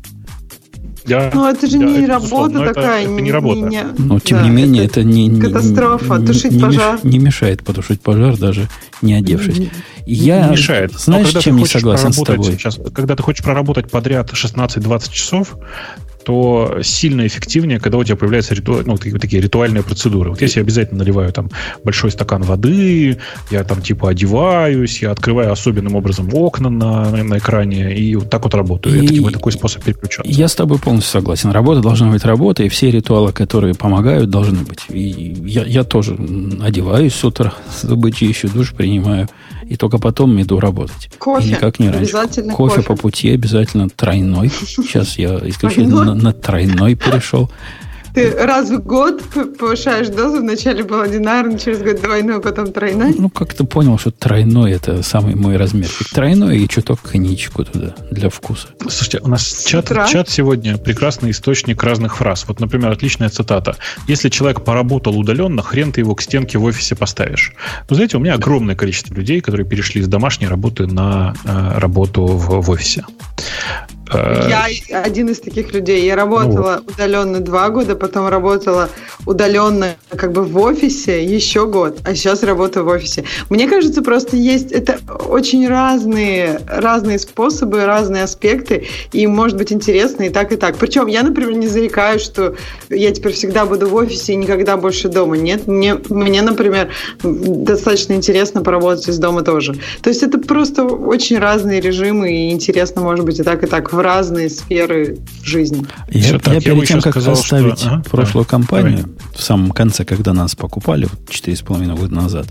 Это же не работа такая. Это не работа. Тем не менее, это не катастрофа, тушить пожар. Не мешает потушить пожар, даже не одевшись. Не мешает. Знаешь, чем не согласен с тобой? Когда ты хочешь проработать подряд 16-20 часов, то сильно эффективнее, когда у тебя появляются такие ритуальные процедуры. Вот если я обязательно наливаю там большой стакан воды, я там одеваюсь, я открываю особенным образом окна на экране и вот так вот работаю. Это такой способ переключаться. Я с тобой полностью согласен. Работа должна быть работа, и все ритуалы, которые помогают, должны быть. И я тоже одеваюсь с утра, зубы чищу, душ принимаю, и только потом иду работать. Кофе. И никак не раньше. Кофе по пути обязательно тройной. Сейчас я исключительно на тройной перешел. Ты раз в год повышаешь дозу, вначале был одинарный, через год двойной, потом тройной? Как-то понял, что тройной это самый мой размерчик. Тройной и чуток коньячку туда для вкуса. Слушайте, у нас чат сегодня прекрасный источник разных фраз. Вот, например, отличная цитата. Если человек поработал удаленно, хрен ты его к стенке в офисе поставишь. Знаете, у меня огромное количество людей, которые перешли с домашней работы на работу в офисе. Я один из таких людей. Я работала удаленно 2 года, потом работала удаленно как бы в офисе еще год, а сейчас работаю в офисе. Мне кажется, просто есть это очень разные способы, разные аспекты, и может быть интересно и так, и так. Причем я, например, не зарекаюсь, что я теперь всегда буду в офисе и никогда больше дома. Нет, мне, например, достаточно интересно поработать из дома тоже. То есть это просто очень разные режимы, и интересно, может быть, и так, в разные сферы жизни. Я перед тем, как оставить прошлую компанию, в самом конце, когда нас покупали, 4,5 года назад,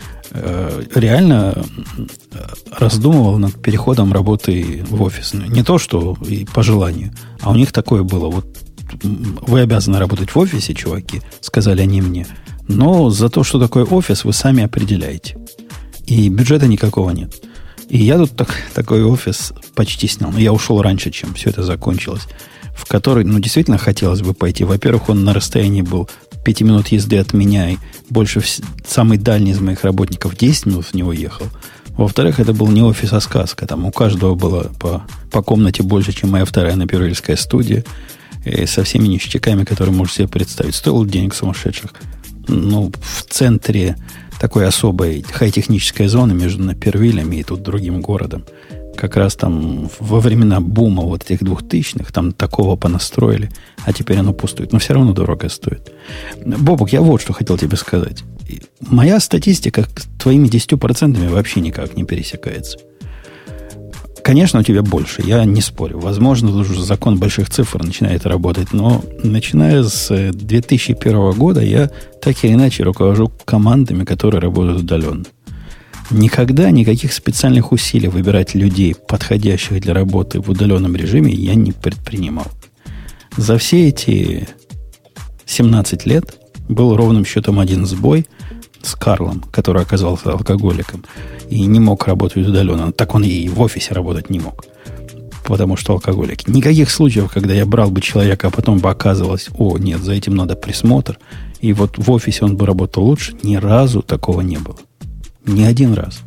реально раздумывал над переходом работы в офис. Не то, что и по желанию, а у них такое было. Вот вы обязаны работать в офисе, чуваки, сказали они мне, но за то, что такое офис, вы сами определяете. И бюджета никакого нет. И я тут такой офис почти снял. Но я ушел раньше, чем все это закончилось. В который, действительно хотелось бы пойти. Во-первых, он на расстоянии был 5 минут езды от меня. И больше самый дальний из моих работников 10 минут в него ехал. Во-вторых, это был не офис, а сказка. Там у каждого было по комнате больше, чем моя вторая напервильская студия. И со всеми ништяками, которые можете себе представить. Стоило денег сумасшедших. В центре такой особой хай-технической зоны между Напервилем и тут другим городом. Как раз там во времена бума вот этих 2000-х там такого понастроили, а теперь оно пустует. Но все равно дорого стоит. Бобук, я вот что хотел тебе сказать. Моя статистика с твоими 10% вообще никак не пересекается. Конечно, у тебя больше, я не спорю. Возможно, уже закон больших цифр начинает работать, но начиная с 2001 года я так или иначе руковожу командами, которые работают удаленно. Никогда никаких специальных усилий выбирать людей, подходящих для работы в удаленном режиме, я не предпринимал. За все эти 17 лет был ровным счетом один сбой с Карлом, который оказался алкоголиком и не мог работать удаленно. Так он и в офисе работать не мог, потому что алкоголик. Никаких случаев, когда я брал бы человека, а потом бы оказывалось, нет, за этим надо присмотр, и вот в офисе он бы работал лучше, ни разу такого не было. Ни один раз.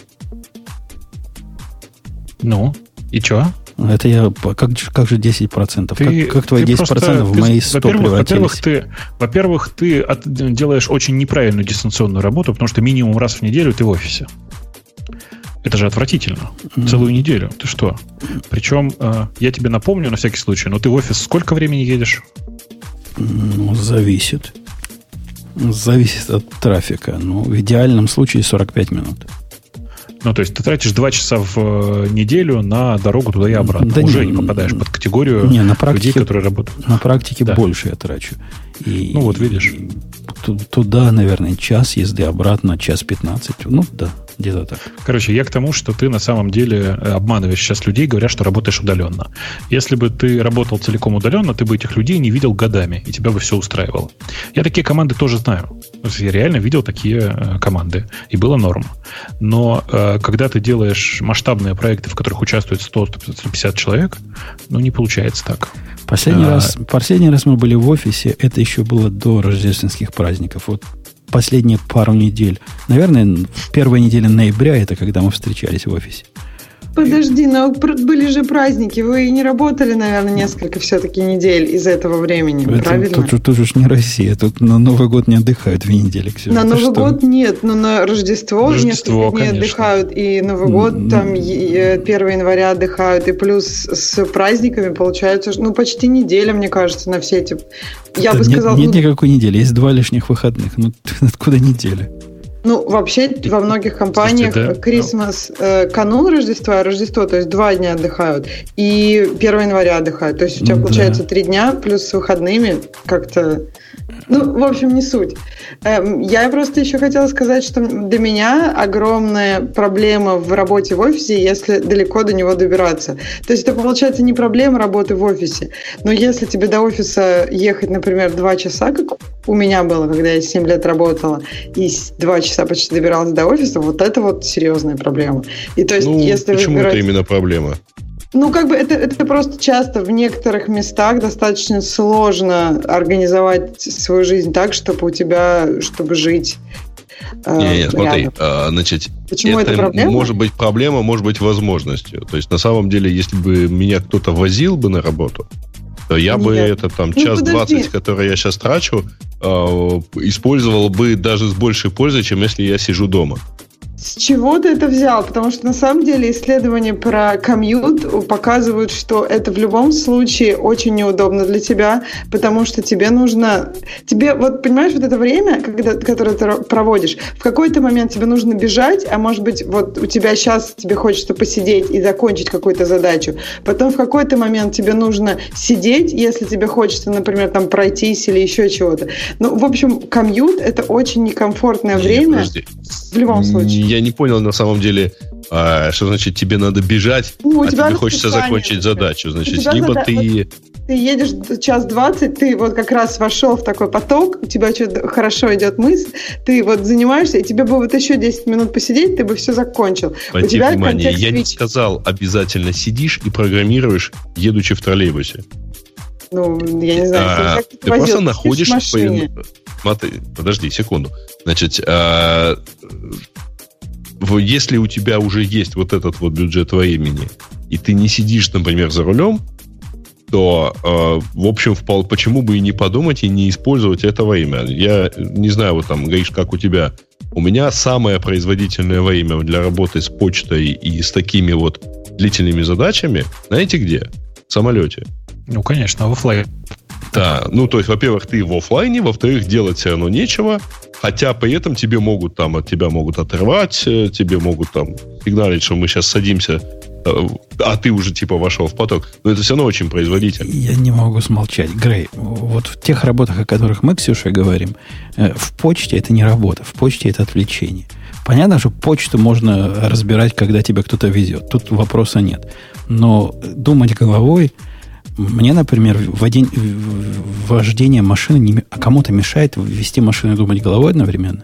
И что? Это я... Как же 10%? Как твои 10% в мои 100 превратились? Во-первых, ты делаешь очень неправильную дистанционную работу, потому что минимум раз в неделю ты в офисе. Это же отвратительно. Целую неделю. Ты что? Причем, я тебе напомню на всякий случай, но ты в офис сколько времени едешь? Зависит. Зависит от трафика. В идеальном случае 45 минут. То есть ты тратишь 2 часа в неделю на дорогу туда и обратно. Да уже не попадаешь под категорию людей, которые работают. На практике больше я трачу. И, вот видишь. Туда, наверное, час езды, обратно час 15. Да, где-то так. Короче, я к тому, что ты на самом деле обманываешь сейчас людей, говоря, что работаешь удаленно. Если бы ты работал целиком удаленно, ты бы этих людей не видел годами, и тебя бы все устраивало. Я такие команды тоже знаю. Я реально видел такие команды, и было норм. Но когда ты делаешь масштабные проекты, в которых участвует 100-150 человек, не получается так. Последний раз мы были в офисе, это еще было до рождественских праздников. Вот последние пару недель. Наверное, первая неделя ноября, это когда мы встречались в офисе. Подожди, но были же праздники. Вы не работали, наверное, несколько все-таки недель из этого времени, правильно? Тут же не Россия. Тут на Новый год не отдыхают 2 недели. На Новый год нет, но на Рождество несколько дней отдыхают. И Новый год, там 1 января отдыхают. И плюс с праздниками получается, почти неделя, мне кажется, на все эти... Я бы сказал... Нет никакой недели. Есть 2 лишних выходных. Откуда неделя? Вообще, во многих компаниях Крисмас, канун Рождества, Рождество, то есть 2 дня отдыхают, и 1 января отдыхают. То есть у тебя получается 3 дня, плюс с выходными как-то... в общем, не суть. Я просто еще хотела сказать, что для меня огромная проблема в работе в офисе, если далеко до него добираться. То есть это, получается, не проблема работы в офисе. Но если тебе до офиса ехать, например, 2 часа, как у меня было, когда я 7 лет работала, и 2 часа почти добиралась до офиса, вот это вот серьезная проблема. И то есть, если почему это именно проблема? Это просто часто в некоторых местах достаточно сложно организовать свою жизнь так, чтобы жить. Нет, смотри, значит, почему это проблема? Может быть проблема, может быть возможностью. То есть, на самом деле, если бы меня кто-то возил бы на работу, то я бы это там час 20, который я сейчас трачу, использовал бы даже с большей пользой, чем если я сижу дома. С чего ты это взял? Потому что на самом деле исследования про комьют показывают, что это в любом случае очень неудобно для тебя, потому что тебе нужно... вот понимаешь, вот это время, которое ты проводишь, в какой-то момент тебе нужно бежать, а может быть, вот у тебя сейчас тебе хочется посидеть и закончить какую-то задачу. Потом в какой-то момент тебе нужно сидеть, если тебе хочется, например, там пройтись или еще чего-то. Ну, в общем, комьют — это очень некомфортное время. Подожди. В любом случае. Я не понял, на самом деле, что значит тебе надо бежать, а тебе хочется закончить задачу. Значит, либо ты... Ты едешь час 20, ты вот как раз вошел в такой поток, у тебя что-то хорошо идет мысль, ты вот занимаешься, и тебе бы вот еще 10 минут посидеть, ты бы все закончил. Обрати внимание, я не сказал, обязательно сидишь и программируешь, едучи в троллейбусе. Ну, я не знаю, как ты просто находишься в машине. Подожди секунду. Значит, если у тебя уже есть вот этот вот бюджет времени, и ты не сидишь, например, за рулем, то, в общем, почему бы и не подумать, и не использовать это время? Я не знаю, вот там, Гриш, как у тебя. У меня самое производительное время для работы с почтой и с такими вот длительными задачами, знаете где? В самолете. Ну, конечно, в офлайне. Да, ну, то есть, во-первых, ты в офлайне, во-вторых, делать все равно нечего, хотя при этом тебе могут там, от тебя могут отрывать, тебе могут там сигналить, что мы сейчас садимся, а ты уже типа вошел в поток. Но это все равно очень производительно. Я не могу смолчать. Грей, вот в тех работах, о которых мы, Ксюша, говорим, в почте это не работа, в почте это отвлечение. Понятно, что почту можно разбирать, когда тебя кто-то везет. Тут вопроса нет. Но думать головой... Мне, например, вождение машины кому-то мешает вести машину и думать головой одновременно.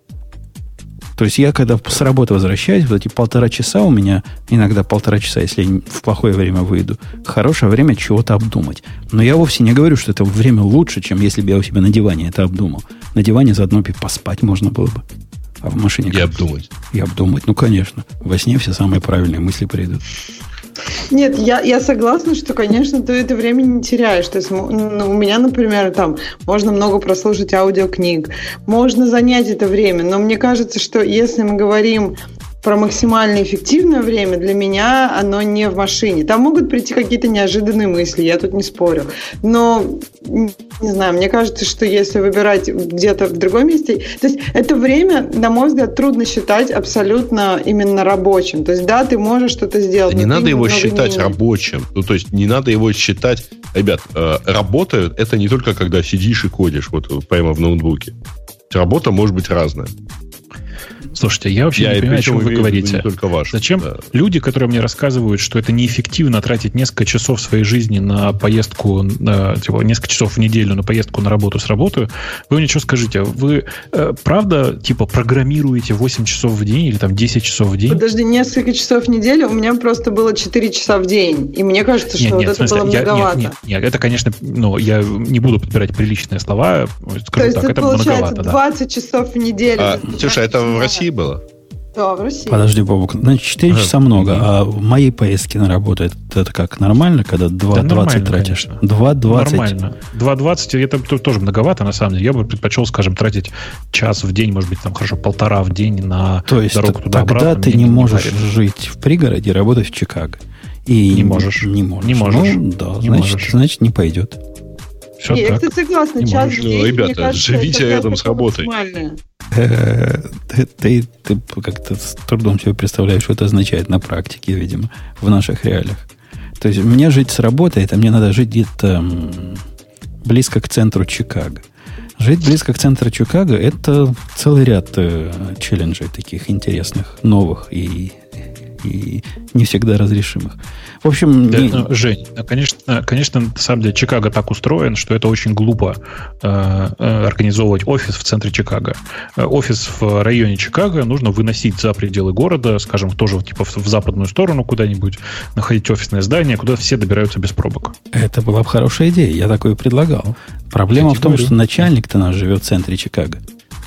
То есть я, когда с работы возвращаюсь, вот эти 1,5 часа у меня, иногда 1,5 часа, если я в плохое время выйду, хорошее время чего-то обдумать. Но я вовсе не говорю, что это время лучше, чем если бы я у себя на диване это обдумал. На диване заодно поспать можно было бы. А в машине... И обдумать. И обдумать, ну, конечно. Во сне все самые правильные мысли придут. Нет, я согласна, что, конечно, ты это время не теряешь. То есть у меня, например, там можно много прослушать аудиокниг, можно занять это время, но мне кажется, что если мы говорим про максимально эффективное время, для меня оно не в машине. Там могут прийти какие-то неожиданные мысли, я тут не спорю. Но, не знаю, мне кажется, что если выбирать где-то в другом месте... То есть это время, на мой взгляд, трудно считать абсолютно именно рабочим. То есть да, ты можешь что-то сделать. Да не надо его считать рабочим. Ну, то есть не надо его считать... Ребят, работают это не только когда сидишь и кодишь вот прямо в ноутбуке. Работа может быть разная. Слушайте, я вообще не понимаю, о чем вы говорите. Зачем люди, которые мне рассказывают, что это неэффективно тратить несколько часов своей жизни на поездку, несколько часов в неделю на поездку на работу с работы, вы мне что скажите? Вы правда, программируете 8 часов в день или там 10 часов в день? Подожди, несколько часов в неделю, у меня просто было 4 часа в день. И мне кажется, что это было многовато. Нет, это, конечно, я не буду подбирать приличные слова. Скажу так, это получается 20 часов в неделю. Слушай, это в России было? Да, в России. Подожди, Бобук, значит, 4 часа много, а в моей поездке на работу это как, нормально, когда 2.20 тратишь? 2.20? Нормально. 2.20 это тоже многовато, на самом деле. Я бы предпочел, скажем, тратить час в день, может быть, там, хорошо, 1,5 в день на дорогу туда-обратно. Тогда ты не можешь жить в пригороде и работать в Чикаго. И не можешь. Не можешь. Ну, да, значит, не пойдет. Все я, кстати, согласна. Час в день, ребята, кажется, живите рядом с работой. Ты как-то с трудом себе представляешь, что это означает на практике, видимо, в наших реалиях. То есть мне жить с работой, это мне надо жить где-то близко к центру Чикаго. Жить близко к центру Чикаго – это целый ряд челленджей таких интересных, новых и не всегда разрешимых. В общем... Жень, конечно, на самом деле Чикаго так устроен, что это очень глупо организовывать офис в центре Чикаго. Офис в районе Чикаго нужно выносить за пределы города, скажем, тоже типа в западную сторону куда-нибудь, находить офисное здание, куда все добираются без пробок. Это была бы хорошая идея, я такое предлагал. Проблема в том, что начальник-то наш живет в центре Чикаго.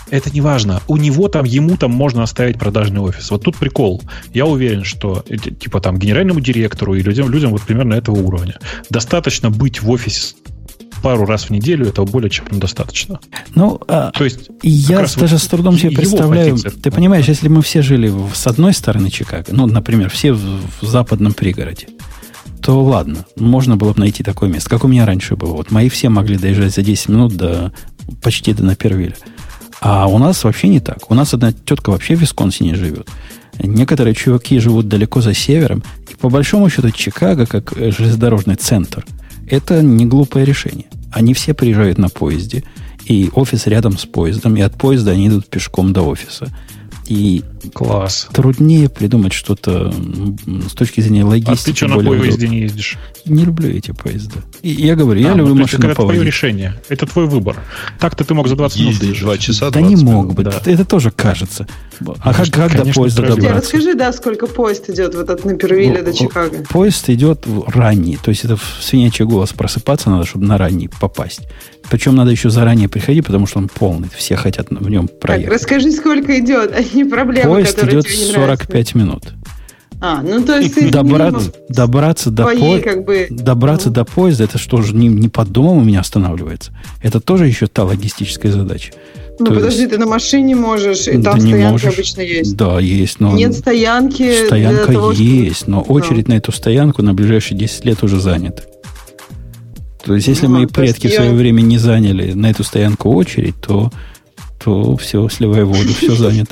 Это не важно. Ему там можно оставить продажный офис. Вот тут прикол. Я уверен, что типа там генеральному директору и людям вот примерно этого уровня достаточно быть в офисе пару раз в неделю, этого более чем достаточно. Ну, то есть я даже с трудом себе представляю. Ты понимаешь, если мы все жили с одной стороны Чикаго, ну, например, все в западном пригороде, то ладно, можно было бы найти такое место, как у меня раньше было. Вот мои все могли доезжать за 10 минут почти до Напервилля. А у нас вообще не так. У нас одна тетка вообще в Висконсине живет. Некоторые чуваки живут далеко за севером. И по большому счету Чикаго, как железнодорожный центр, это не глупое решение. Они все приезжают на поезде, и офис рядом с поездом, и от поезда они идут пешком до офиса. И класс. Труднее придумать что-то с точки зрения логистики. А ты что, на поезде не ездишь? Не люблю эти поезда. И я говорю, я люблю машину поводить. Это твое решение. Это твой выбор. Так-то ты мог за 20 минут доезжать. 2 часа, да не мог бы. Да. Это тоже кажется. А как до поезда добраться? Расскажи, сколько поезд идет вот от Напервилля до Чикаго? Поезд идет ранний. То есть это в свинячий голос просыпаться надо, чтобы на ранний попасть. Причем надо еще заранее приходить, потому что он полный. Все хотят в нем проехать. Так, расскажи, сколько идет, а не проблемы, поезд которые идет тебе не 45 нравятся. минут. То есть добраться до поезда, это что же не под домом у меня останавливается? Это тоже еще та логистическая задача. Подожди, ты на машине можешь, и там стоянка обычно есть. Да, есть, но... Нет стоянки. Стоянка есть, но очередь на эту стоянку на ближайшие 10 лет уже занята. То есть, если мои предки в свое время не заняли на эту стоянку очередь, то все, сливая воду, все занято.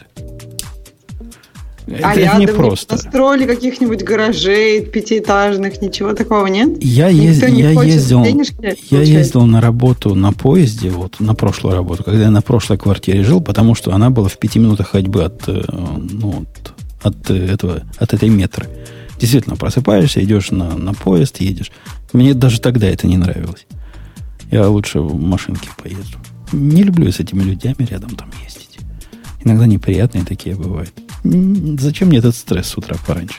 А рядом не просто. Настроили каких-нибудь гаражей пятиэтажных, ничего такого нет? Я ездил на работу на поезде, вот на прошлую работу, когда я на прошлой квартире жил, потому что она была в 5 минутах ходьбы от этой метры. Действительно, просыпаешься, идешь на поезд, едешь. Мне даже тогда это не нравилось. Я лучше в машинке поезжу. Не люблю с этими людьми рядом там ездить. Иногда неприятные такие бывают. Зачем мне этот стресс с утра пораньше?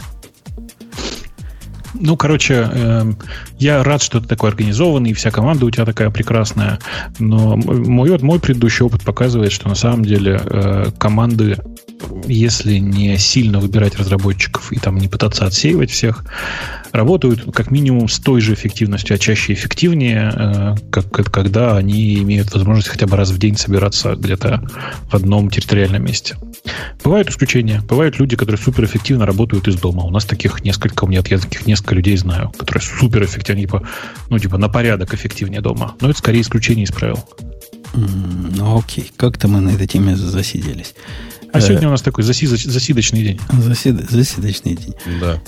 Ну, короче, я рад, что ты такой организованный, и вся команда у тебя такая прекрасная. Но мой предыдущий опыт показывает, что на самом деле команды, если не сильно выбирать разработчиков и там не пытаться отсеивать всех, работают как минимум с той же эффективностью, а чаще эффективнее, когда они имеют возможность хотя бы раз в день собираться где-то в одном территориальном месте. Бывают исключения. Бывают люди, которые суперэффективно работают из дома. У нас таких несколько, я таких несколько людей знаю, которые суперэффективны, типа на порядок эффективнее дома. Но это скорее исключение из правил. Ну окей, как-то мы на этой теме засиделись. А сегодня у нас такой засидочный день. Засидочный день. Да.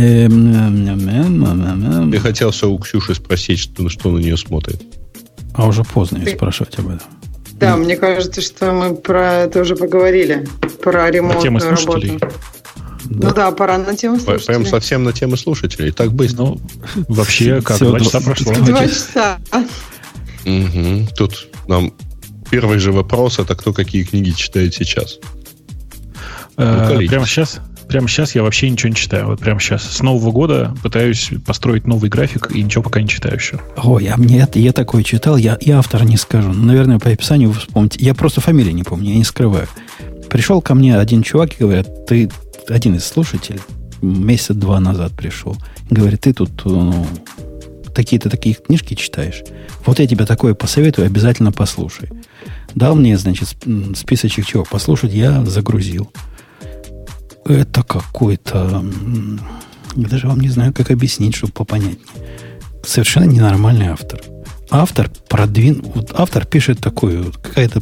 Я хотел все у Ксюши спросить, что на нее смотрит. А уже поздно ее спрашивать об этом. Да, мне кажется, что мы про это уже поговорили. Про ремонтную работу. Да. Ну да, пора на тему слушателей. Прям совсем на тему слушателей. Так быстро. Ну, вообще, как 2 часа прошло. 2 часа. Угу. Тут нам первый же вопрос, это кто какие книги читает сейчас? Прямо сейчас я вообще ничего не читаю. Вот прямо сейчас. С Нового года пытаюсь построить новый график, и ничего пока не читаю еще. Ой, а мне я такое читал, я автора не скажу. Наверное, по описанию вы вспомните. Я просто фамилии не помню, я не скрываю. Пришел ко мне один чувак и говорит, ты один из слушателей, месяца 2 назад пришел. Говорит, ты тут такие-то такие книжки читаешь. Вот я тебе такое посоветую, обязательно послушай. Дал мне, значит, списочек чего послушать, я загрузил. Это какой-то... Я даже вам не знаю, как объяснить, чтобы попонятнее. Совершенно ненормальный автор. Автор автор пишет такую, какая-то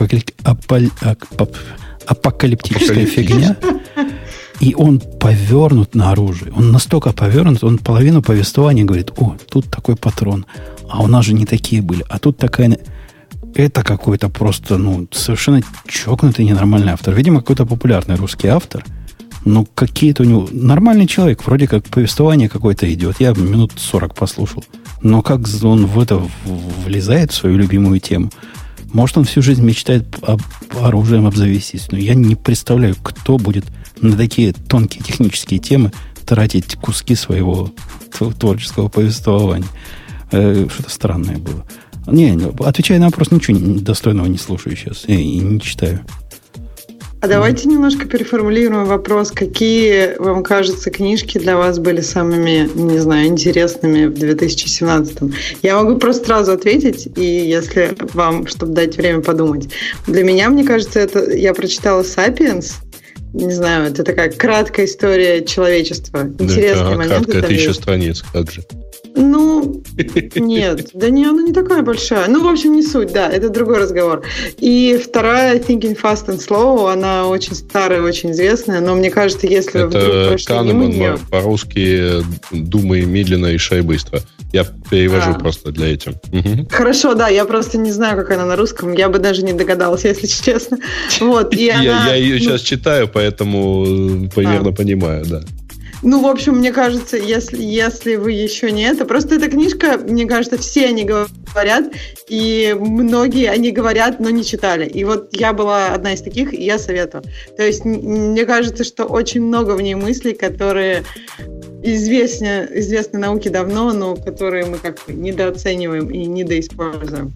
апокалиптическая фигня, и он повернут наружу. Он настолько повернут, он половину повествования говорит, тут такой патрон, а у нас же не такие были, а тут такая... Это какой-то просто, совершенно чокнутый ненормальный автор. Видимо, какой-то популярный русский автор. Но какие-то у него... Нормальный человек, вроде как повествование какое-то идет. Я минут 40 послушал. Но как он в это влезает, в свою любимую тему? Может, он всю жизнь мечтает оружием обзавестись. Но я не представляю, кто будет на такие тонкие технические темы тратить куски своего творческого повествования. Что-то странное было. Не, отвечая на вопрос, ничего достойного не слушаю сейчас и не читаю. А давайте немножко переформулируем вопрос. Какие, вам кажется, книжки для вас были самыми, не знаю, интересными в 2017-м? Я могу просто сразу ответить, и если вам, чтобы дать время подумать. Для меня, мне кажется, это я прочитала «Сапиенс». Не знаю, это такая краткая история человечества. Интересные моменты. Краткая, 1000 страниц, как же. Ну, нет, да не, она не такая большая. Ну, в общем, не суть, да, это другой разговор. И вторая, Thinking Fast and Slow, она очень старая, очень известная, но мне кажется, если вы вдруг прошли мимо нее... по-русски «Думай медленно, решай быстро». Я перевожу просто для этим. Хорошо, да, я просто не знаю, как она на русском, я бы даже не догадалась, если честно. Вот, и я ее сейчас читаю, поэтому примерно понимаю, да. Ну, в общем, мне кажется, если вы еще не это... Просто эта книжка, мне кажется, все они говорят, и многие они говорят, но не читали. И вот я была одна из таких, и я советую. То есть, мне кажется, что очень много в ней мыслей, которые известны науке давно, но которые мы как-то недооцениваем и недоиспользуем.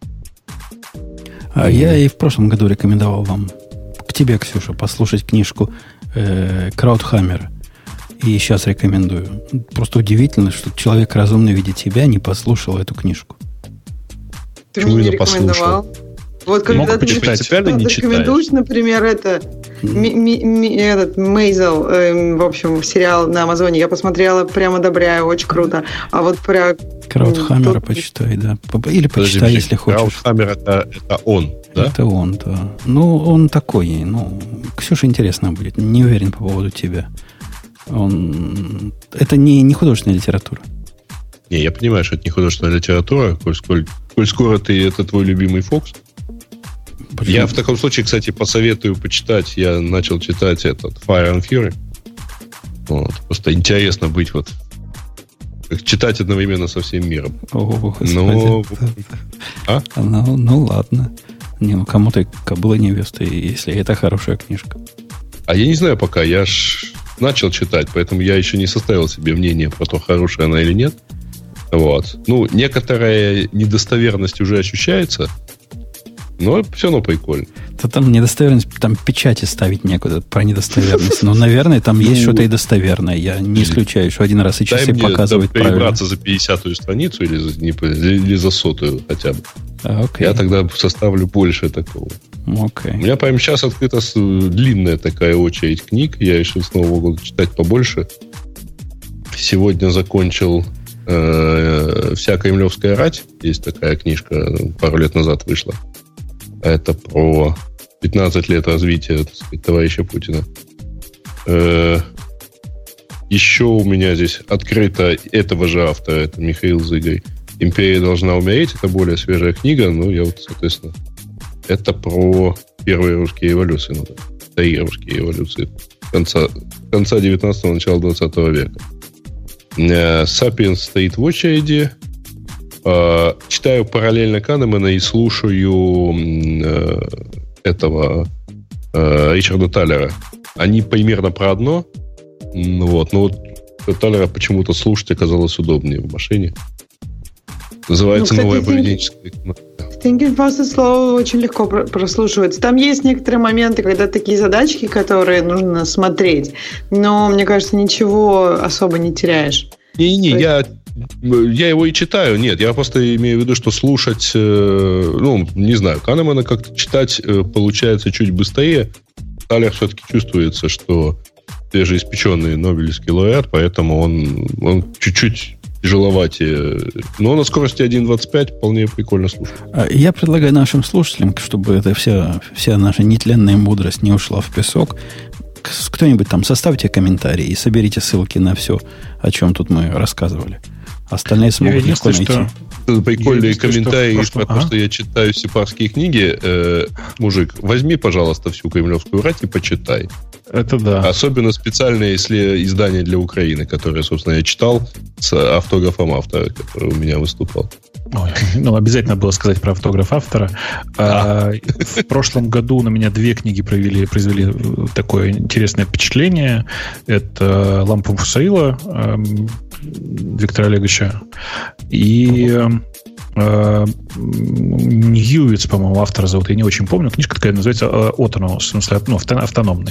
Я и в прошлом году рекомендовал вам, к тебе, Ксюша, послушать книжку Краудхаммера. И сейчас рекомендую. Просто удивительно, что человек разумный в виде тебя не послушал эту книжку. Ты мне не рекомендовал. Вот когда ты рекомендуешь, например, этот Мейзел, в общем, сериал на Амазоне, я посмотрела, прям одобряю, очень круто. А вот про... Краудхаммера почитай, да. Или почитай, если хочешь. Краудхаммер это он, да? Это он, да. Ну, он такой. Ну, Ксюша интересно будет. Не уверен по поводу тебя. Это не художественная литература. Не, я понимаю, что это не художественная литература, коль скоро это твой любимый Фокс. Почему? Я в таком случае, кстати, посоветую почитать. Я начал читать этот Fire and Fury. Вот. Просто интересно быть вот читать одновременно со всем миром. Ну, ладно. Кому-то кобыла невеста, если это хорошая книжка. А я не знаю пока, я ж начал читать, поэтому я еще не составил себе мнение про то, хорошая она или нет. Вот. Ну, некоторая недостоверность уже ощущается, но все равно прикольно. Да там недостоверность, там печати ставить некуда про недостоверность. Но, наверное, там есть что-то и достоверное. Я не исключаю, что один раз и часы показывают правильно. Перебраться за 50-ю страницу или за 100-ю хотя бы. Я тогда составлю больше такого. У меня прямо сейчас открыта длинная такая очередь книг. Я решил с Нового года читать побольше. Сегодня закончил «Вся кремлевская рать». Есть такая книжка, пару лет назад вышла. Это про 15 лет развития, так сказать, товарища Путина. Еще у меня здесь открыто этого же автора, это Михаил Зыгорь. «Империя должна умереть». Это более свежая книга, ну, я вот, соответственно, это про первые русские революции, вторые русские революции конца 19-го, начала 20 века. «Сапиенс» стоит в очереди. Читаю параллельно Канемана и слушаю этого Ричарда Таллера. Они примерно про одно. Вот. Но вот Таллера почему-то слушать оказалось удобнее в машине. Называется «Новая поведенческая». Thinking Fast and Slow очень легко прослушивается. Там есть некоторые моменты, когда такие задачки, которые нужно смотреть. Но, мне кажется, ничего особо не теряешь. Я его и читаю. Нет, я просто имею в виду, что слушать, не знаю, Канемана как-то читать получается чуть быстрее. Талер все-таки чувствуется, что свежеиспеченный Нобелевский лауреат, поэтому он чуть-чуть тяжеловатее. Но на скорости 1.25 вполне прикольно слушать. Я предлагаю нашим слушателям, чтобы эта вся наша нетленная мудрость не ушла в песок, кто-нибудь там составьте комментарии и соберите ссылки на все, о чем тут мы рассказывали. Остальные смогут легко найти. Прикольные комментарии про то, что я читаю сепарские книги. Мужик, возьми, пожалуйста, всю кремлевскую рать и почитай. Это да. Особенно специальное издание для Украины, которое, собственно, я читал с автографом автора, который у меня выступал. Обязательно было сказать про автограф автора. В прошлом году на меня 2 книги произвели такое интересное впечатление. Это «Лампа Муфасаила» Виктора Олеговича и Ньюитс, по-моему, автора зовут, я не очень помню. Книжка такая называется Autonomous, в смысле, автономный.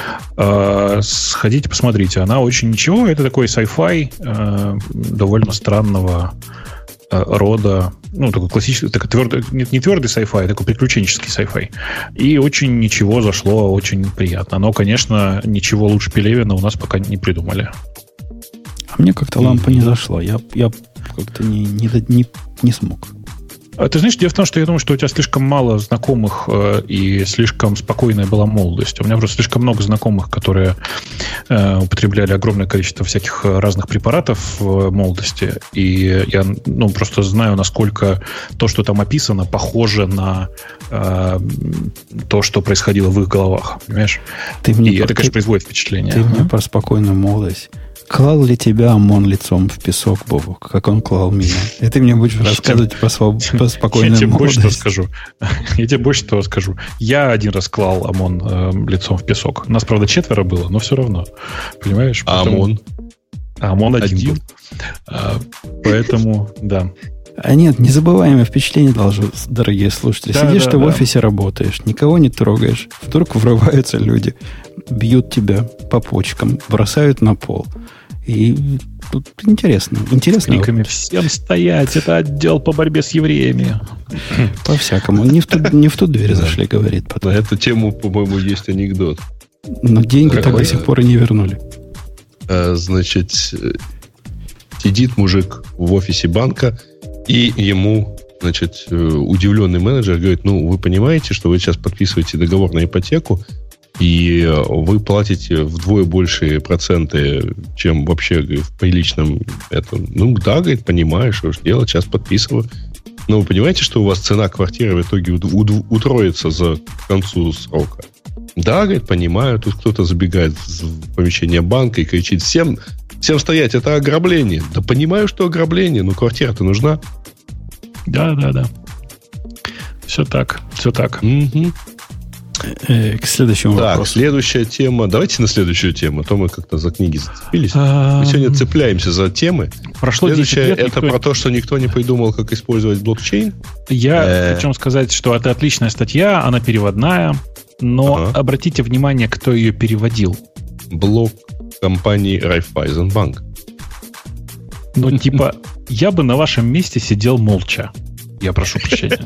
Сходите, посмотрите. Она очень ничего. Это такой sci-fi довольно странного рода. Ну, такой классический, такой твердый, не твердый sci-fi, а такой приключенческий sci-fi. И очень ничего зашло, очень приятно. Но, конечно, ничего лучше Пелевина у нас пока не придумали. А мне как-то лампа не зашла. Я как-то не смог. Ты знаешь, дело в том, что я думаю, что у тебя слишком мало знакомых и слишком спокойная была молодость. У меня просто слишком много знакомых, которые употребляли огромное количество всяких разных препаратов в молодости. И я просто знаю, насколько то, что там описано, похоже на то, что происходило в их головах. Понимаешь? Это, конечно, производит впечатление. Ты мне про спокойную молодость. Клал ли тебя ОМОН лицом в песок, Бобок, как он клал меня? И ты мне будешь рассказывать про спокойную молодость. Я тебе больше того скажу. Я один раз клал ОМОН лицом в песок. Нас, правда, 4 было, но все равно. Понимаешь? ОМОН? ОМОН один был. Поэтому, да. А нет, незабываемое впечатление должно, дорогие слушатели. Сидишь ты в офисе, работаешь, никого не трогаешь. Вдруг врываются люди, бьют тебя по почкам, бросают на пол. И тут интересно. С криками «Всем стоять! Это отдел по борьбе с евреями!» По-всякому. Не в ту дверь зашли, говорит потом. На эту тему, по-моему, есть анекдот. Но деньги так до сих пор и не вернули. Значит, сидит мужик в офисе банка, и ему, значит, удивленный менеджер говорит: ну, вы понимаете, что вы сейчас подписываете договор на ипотеку, и вы платите вдвое большие проценты, чем вообще в приличном этом. Ну, да, говорит, понимаю, что же делать, сейчас подписываю. Но вы понимаете, что у вас цена квартиры в итоге утроится к концу срока? Да, говорит, понимаю. Тут кто-то забегает в помещение банка и кричит: всем стоять, это ограбление. Да понимаю, что ограбление, но квартира-то нужна. Да. Все так. К следующему вопросу. Так, следующая тема. Давайте на следующую тему, а то мы как-то за книги зацепились. Мы сегодня цепляемся за темы. Прошло 10 лет. Это про то, что никто не придумал, как использовать блокчейн. Причем сказать, что это отличная статья, она переводная, но обратите внимание, кто ее переводил. Блок компании Raiffeisenbank. Ну, типа, я бы на вашем месте сидел молча. Я прошу прощения.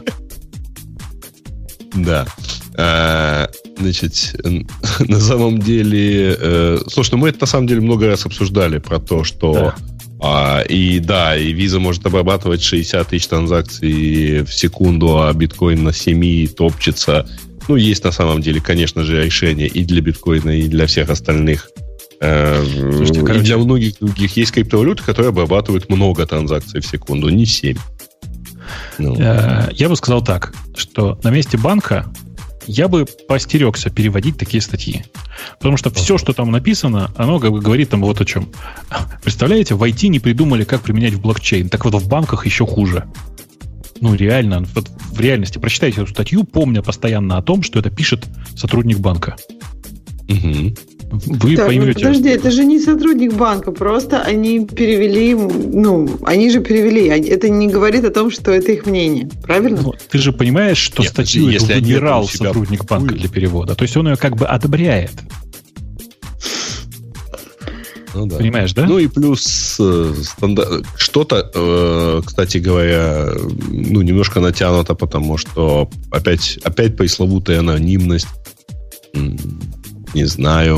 Да. Значит, на самом деле... слушай, мы это на самом деле много раз обсуждали про то, что... И Visa может обрабатывать 60 тысяч транзакций в секунду, а биткоин на 7 топчется. Ну, есть на самом деле, конечно же, решение и для биткоина, и для всех остальных. Слушайте, и для многих других есть криптовалюты, которые обрабатывают много транзакций в секунду, не 7. Я бы сказал так, что на месте банка я бы поостерегся переводить такие статьи. Потому что все, что там написано, оно как бы говорит там вот о чем. Представляете, в IT не придумали, как применять в блокчейн. Так вот в банках еще хуже. Ну, реально, вот в реальности. Прочитайте эту статью, помня постоянно о том, что это пишет сотрудник банка. Угу. Вы поймете. Подожди, это же не сотрудник банка, просто они перевели, они же перевели. Это не говорит о том, что это их мнение, правильно? Ну, ты же понимаешь, что статью эту выбирал сотрудник банка для перевода. То есть он ее как бы одобряет. Ну, да. Понимаешь, да? Ну и плюс что-то, кстати говоря, немножко натянуто, потому что опять пресловутая анонимность. Не знаю.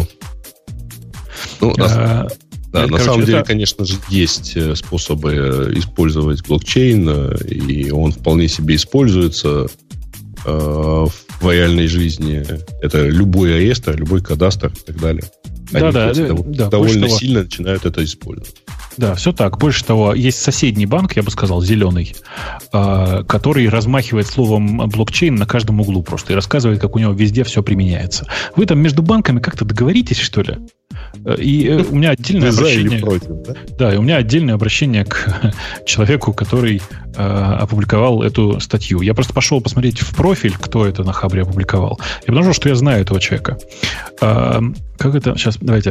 На самом деле, конечно же, есть способы использовать блокчейн, и он вполне себе используется в реальной жизни. Это любой реестр, любой кадастр и так далее. Они довольно сильно начинают это использовать. Да, все так. Больше того, есть соседний банк, я бы сказал, зеленый, который размахивает словом блокчейн на каждом углу просто и рассказывает, как у него везде все применяется. Вы там между банками как-то договоритесь, что ли? И у меня отдельное обращение... Да, и у меня отдельное обращение к человеку, который опубликовал эту статью. Я просто пошел посмотреть в профиль, кто это на Хабре опубликовал. Я обнаружил, что я знаю этого человека. Как это? Сейчас, давайте...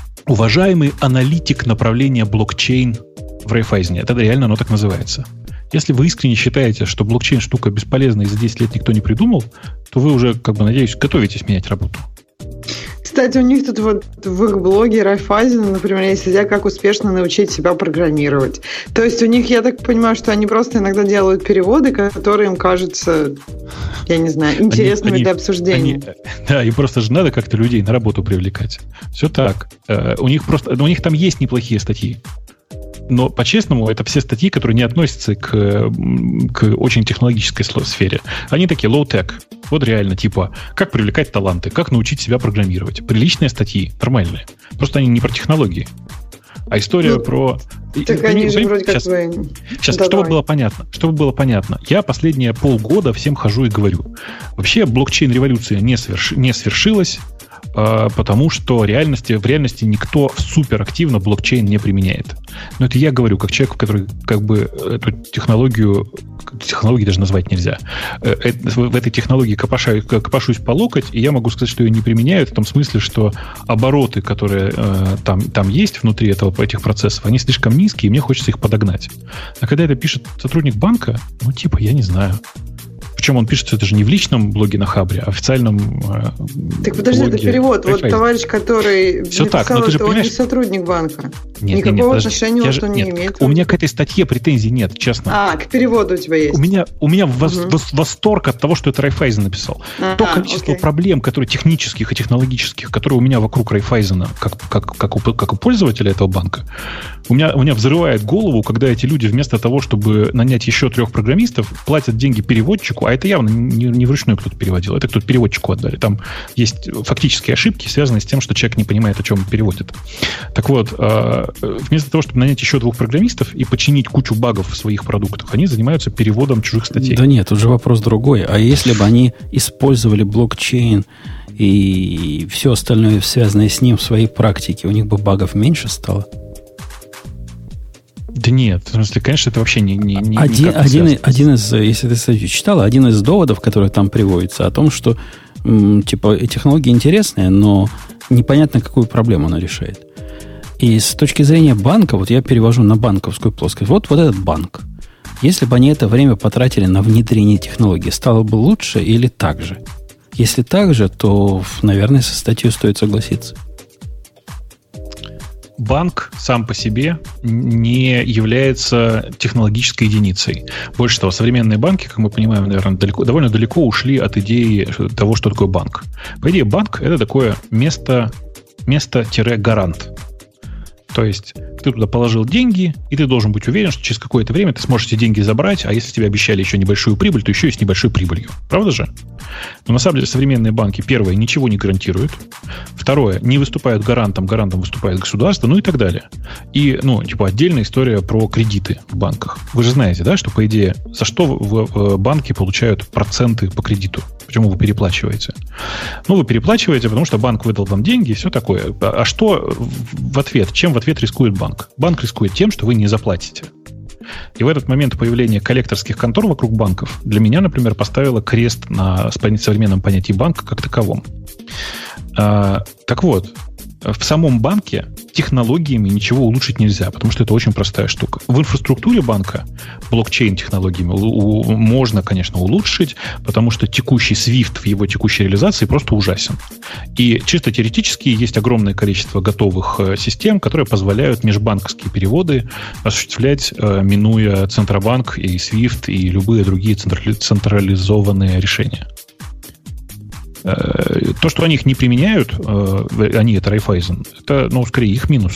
Уважаемый аналитик направления блокчейн в Райфайзене. Это реально оно так называется. Если вы искренне считаете, что блокчейн штука бесполезна и за 10 лет никто не придумал, то вы уже, надеюсь, готовитесь менять работу. Кстати, у них тут вот в их блоге Райфайзен, например, есть статья, как успешно научить себя программировать. То есть у них, я так понимаю, что они просто иногда делают переводы, которые им кажутся, я не знаю, интересными для обсуждения. Да, им просто же надо как-то людей на работу привлекать. Все так. У них там есть неплохие статьи. Но, по-честному, это все статьи, которые не относятся к очень технологической сфере. Они такие low-tech. Вот реально, типа, как привлекать таланты, как научить себя программировать. Приличные статьи, нормальные. Просто они не про технологии. А история про... Так они же вроде как бы... Сейчас, чтобы было понятно. Я последние полгода всем хожу и говорю. Вообще, блокчейн-революция не свершилась, потому что в реальности никто суперактивно блокчейн не применяет. Но это я говорю как человек, который эту технологии даже назвать нельзя. В этой технологии копошусь по локоть, и я могу сказать, что ее не применяют в том смысле, что обороты, которые там есть внутри этих процессов, они слишком низкие, и мне хочется их подогнать. А когда это пишет сотрудник банка, я не знаю. Причем он пишет, что это же не в личном блоге на Хабре, а в официальном Так подожди, это перевод. Вот товарищ, который все написал, что он не сотрудник банка. Нет, никакого отношения он не имеет. У меня к этой статье претензий нет, честно. К переводу у тебя есть. У меня восторг от того, что это Райфайзен написал. То количество проблем, которые технических и технологических, которые у меня вокруг Райфайзена, как у пользователя этого банка, у меня взрывает голову, когда эти люди вместо того, чтобы нанять еще 3 программистов, платят деньги переводчику, а это явно не вручную кто-то переводил, это кто-то переводчику отдали. Там есть фактические ошибки, связанные с тем, что человек не понимает, о чем переводит. Так вот, вместо того, чтобы нанять еще 2 программистов и починить кучу багов в своих продуктах, они занимаются переводом чужих статей. Да нет, тут же вопрос другой. А если бы они использовали блокчейн и все остальное, связанное с ним в своей практике, у них бы багов меньше стало? Да нет, в смысле, конечно, это вообще не один из, если ты, кстати, читала, один из доводов, который там приводится, о том, что технология интересная, но непонятно, какую проблему она решает. И с точки зрения банка, вот я перевожу на банковскую плоскость, вот этот банк. Если бы они это время потратили на внедрение технологии, стало бы лучше или так же? Если так же, то, наверное, со статьей стоит согласиться. Банк сам по себе не является технологической единицей. Больше того, современные банки, как мы понимаем, наверное, довольно далеко ушли от идеи того, что такое банк. По идее, банк – это такое место-гарант. То есть ты туда положил деньги, и ты должен быть уверен, что через какое-то время ты сможешь эти деньги забрать, а если тебе обещали еще небольшую прибыль, то еще и с небольшой прибылью. Правда же? Но на самом деле современные банки, первое, ничего не гарантируют. Второе, не выступают гарантом выступает государство, ну и так далее. И, отдельная история про кредиты в банках. Вы же знаете, да, что, по идее, за что в банке получают проценты по кредиту? Почему вы переплачиваете? Вы переплачиваете, потому что банк выдал вам деньги и все такое. А что в ответ? Чем в ответ рискует банк? Банк рискует тем, что вы не заплатите. И в этот момент появления коллекторских контор вокруг банков для меня, например, поставило крест на современном понятии банка как таковом. Так вот, в самом банке технологиями ничего улучшить нельзя, потому что это очень простая штука. В инфраструктуре банка блокчейн-технологиями можно, конечно, улучшить, потому что текущий SWIFT в его текущей реализации просто ужасен. И чисто теоретически есть огромное количество готовых систем, которые позволяют межбанковские переводы осуществлять, минуя Центробанк и SWIFT и любые другие централизованные решения. То, что они их не применяют, они, это Райфайзен, это, скорее, их минус.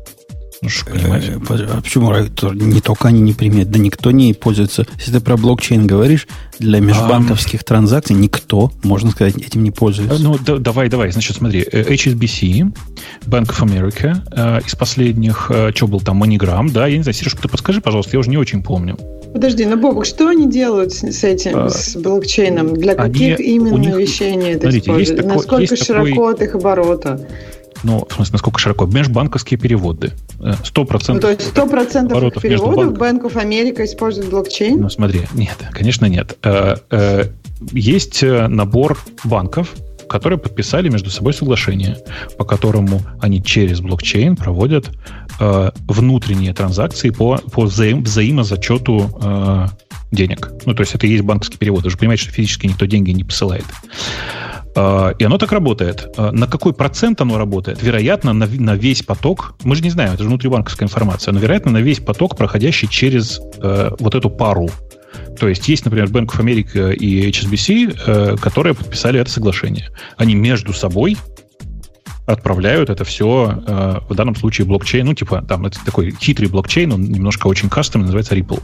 А почему не только они не применяют, да никто не пользуется. Если ты про блокчейн говоришь, для межбанковских транзакций никто, можно сказать, этим не пользуется. Давай. Значит, смотри, HSBC, Bank of America, из последних, что был там, MoneyGram, да, я не знаю, Сереж, ты подскажи, пожалуйста, я уже не очень помню. Подожди, Бобок, что они делают с этим, с блокчейном? Для каких именно вещей они это используют? Насколько широко от их оборота? В смысле, насколько широко? Межбанковские переводы. 100%. То есть 100% их переводов Bank of America использует блокчейн? Смотри, нет, конечно, нет. Есть набор банков, которые подписали между собой соглашение, по которому они через блокчейн проводят внутренние транзакции по взаимозачету денег. Ну, то есть это и есть банковский перевод. Вы же понимаете, что физически никто деньги не посылает. И оно так работает. На какой процент оно работает? Вероятно, на весь поток. Мы же не знаем, это же внутрибанковская информация. Но, вероятно, на весь поток, проходящий через вот эту пару. То есть есть, например, Bank of America и HSBC, которые подписали это соглашение. Они между собой отправляют это все, в данном случае блокчейн, ну, типа, там, это такой хитрый блокчейн, он немножко очень кастомный, называется Ripple.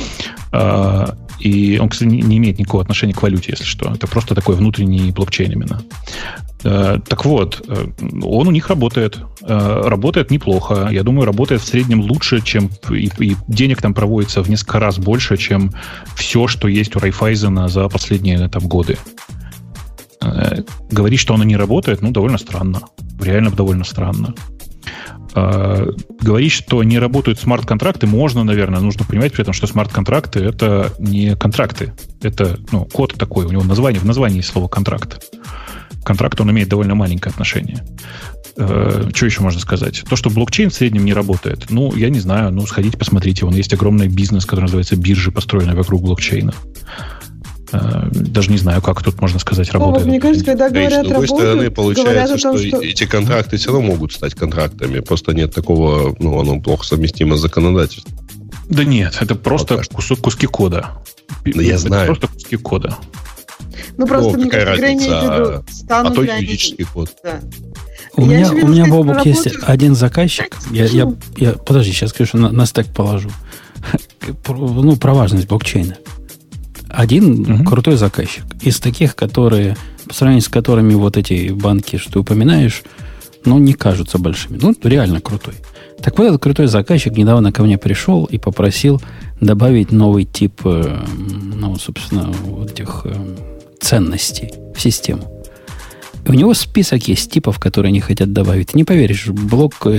И он, кстати, не имеет никакого отношения к валюте, если что. Это просто такой внутренний блокчейн именно. Так вот, он у них работает. Работает неплохо. Я думаю, работает в среднем лучше, чем... И денег там проводится в несколько раз больше, чем все, что есть у Райфайзена за последние там годы. Говорить, что оно не работает, ну, довольно странно. Реально довольно странно. Говорить, что не работают смарт-контракты, можно, наверное. Нужно понимать при этом, что смарт-контракты — это не контракты. Это, ну, код такой. У него в названии есть слово «контракт». К контракту он имеет довольно маленькое отношение. Что еще можно сказать? То, что блокчейн в среднем не работает, ну, я не знаю. Ну, сходите, посмотрите. Вон есть огромный бизнес, который называется биржи, построенные вокруг блокчейна. Даже не знаю, как тут можно сказать, работает. Мне кажется, когда говорят с другой стороны, получается, том, что эти контракты все равно могут стать контрактами. Просто нет такого, ну, оно плохо совместимо с законодательством. Да нет, это просто куски кода. Да я знаю. Это просто куски кода. Ну, просто мне какая разница, а то юридический код. Да. У меня, Бобук, есть один заказчик. Я подожди, сейчас, конечно, на стек положу. Ну, про важность блокчейна. Один крутой заказчик. Из таких, которые, по сравнению с которыми вот эти банки, что ты упоминаешь, ну, не кажутся большими. Ну, реально крутой. Так вот, этот крутой заказчик недавно ко мне пришел и попросил добавить новый тип, ну, собственно, вот этих ценностей в систему. И у него список есть типов, которые они хотят добавить. Не поверишь, блок, как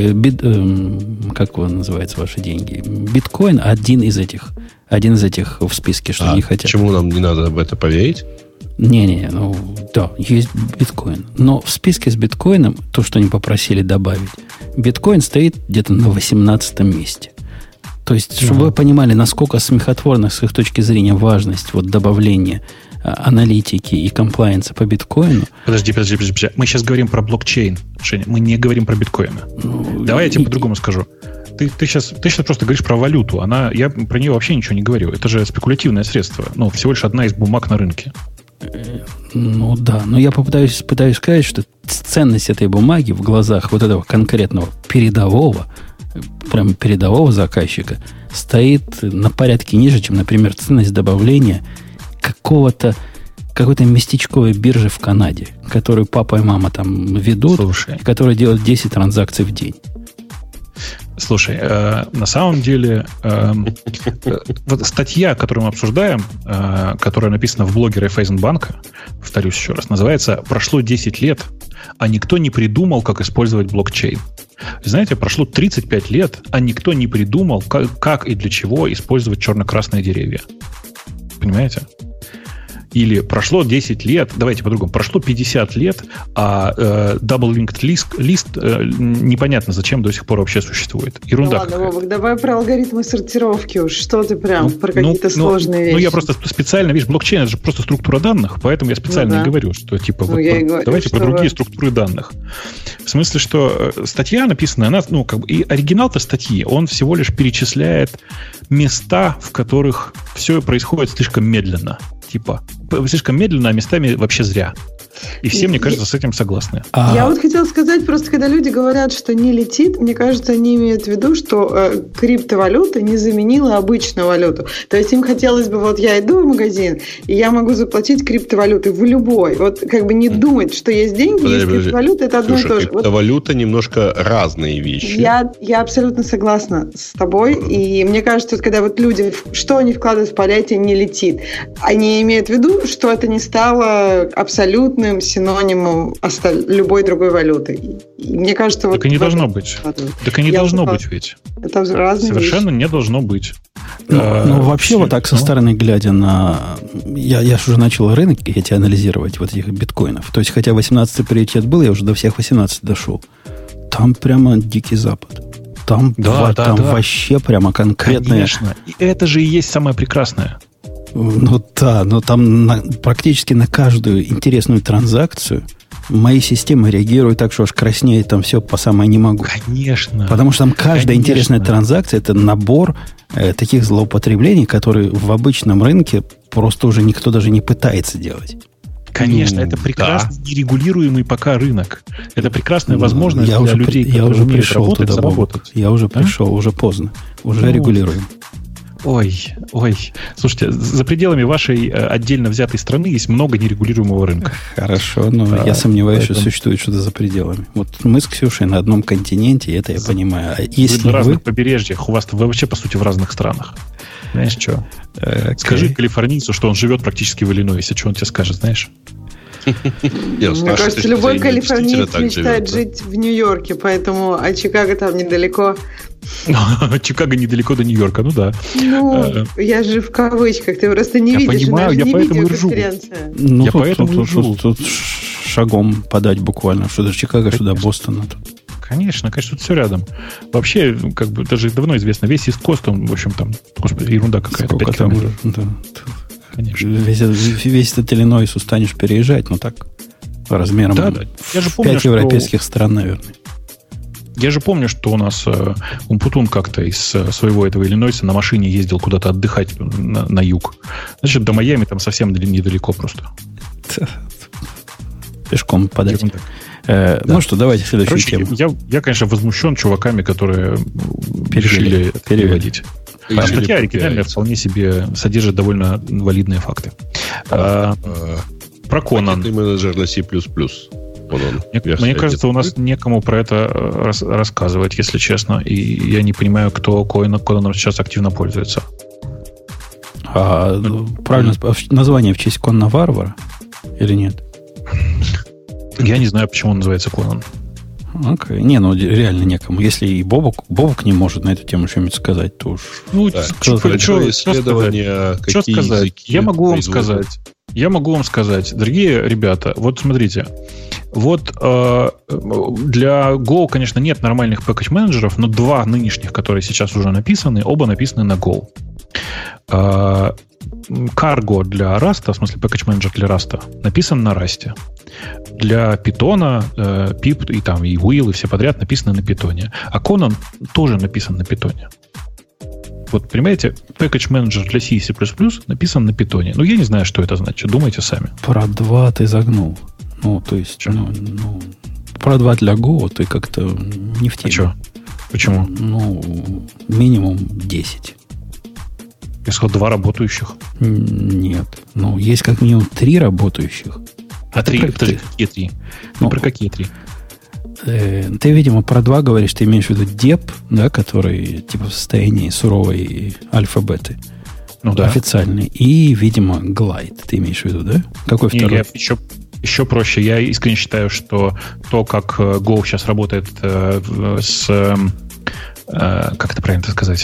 его называется, ваши деньги? Биткоин один из этих в списке, что они хотят. Почему нам не надо в это поверить? Не-не, ну, да, есть биткоин. Но в списке с биткоином, то, что они попросили добавить, биткоин стоит где-то на 18-м месте. То есть, чтобы вы понимали, насколько смехотворна с их точки зрения важность вот добавления аналитики и комплайенса по биткоину. Подожди. Мы сейчас говорим про блокчейн, Женя. Мы не говорим про биткоины. Давай я тебе по-другому скажу. Ты сейчас просто говоришь про валюту. Я про нее вообще ничего не говорю. Это же спекулятивное средство. Ну, всего лишь одна из бумаг на рынке. Ну да, но я пытаюсь сказать, что ценность этой бумаги в глазах вот этого конкретного передового заказчика стоит на порядке ниже, чем, например, ценность добавления какой-то местечковой биржи в Канаде, которую папа и мама там ведут, которая делает 10 транзакций в день. Слушай, на самом деле вот статья, которую мы обсуждаем, которая написана в блоге Райфайзенбанка, повторюсь еще раз, называется «Прошло 10 лет, а никто не придумал, как использовать блокчейн». Знаете, прошло 35 лет, а никто не придумал, как и для чего использовать черно-красные деревья. Понимаете? Или прошло 10 лет, давайте по-другому, прошло 50 лет, а Double Linked List непонятно, зачем до сих пор вообще существует. Ерунда ладно, Вовок, давай про алгоритмы сортировки уж. Что ты прям про какие-то сложные вещи? Ну, я просто специально, видишь, блокчейн — это же просто структура данных, поэтому я специально и говорю, что типа давайте про другие структуры данных. В смысле, что статья написанная, она, ну, как бы, и оригинал-то статьи, он всего лишь перечисляет места, в которых все происходит слишком медленно. Типа, слишком медленно, а местами вообще зря. И все, мне кажется, с этим согласны. Я вот хотела сказать, просто когда люди говорят, что не летит, мне кажется, они имеют в виду, что криптовалюта не заменила обычную валюту. То есть им хотелось бы, вот я иду в магазин, и я могу заплатить криптовалютой в любой. Вот как бы не думать, что есть деньги, есть криптовалюта, это одно и то же. Криптовалюта немножко разные вещи. Я абсолютно согласна с тобой, и мне кажется, что когда вот люди, что они вкладывают в понятие «не летит», они имеют в виду, что это не стало абсолютным синонимом любой другой валюты. И мне кажется, вот... Так и не должно быть. Так и не должно быть ведь. Это разные совершенно вещи. Не должно быть. Ну, вообще, вот так со стороны глядя на... Я же уже начал рынок эти анализировать, вот этих биткоинов. То есть, хотя 18-й приоритет был, я уже до всех 18 дошел. Там прямо дикий запад. Там вообще прямо конкретное... Конечно, и это же и есть самое прекрасное. Ну да, но там практически на каждую интересную транзакцию мои системы реагируют так, что аж краснеет там все по самое не могу. Конечно. Потому что там каждая интересная транзакция – это набор таких злоупотреблений, которые в обычном рынке просто уже никто даже не пытается делать. Конечно, это прекрасный нерегулируемый пока рынок. Это прекрасная возможность для людей, которые умеют работать, заработать. Я уже пришел, уже поздно. Уже регулируем. Ой. Слушайте, за пределами вашей отдельно взятой страны есть много нерегулируемого рынка. Хорошо, но я сомневаюсь, что существует что-то за пределами. Вот мы с Ксюшей на одном континенте, это я понимаю. А если вы на разных побережьях, вы вообще, по сути, в разных странах. Знаешь, что? Скажи калифорнийцу, что он живет практически в Иллинойсе. Что он тебе скажет, знаешь? Мне кажется, любой калифорниец мечтает жить в Нью-Йорке, поэтому, а Чикаго там недалеко. Чикаго недалеко до Нью-Йорка, ну да. Ну, я же в кавычках, ты просто не видишь, понимаю, я поэтому и ржу. Ну, я поэтому тут шагом подать буквально, что до Чикаго, что до Бостона. Конечно, тут все рядом. Вообще, как бы даже давно известно, весь Ист-Кост, он, в общем, там, господи, ерунда какая-то. 5 километров. Да. Конечно. Весь этот Иллинойс устанешь переезжать, но так размером Я же помню, 5 европейских стран, наверное. Я же помню, что у нас Умпутун как-то из своего этого Иллинойса на машине ездил куда-то отдыхать на юг. Значит, до Майами там совсем недалеко просто. Пешком подать. Ну что, давайте следующую тему. Я, конечно, возмущен чуваками, которые решили переводить. Статья оригинальная вполне себе содержит довольно валидные факты. Про Конан. Менеджер на C++. Мне кажется, у нас некому про это рассказывать, если честно. И я не понимаю, кто Конаном сейчас активно пользуется. Правильно, название в честь Конна Варвара или нет? Я не знаю, почему он называется Конан. Окей. Не, ну реально некому. Если и Бобок не может на эту тему что-нибудь сказать, то уж... Ну, исследования, какие языки я могу вам сказать. Я могу вам сказать, дорогие ребята, вот смотрите, вот для Go, конечно, нет нормальных пэкэдж-менеджеров, но два нынешних, которые сейчас уже написаны, оба написаны на Go. Cargo для Rust, в смысле пэкэдж-менеджер для Rust, написан на Rust. Для Python, Pip и там и Will, и все подряд написаны на Python. А Conan тоже написан на Python. Вот, понимаете, пэкэдж-менеджер для C и C++ написан на Python. Ну, я не знаю, что это значит. Думайте сами. Про 2 ты загнул. Ну, то есть, про 2 для Go ты как-то не в теме. А что? Почему? Ну, минимум 10. Исход 2 работающих? Нет. Ну, есть как минимум 3 работающих. А 3? Подожди, какие 3? Ну, про какие 3? Ты, видимо, про 2 говоришь, ты имеешь в виду деп, да, который типа в состоянии суровой альфа-беты. Ну да. Официальный. И, видимо, глайд ты имеешь в виду, да? Какой второй? Еще проще. Я искренне считаю, что то, как Go сейчас работает с... как это правильно сказать?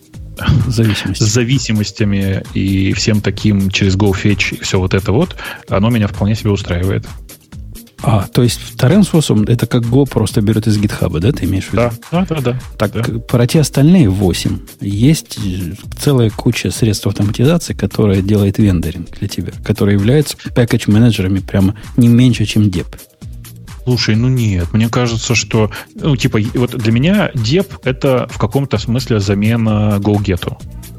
С зависимостями и всем таким через GoFetch и все вот это вот, оно меня вполне себе устраивает. То есть вторым способом это как Go просто берет из GitHub, да, ты имеешь в виду? Да. Так, да. Про те остальные 8 есть целая куча средств автоматизации, которая делает вендоринг для тебя, которые являются пэкэдж-менеджерами прямо не меньше, чем деп. Слушай, нет, мне кажется, что вот для меня деп это в каком-то смысле замена GoGet.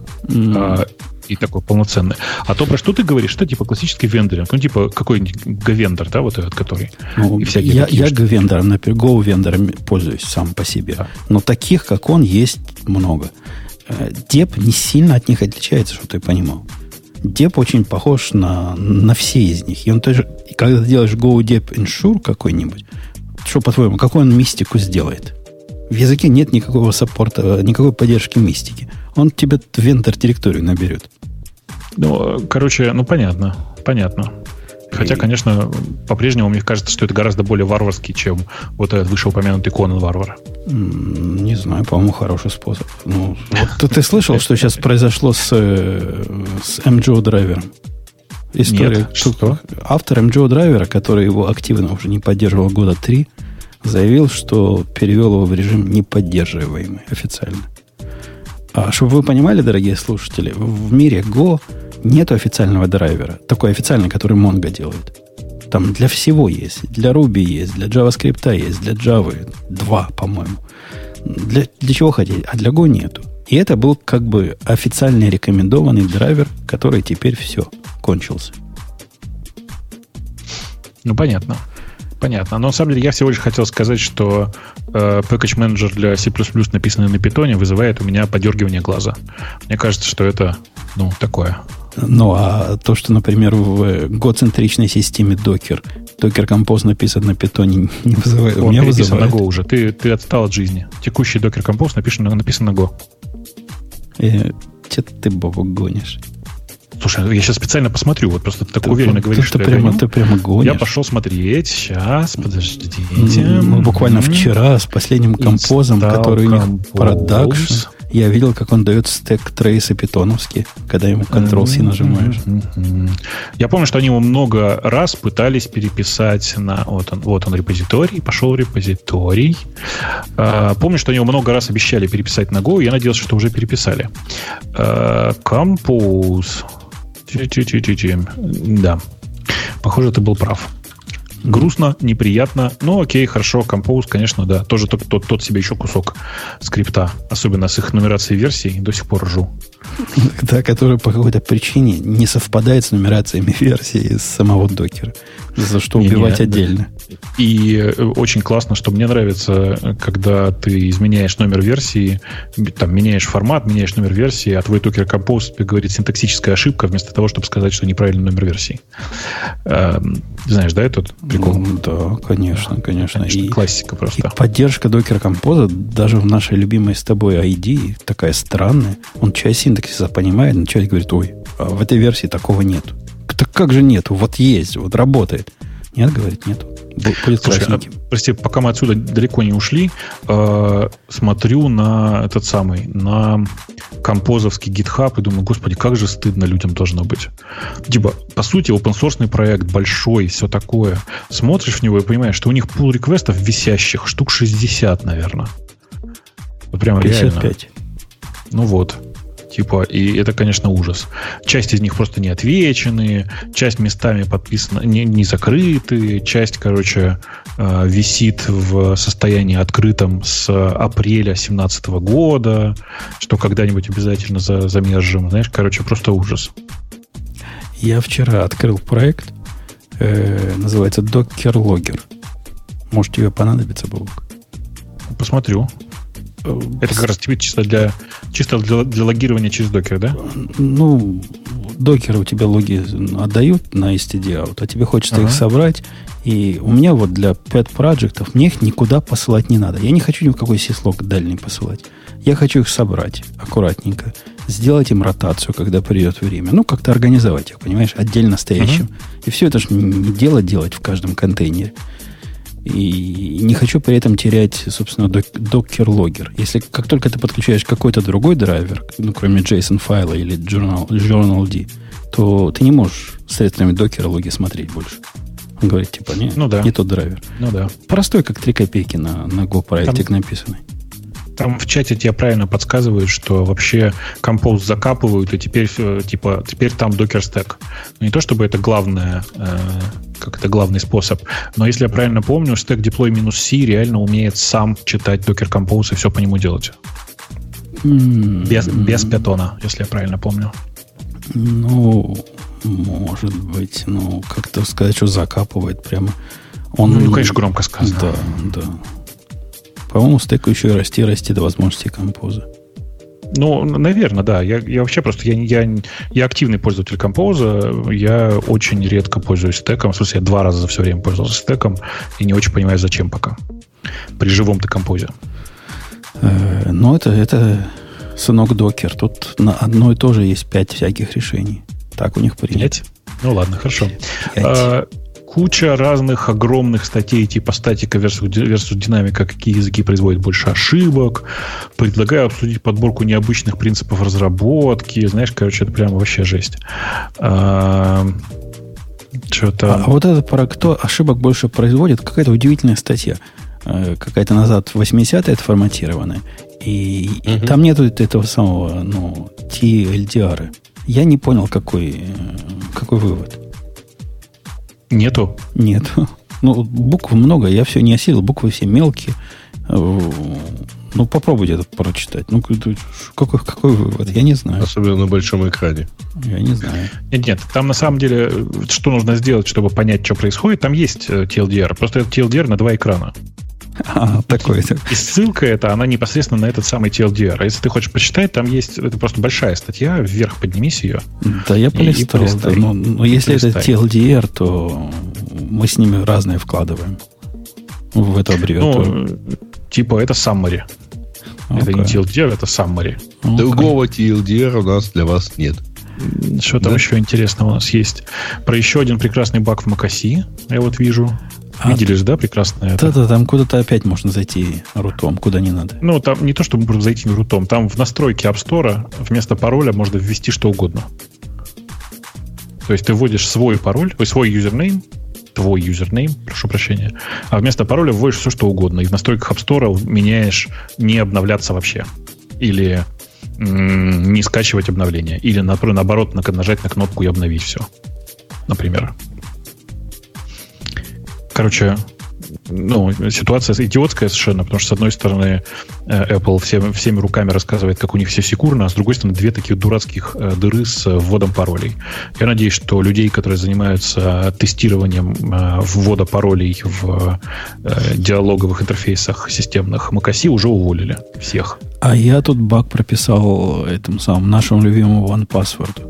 И такой полноценный. А то, про что ты говоришь, что типа классический вендоринг, какой-нибудь Go-вендор, да, вот этот, который. Я Go-вендором, например, Go-вендором пользуюсь сам по себе. Да. Но таких, как он, есть много. Деп не сильно от них отличается, чтобы ты понимал. Деп очень похож на все из них. И он тоже, когда ты делаешь GoDep Ensure какой-нибудь, что, по-твоему, какой он мистику сделает? В языке нет никакого саппорта, никакой поддержки мистики. Он тебе вендор-директорию наберет. Понятно. Хотя, конечно, по-прежнему мне кажется, что это гораздо более варварский, чем вот этот вышеупомянутый Конан Варвар. Не знаю, по-моему, хороший способ. Ты слышал, что сейчас произошло с MGO драйвером? История. Нет, что? Автор MGO драйвера, который его активно уже не поддерживал года 3, заявил, что перевел его в режим неподдерживаемый официально. А чтобы вы понимали, дорогие слушатели, в мире Go нету официального драйвера, такой официальный, который Mongo делает. Там для всего есть. Для Ruby есть, для JavaScript есть, для Java 2, по-моему. Для чего хотите, а для Go нету. И это был как бы официальный рекомендованный драйвер, который теперь все, кончился. Ну, понятно. Понятно. Но на самом деле я всего лишь хотел сказать, что Package Manager для C++, написанный на Python, вызывает у меня подергивание глаза. Мне кажется, что это, такое. Ну, а то, что, например, в Go-центричной системе Docker Compose написан на Python, не вызывает. Он переписан на Go уже. Ты отстал от жизни. Текущий Docker Compose написан на Go. Че ты, Бобок, гонишь? Слушай, я сейчас специально посмотрю. Вот просто ты так уверенно говоришь, что ты прямо гонишь. Я пошел смотреть. Сейчас, подождите. Мы буквально вчера с последним композом, который у них продакшн, я видел, как он дает стек трейсы питоновские, когда ему Ctrl-C нажимаешь. Я помню, что они его много раз пытались переписать на... Вот он репозиторий. Пошел репозиторий. Помню, что они его много раз обещали переписать на Go, и я надеялся, что уже переписали. Compose. Да. Похоже, ты был прав. Грустно, неприятно. Ну, окей, хорошо. Compose, конечно, да. Тоже тот себе еще кусок скрипта. Особенно с их нумерацией версий. До сих пор ржу. Да, который по какой-то причине не совпадает с нумерациями версий из самого докера. За что убивать отдельно. И очень классно, что мне нравится, когда ты изменяешь номер версии, там, меняешь формат, меняешь номер версии, а твой Docker Compose тебе говорит синтаксическая ошибка, вместо того, чтобы сказать, что неправильный номер версии. Знаешь, да, этот прикол? Да, конечно. И классика просто. И поддержка Docker Compose даже в нашей любимой с тобой ID такая странная. Он часть синтаксиса понимает, но часть говорит, ой, а в этой версии такого нету. Так как же нету? Вот есть, вот работает. Нет, говорит, нету. Будет красненьким. Прости, пока мы отсюда далеко не ушли, смотрю на на композовский GitHub и думаю, господи, как же стыдно людям должно быть. Типа, по сути, open-source проект большой, все такое. Смотришь в него и понимаешь, что у них пул реквестов висящих штук 60, наверное. Вот прямо 55. реально. Ну вот. Типа, и это, конечно, ужас. Часть из них просто не отвечены, часть местами подписана, не закрыты, часть, висит в состоянии открытом с апреля 2017 года, что когда-нибудь обязательно замержим. Знаешь, просто ужас. Я вчера открыл проект, называется Docker Logger. Может, тебе понадобится, Бобок? Посмотрю. Это как раз тебе чисто для логирования через докер, да? Ну, докеры у тебя логи отдают на std-out, а тебе хочется их собрать. И у меня вот для pet проектов мне их никуда посылать не надо. Я не хочу ни в какой syslog дальний посылать. Я хочу их собрать аккуратненько, сделать им ротацию, когда придет время. Ну, как-то организовать их, понимаешь, отдельно стоящим. И все это же не дело делать в каждом контейнере. И не хочу при этом терять, собственно, Docker Logger. Если как только ты подключаешь какой-то другой драйвер, кроме JSON-файла или journal.d, то ты не можешь средствами Docker логи смотреть больше. Он говорит, типа, не тот драйвер. Ну да. Простой, как 3 копейки на Go проектик написанный. Там в чате тебе правильно подсказывают, что вообще Compose закапывают, и теперь там Docker Stack. Не то чтобы это главное, главный способ, но если я правильно помню, Stack Deploy -C реально умеет сам читать Docker Compose и все по нему делать. Без питона, если я правильно помню. Ну, может быть. Ну, как-то сказать, что закапывает прямо. Он, конечно, громко сказано. Да. По-моему, стеку еще и расти до возможности композа. Ну, наверное, да. Я вообще просто я активный пользователь композа. Я очень редко пользуюсь стеком. В смысле, я 2 раза за все время пользовался стеком и не очень понимаю, зачем пока. При живом-то композе. Ну, это сынок докер. Тут на одно и то же есть 5 всяких решений. Так у них принято. 5? Ну, ладно, хорошо. 5. Куча разных огромных статей типа статика versus динамика, какие языки производят больше ошибок. Предлагаю обсудить подборку необычных принципов разработки. Знаешь, это прямо вообще жесть. Что-то... А вот это про кто ошибок больше производит, какая-то удивительная статья. какая-то назад 80-я отформатированная, и там нету этого самого, TLDR. Я не понял, какой вывод. Нету? Нету. Букв много, я все не осилил, буквы все мелкие. Попробуйте это прочитать. Какой вывод? Я не знаю. Особенно на большом экране. Я не знаю. Нет, там на самом деле, что нужно сделать, чтобы понять, что происходит, там есть TLDR. Просто это TLDR на 2 экрана. Такой-то. И ссылка эта, она непосредственно на этот самый TLDR. А если ты хочешь почитать, там есть, это просто большая статья, вверх поднимись ее. Да, я полистал. Но если это TLDR, то мы с ними разные вкладываем в эту аббревиатуру. Типа это summary. Это не TLDR, это summary. Другого TLDR у нас для вас нет. Что там еще интересного у нас есть? Про еще один прекрасный баг в macOS. Я вот вижу. Видели же, да, прекрасное? Да, там куда-то опять можно зайти рутом, куда не надо. Там не то, чтобы можно зайти рутом. Там в настройке App Store вместо пароля можно ввести что угодно. То есть ты вводишь свой пароль, свой юзернейм, твой юзернейм, прошу прощения, а вместо пароля вводишь все, что угодно. И в настройках App Store меняешь не обновляться вообще. Или не скачивать обновления. Или, наоборот, нажать на кнопку и обновить все. Например. Короче, ситуация идиотская совершенно, потому что, с одной стороны, Apple всеми руками рассказывает, как у них все секурно, а с другой стороны, 2 таких дурацких дыры с вводом паролей. Я надеюсь, что людей, которые занимаются тестированием ввода паролей в диалоговых интерфейсах системных macOS, уже уволили всех. А я тут баг прописал этому самому нашему любимому OnePassword.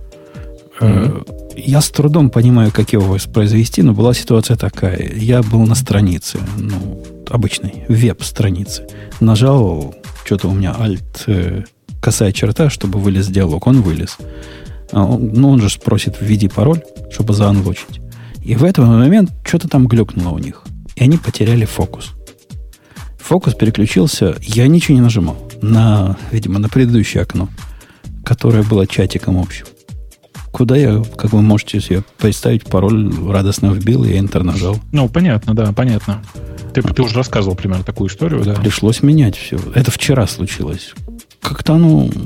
Я с трудом понимаю, как его воспроизвести, но была ситуация такая. Я был на странице, обычной, веб-странице. Нажал, что-то у меня Alt, косая черта, чтобы вылез диалог. Он вылез. Он же спросит введи пароль, чтобы заанлочить. И в этот момент что-то там глюкнуло у них. И они потеряли фокус. Фокус переключился, я ничего не нажимал. Видимо, на предыдущее окно, которое было чатиком общим. Куда я, как вы можете себе представить, пароль радостно вбил, и Enter нажал. Понятно, да, понятно. Ты уже рассказывал примерно такую историю, да? Пришлось менять все. Это вчера случилось. Как-то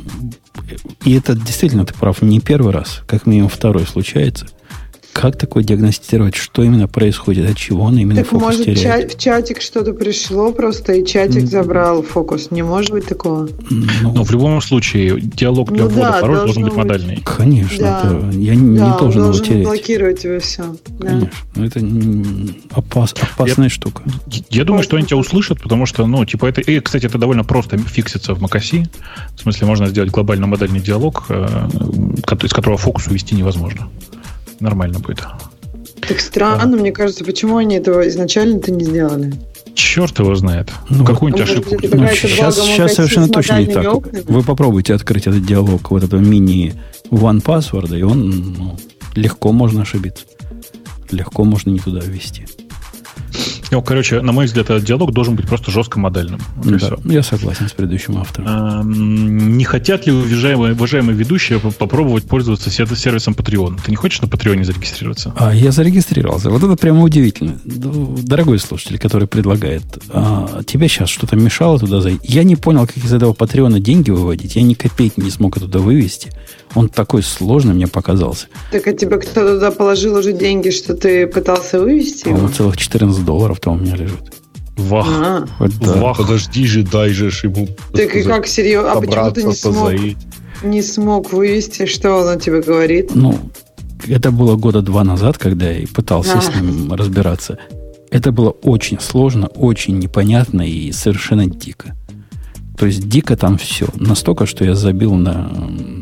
и это действительно, ты прав, не первый раз, как минимум второй случается. Как такое диагностировать, что именно происходит, от чего он именно фокус теряет? Может, в чатик что-то пришло просто, и чатик забрал фокус. Не может быть такого? Но в любом случае, диалог для ввода пароля должен быть модальный. Конечно. Да. Я не должен его терять. Блокировать его все. Конечно. Да. Это опасная штука. Я думаю, что они тебя услышат, потому что, это... И, кстати, это довольно просто фиксится в macOS. В смысле, можно сделать глобально модальный диалог, из которого фокус увести невозможно. Нормально будет. Так странно, мне кажется, почему они этого изначально-то не сделали? Черт его знает. Какую-нибудь ошибку. Сейчас совершенно точно не так. Вы попробуйте открыть этот диалог вот этого мини OnePassword, и он легко можно ошибиться. Легко можно не туда ввести. На мой взгляд, этот диалог должен быть просто жестко модельным. Да, я согласен с предыдущим автором. Не хотят ли уважаемые ведущие попробовать пользоваться сервисом Patreon? Ты не хочешь на Patreon зарегистрироваться? Я зарегистрировался. Вот это прямо удивительно. Дорогой слушатель, который предлагает, тебе сейчас что-то мешало туда зайти. Я не понял, как из этого Patreon деньги выводить. Я ни копейки не смог оттуда вывести. Он такой сложный мне показался. Так а тебе кто туда положил уже деньги, что ты пытался вывести его? Целых $14 там у меня лежит. Вах. Вах. Подожди же, дай же ему. Так и как, серьезно? А почему ты не смог вывести? Что он тебе говорит? Это было 2 года назад, когда я пытался с ним разбираться. Это было очень сложно, очень непонятно и совершенно дико. То есть дико там все. Настолько, что я забил на...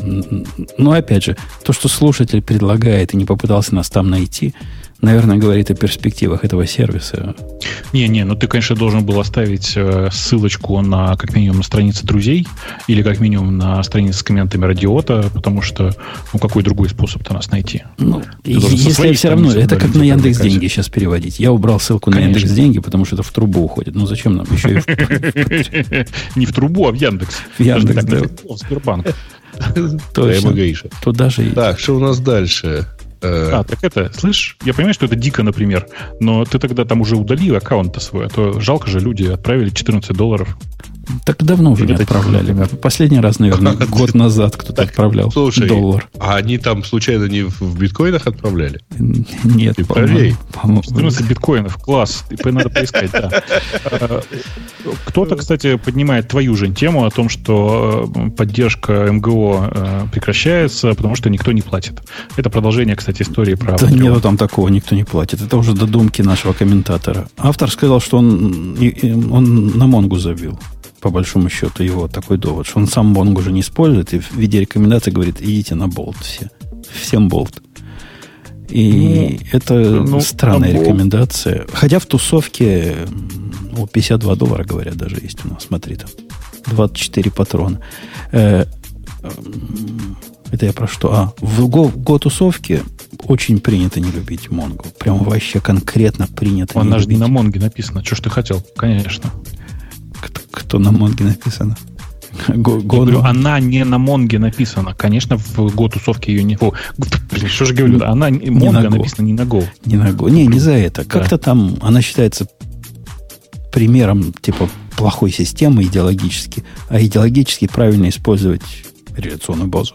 опять же, то, что слушатель предлагает и не попытался нас там найти, наверное, говорит о перспективах этого сервиса. Ты, конечно, должен был оставить ссылочку на, как минимум, на странице друзей или, как минимум, на странице с комментами Радиота, потому что, какой другой способ-то нас найти? Если все равно, это как на Яндекс.Деньги сейчас переводить. Я убрал ссылку на Яндекс.Деньги, потому что это в трубу уходит. Зачем нам еще и не в трубу, а в Яндекс. В Яндекс, да. В Сбербанк. Точно. Туда же. Так, что у нас дальше? Так это, слышь, я понимаю, что это дико, например, но ты тогда там уже удали аккаунт свой, а то жалко же, люди отправили $14. Так давно уже не отправляли. Последний раз, наверное, год назад кто-то отправлял $1. А они там случайно не в биткоинах отправляли? Нет, по-моему. 14 биткоинов, класс. Надо поискать, да. Кто-то, кстати, поднимает твою же тему о том, что поддержка МГО прекращается, потому что никто не платит. Это продолжение, кстати, истории про... Да нет, там такого никто не платит. Это уже додумки нашего комментатора. Автор сказал, что он на Монгу забил. По большому счету, его такой довод, что он сам Монг уже не использует, и в виде рекомендаций говорит, идите на болт все. Всем болт. И это странная рекомендация. Хотя в тусовке $52, говорят, даже есть у нас. Смотри, там 24 патрона. Это я про что? В Go тусовке очень принято не любить Монгу. Прям вообще конкретно принято не любить. Она же не на Монге написано. Что ж ты хотел? Конечно. Кто на Монге написано? Я говорю, она не на Монге написана. Конечно, в Go-тусовке ее не... Что же говорю? Она Монга написана не на Go. Не на Go. Не за это. Как-то там она считается примером типа плохой системы идеологически, а идеологически правильно использовать реляционную базу.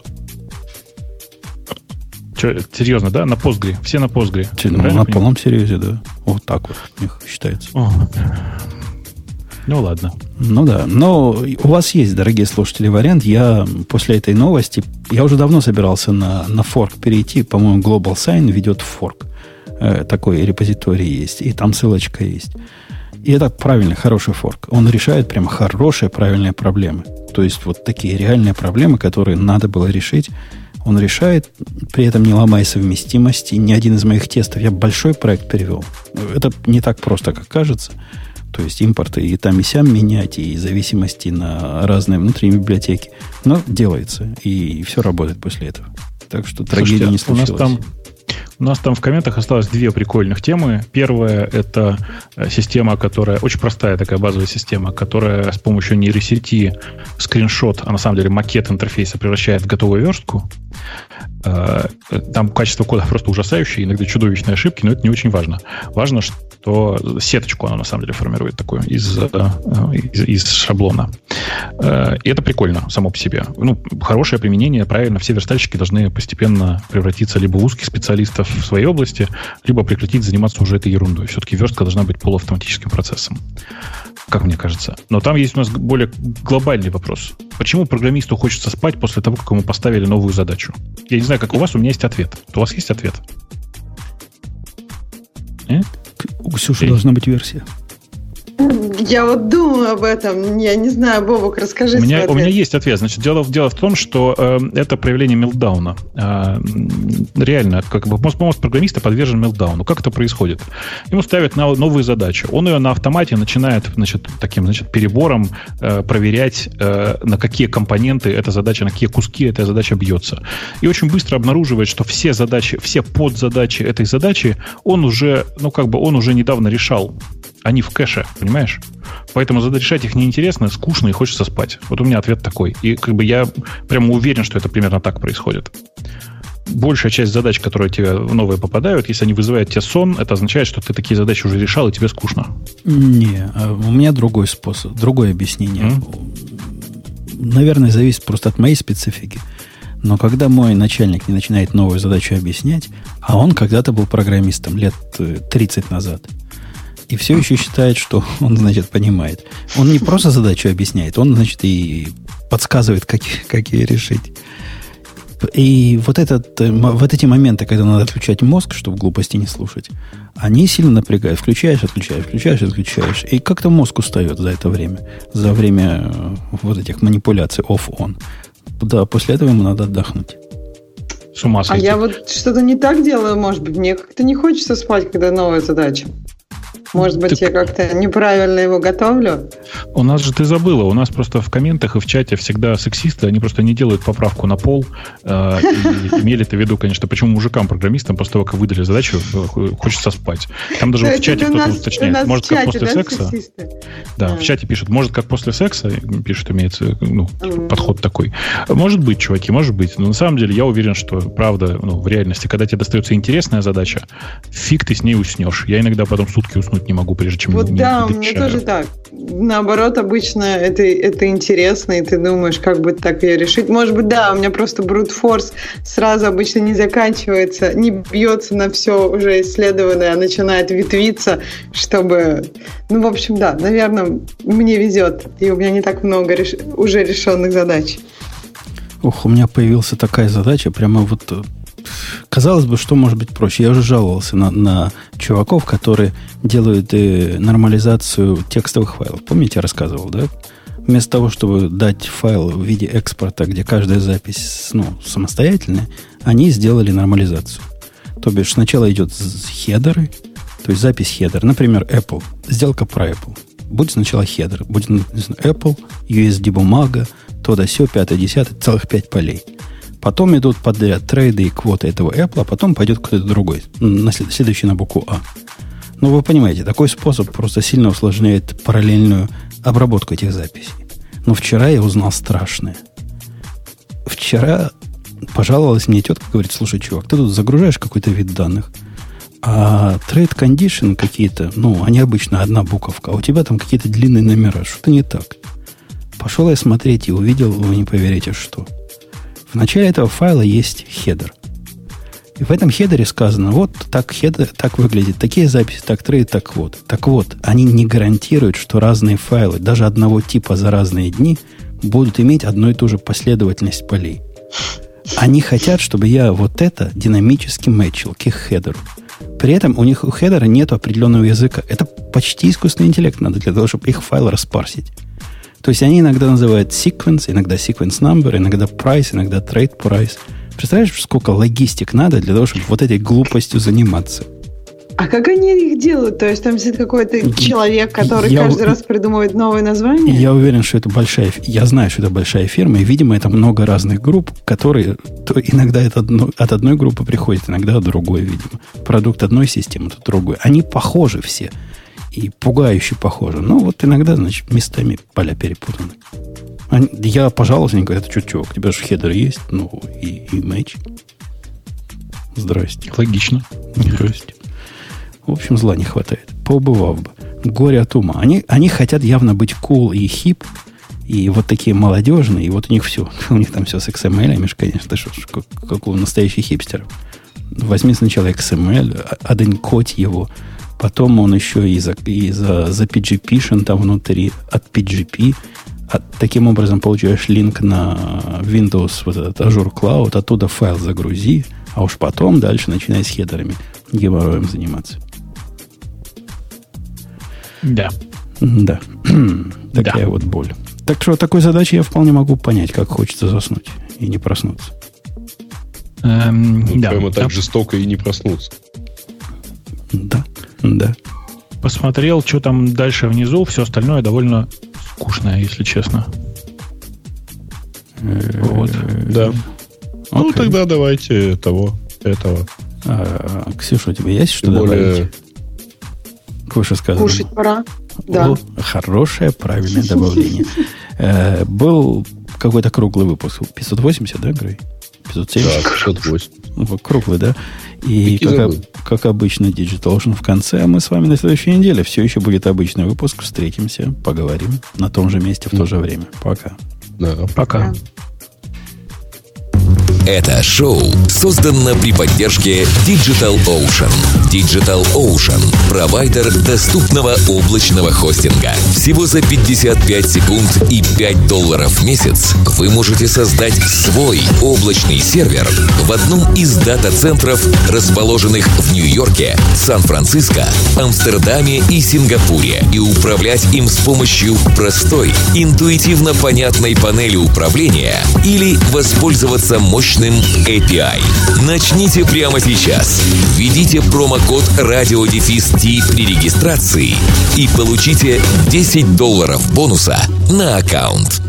Че, серьезно, да? На Postgre? Все на Postgre? На полном серьезе, да. Вот так вот у них считается. Ну, ладно. Ну, да. Но у вас есть, дорогие слушатели, вариант. Я после этой новости, я уже давно собирался на форк перейти. По-моему, Global Sign ведет форк. Такой репозиторий есть. И там ссылочка есть. И это правильный, хороший форк. Он решает прям хорошие, правильные проблемы. То есть, вот такие реальные проблемы, которые надо было решить, он решает, при этом не ломая совместимости. Ни один из моих тестов, я большой проект перевел. Это не так просто, как кажется. То есть импорты и там и сям менять, и зависимости на разные внутренние библиотеки. Но делается, и все работает после этого. Так что трагедии не случилось. У нас там в комментах осталось две прикольных темы. Первая – это система, которая очень простая, такая базовая система, которая с помощью нейросети скриншот, а на самом деле макет интерфейса превращает в готовую верстку. Там качество кода просто ужасающее, иногда чудовищные ошибки, но это не очень важно. Важно, что сеточку она на самом деле формирует такую из шаблона. И это прикольно само по себе. Ну, хорошее применение, правильно, все верстальщики должны постепенно превратиться либо в узких специалистов в своей области, либо прекратить заниматься уже этой ерундой. Все-таки верстка должна быть полуавтоматическим процессом, как мне кажется. Но там есть у нас более глобальный вопрос. Почему программисту хочется спать после того, как ему поставили новую задачу? Я не знаю, как у вас, у меня есть ответ. У вас есть ответ? У Ксюши должна быть версия. Я вот думаю об этом. Я не знаю, Бобок, расскажи. У меня есть ответ. Значит, дело в том, что это проявление мелтдауна. Реально, как бы мозг программиста подвержен мелтдауну. Как это происходит? Ему ставят новую задачу. Он ее на автомате начинает, таким перебором проверять, на какие компоненты эта задача, на какие куски эта задача бьется. И очень быстро обнаруживает, что все задачи, все подзадачи этой задачи он уже недавно решал. Они в кэше, понимаешь? Поэтому решать их неинтересно, скучно и хочется спать. Вот у меня ответ такой. И как бы я прямо уверен, что это примерно так происходит. Большая часть задач, которые тебе новые попадают, если они вызывают тебе сон, это означает, что ты такие задачи уже решал, и тебе скучно. Не, у меня другой способ, другое объяснение. Наверное, зависит просто от моей специфики. Но когда мой начальник не начинает новую задачу объяснять, а он когда-то был программистом лет 30 назад, и все еще считает, что он, значит, понимает. Он не просто задачу объясняет, он, значит, и подсказывает, как ее решить. И вот эти моменты, когда надо отключать мозг, чтобы глупости не слушать, они сильно напрягают. Включаешь, отключаешь. И как-то мозг устает за это время. За время вот этих манипуляций off-on. Да, после этого ему надо отдохнуть. С ума сойти. А я вот что-то не так делаю, может быть. Мне как-то не хочется спать, когда новая задача. Может быть, я как-то неправильно его готовлю? У нас же, ты забыла, у нас просто в комментах и в чате всегда сексисты, они просто не делают поправку на пол. И имели это в виду, конечно, почему мужикам-программистам после того, как выдали задачу, хочется спать. Там даже в чате кто-то уточняет. Может, как после секса? Да, в чате пишут, может, как после секса, пишут, имеется подход такой. Может быть, чуваки, может быть. Но на самом деле я уверен, что правда, в реальности, когда тебе достается интересная задача, фиг ты с ней уснешь. Я иногда потом сутки уснуть не могу, прежде чем вот да, у меня тоже так. Наоборот, обычно это интересно, и ты думаешь, как бы так ее решить. Может быть, да, у меня просто brute force сразу обычно не заканчивается, не бьется на все уже исследованное, а начинает ветвиться, чтобы... Ну, в общем, да, наверное, мне везет, и у меня не так много уже решенных задач. Ох, у меня появилась такая задача, прямо вот... Казалось бы, что может быть проще. Я уже жаловался на чуваков, которые делают нормализацию текстовых файлов. Помните, я рассказывал, да? Вместо того, чтобы дать файл в виде экспорта, где каждая запись самостоятельная, они сделали нормализацию. То бишь, сначала идет хедеры, то есть запись хедера. Например, Apple. Сделка про Apple. Будет сначала хедер. Будет, не знаю, Apple, USD-бумага, то да сё, 5-10, целых 5 полей. Потом идут подряд трейды и квоты этого Apple, а потом пойдет кто-то другой, следующий на букву А. Ну, вы понимаете, такой способ просто сильно усложняет параллельную обработку этих записей. Но вчера я узнал страшное. Вчера пожаловалась мне тетка, говорит, слушай, чувак, ты тут загружаешь какой-то вид данных, а trade condition какие-то, они обычно одна буковка, а у тебя там какие-то длинные номера, что-то не так. Пошел я смотреть и увидел, вы не поверите, что... В начале этого файла есть хедер. И в этом хедере сказано, вот так хедер, так выглядит, такие записи, так трейд, так вот. Так вот, они не гарантируют, что разные файлы, даже одного типа за разные дни, будут иметь одну и ту же последовательность полей. Они хотят, чтобы я вот это динамически мэтчил к их хедеру. При этом у них у хедера нет определенного языка. Это почти искусственный интеллект надо для того, чтобы их файл распарсить. То есть они иногда называют sequence, иногда sequence number, иногда price, иногда trade price. Представляешь, сколько логистик надо для того, чтобы вот этой глупостью заниматься? А как они их делают? То есть там сидит какой-то человек, который каждый раз придумывает новые названия? Я уверен, что это большая... Я знаю, что это большая фирма, и, видимо, это много разных групп, которые... То иногда это от одной группы приходит, иногда от другой, видимо. Продукт одной системы, то другой. Они похожи все. И пугающе похоже. Но вот иногда, значит, местами поля перепутаны. Я пожаловался, они говорят, что, чувак, у тебя же хедер есть, и матч. Здрасте. Логично. Здрасте. В общем, зла не хватает. Поубывав бы. Горе от ума. Они хотят явно быть cool и хип, и вот такие молодежные, и вот у них все. У них там все с XML, конечно, как у настоящих хипстеров. Возьми сначала XML, оденкодь его, потом он еще и за PGP-шен там внутри, от PGP. Таким образом получаешь линк на Windows, вот этот Azure Cloud, оттуда файл загрузи, а уж потом дальше начинай с хедерами геморроем заниматься. Да. Да. Такая вот боль. Так что такой задачи я вполне могу понять, как хочется заснуть и не проснуться. Прямо так жестоко и не проснуться. Да. Посмотрел, что там дальше внизу, все остальное довольно скучное, если честно. Вот. Да. Ну, тогда давайте этого. Ксюша, у тебя есть что добавить? Кушать сказано. Кушать пора. Да. Хорошее, правильное добавление. Был какой-то круглый выпуск. 580, да, Грей? 570? Да, 580. Круглый, да? И как обычно, Digital Ocean в конце, а мы с вами на следующей неделе. Все еще будет обычный выпуск. Встретимся, поговорим на том же месте в то же время. Пока. Да, пока. Это шоу создано при поддержке Digital Ocean. Digital Ocean – провайдер доступного облачного хостинга. Всего за 55 секунд и $5 в месяц вы можете создать свой облачный сервер в одном из дата-центров, расположенных в Нью-Йорке, Сан-Франциско, Амстердаме и Сингапуре, и управлять им с помощью простой, интуитивно понятной панели управления или воспользоваться мощной мощным API. Начните прямо сейчас. Введите промокод RadioDefist при регистрации и получите $10 бонуса на аккаунт.